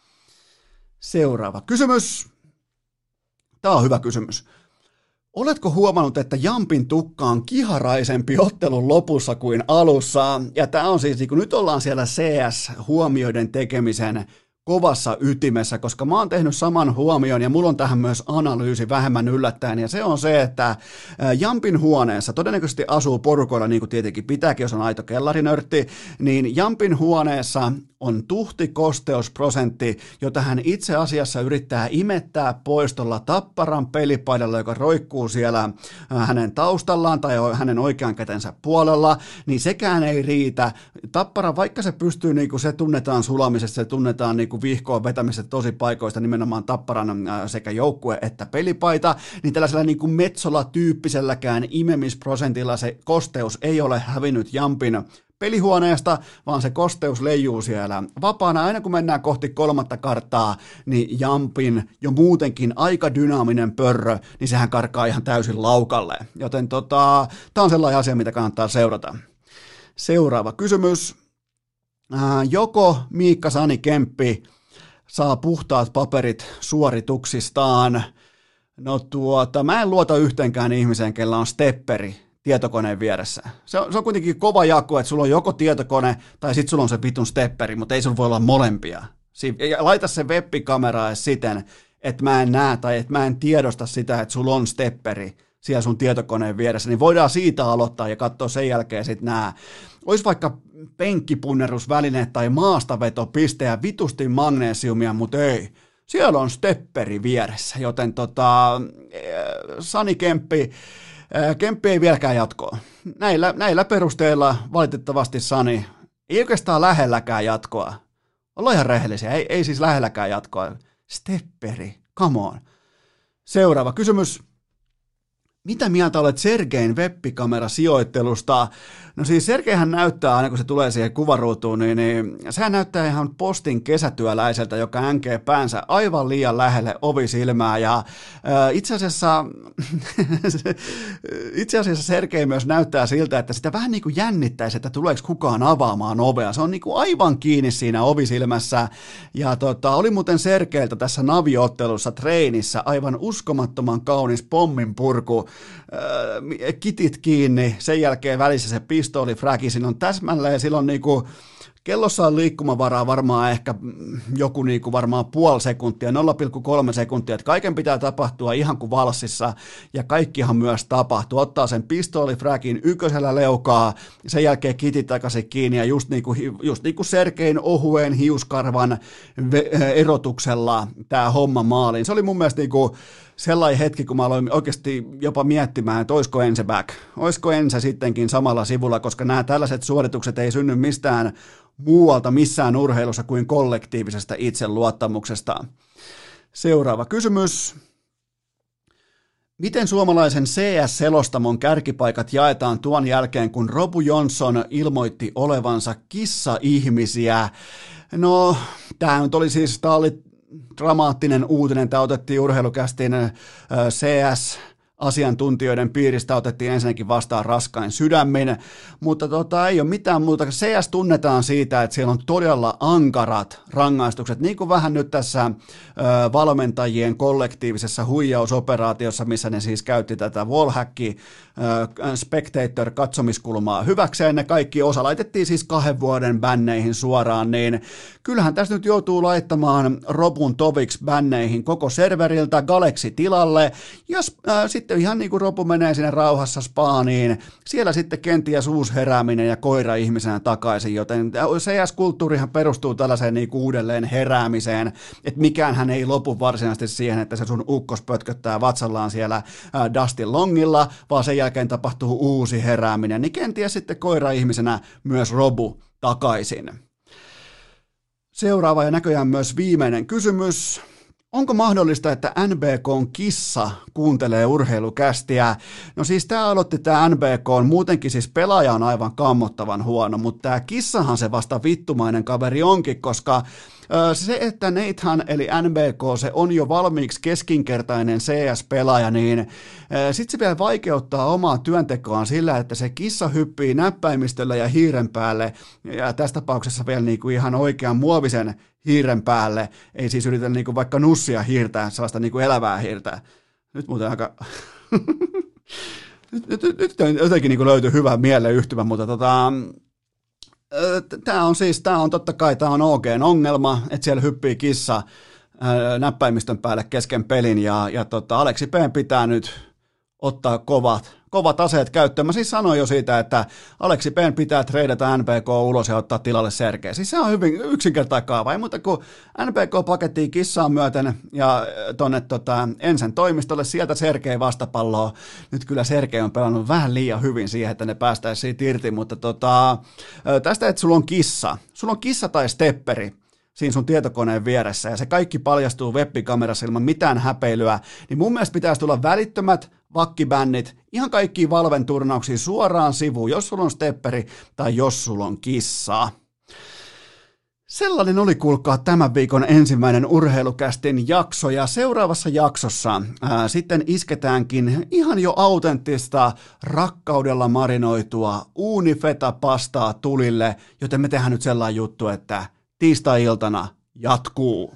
Seuraava kysymys. Tämä on hyvä kysymys. Oletko huomannut, että Jampin tukka on kiharaisempi ottelun lopussa kuin alussa? Ja tämä on siis, kun nyt ollaan siellä CS-huomioiden tekemisen kovassa ytimessä, koska mä oon tehnyt saman huomion ja mulla on tähän myös analyysi vähemmän yllättäen, ja se on se, että Jampin huoneessa todennäköisesti asuu porukoilla, niin kuin tietenkin pitääkin, jos on aito kellarinörtti, niin Jampin huoneessa on tuhtikosteusprosentti, jota hän itse asiassa yrittää imettää pois tuolla Tapparan pelipaidalla, joka roikkuu siellä hänen taustallaan tai hänen oikean kätensä puolella, niin sekään ei riitä. Tappara, vaikka se pystyy, niin kuin se tunnetaan sulamisesta, se tunnetaan niin kuin vihkoon vetämisestä tosi paikoista, nimenomaan Tapparan sekä joukkue että pelipaita, niin tällaisella niin kuin Metsola-tyyppiselläkään imemisprosentilla se kosteus ei ole hävinnyt Jampin pelihuoneesta, vaan se kosteus leijuu siellä vapaana. Aina kun mennään kohti 3. karttaa, niin Jampin jo muutenkin aika dynaaminen pörrö, niin sehän karkaa ihan täysin laukalle. Joten tämä on sellainen asia, mitä kannattaa seurata. Seuraava kysymys. Joko Miikka Sani Kemppi saa puhtaat paperit suorituksistaan? No mä en luota yhteenkään ihmiseen, kellä on stepperi tietokoneen vieressä. Se on kuitenkin kova jako, että sulla on joko tietokone tai sitten sulla on se vitun stepperi, mutta ei sulla voi olla molempia. Laita se webbikamera siten, että mä en näe tai että mä en tiedosta sitä, että sulla on stepperi siellä sun tietokoneen vieressä, niin voidaan siitä aloittaa ja katsoa sen jälkeen sitten nämä. Olisi vaikka penkkipunnerusväline tai maastavetopiste ja vitusti magneesiumia, mutta ei. Siellä on stepperi vieressä, joten Sani Kemppi ei vieläkään jatkoa. Näillä perusteilla valitettavasti Sani ei oikeastaan lähelläkään jatkoa. Ollaan ihan rehellisiä, ei siis lähelläkään jatkoa. Stepperi, come on. Seuraava kysymys. Mitä mieltä olet Sergein webbikamera-sijoittelusta? No siis Sergeihän näyttää, aina kun se tulee siihen kuvaruutuun, niin sehän näyttää ihan postin kesätyöläiseltä, joka änkee päänsä aivan liian lähelle ovisilmää. Ja itse asiassa Sergei myös näyttää siltä, että sitä vähän niin kuin jännittäisi, että tuleeko kukaan avaamaan ovea. Se on niin kuin aivan kiinni siinä ovisilmässä. Ja oli muuten Sergeiltä tässä naviottelussa treenissä aivan uskomattoman kaunis pomminpurku. Kitit kiinni, sen jälkeen välissä se pistoolifräki, siinä on täsmälleen, silloin niinku, kellossa on liikkumavaraa varmaan ehkä joku niinku varmaan puoli sekuntia, 0,3 sekuntia, että kaiken pitää tapahtua ihan kuin valssissa, ja kaikkihan myös tapahtuu, ottaa sen pistoolifräkin ykkösellä leukaa, sen jälkeen kitit takaisin kiinni, ja just niinku Sergein ohuen hiuskarvan erotuksella tämä homma maaliin. Se oli mun mielestä niinku sellainen hetki, kun mä aloin oikeasti jopa miettimään, että olisiko Ense back, olisiko Ense sittenkin samalla sivulla, koska nämä tällaiset suoritukset ei synny mistään muualta missään urheilussa kuin kollektiivisesta itseluottamuksesta. Seuraava kysymys. Miten suomalaisen CS-selostamon kärkipaikat jaetaan tuon jälkeen, kun Robu Johnson ilmoitti olevansa kissa-ihmisiä? No, tämä oli dramaattinen uutinen. Tämä otettiin Urheilukästin CS-asiantuntijoiden piiristä, otettiin ensinnäkin vastaan raskain sydämin, mutta ei ole mitään muuta. CS tunnetaan siitä, että siellä on todella ankarat rangaistukset, niin kuin vähän nyt tässä valmentajien kollektiivisessa huijausoperaatiossa, missä ne siis käytti tätä wallhacki spectator-katsomiskulmaa hyväkseen, ne kaikki osa laitettiin siis 2 vuoden bänneihin suoraan, niin kyllähän tässä nyt joutuu laittamaan Robun Toviks bänneihin koko serveriltä Galaxy tilalle, ja sitten ihan niin kuin Robu menee sinne rauhassa spaaniin, siellä sitten kenties uusi herääminen ja koira ihmisenä takaisin, joten CS-kulttuurihan perustuu tällaiseen niin kuin uudelleen heräämiseen, että mikäänhän ei lopu varsinaisesti siihen, että se sun ukkos pötköttää vatsallaan siellä Dustin Longilla, vaan sen jälkeen tapahtuu uusi herääminen, niin kenties sitten koira ihmisenä myös Robu takaisin. Seuraava ja näköjään myös viimeinen kysymys. Onko mahdollista, että NBK:n kissa kuuntelee Urheilukästiä? No siis tämä aloitti tämä NBK:n, muutenkin siis pelaaja on aivan kammottavan huono, mutta tämä kissahan se vasta vittumainen kaveri onkin, koska se, että Nathan eli NBK, se on jo valmiiksi keskinkertainen CS-pelaaja, niin sitten se vielä vaikeuttaa omaa työntekoaan sillä, että se kissa hyppii näppäimistöllä ja hiiren päälle, ja tässä tapauksessa vielä niinku ihan oikean muovisen hiiren päälle, ei siis yritä niinku vaikka nussia hiirtää, sellaista niinku elävää hiirtää. Nyt muuten aika... nyt jotenkin niinku löytyy hyvä mieleyhtymä, mutta Tämä on totta kai OG:n ongelma, että siellä hyppii kissa näppäimistön päälle kesken pelin ja Aleksi P:n pitää nyt ottaa kovat aseet käyttöön. Mä siis sanoin jo siitä, että Aleksi P:n pitää treidata NBK ulos ja ottaa tilalle Sergei. Siis se on hyvin yksinkertainen kaava, ei muuta kuin NBK pakettiin kissaan myöten ja tonne Ensen toimistolle, sieltä Sergei vastapalloa. Nyt kyllä Sergei on pelannut vähän liian hyvin siihen, että ne päästäisiin siitä irti, mutta tästä, että sulla on kissa tai stepperi siinä sun tietokoneen vieressä, ja se kaikki paljastuu web-kamerassa ilman mitään häpeilyä, niin mun mielestä pitäisi tulla välittömät vakkibännit, ihan kaikkiin Valven turnauksiin suoraan sivuun, jos sulla on stepperi tai jos sulla on kissa. Sellainen oli, kuulkaa, tämän viikon ensimmäinen Urheilukästin jakso, ja seuraavassa jaksossa sitten isketäänkin ihan jo autenttista, rakkaudella marinoitua uunifeta-pastaa tulille, joten me tehdään nyt sellainen juttu, että tiistai-iltana jatkuu.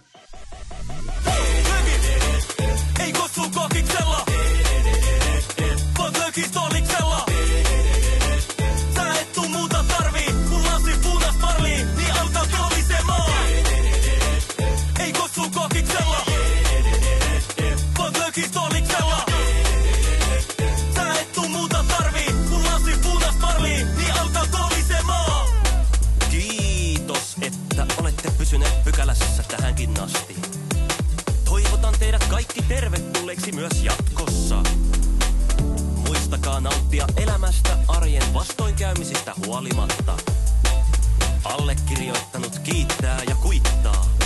Ei kossu kokiksella, vaan lökistoliksella. Sä et tuu muuta tarvii, kun lasi punas parlii, niin alkaa kolisemaan. Ei kossu kokiksella, vaan lökistoliksella. Sä et tuu muuta tarvii, kun lasi punas parlii, niin alkaa kolisemaan. Kiitos, että olette pysyneet pykälässä tähänkin asti. Toivotan teidät kaikki tervetulleiksi myös jatkossa. Muistakaa nauttia elämästä arjen vastoinkäymisistä huolimatta. Allekirjoittanut kiittää ja kuittaa.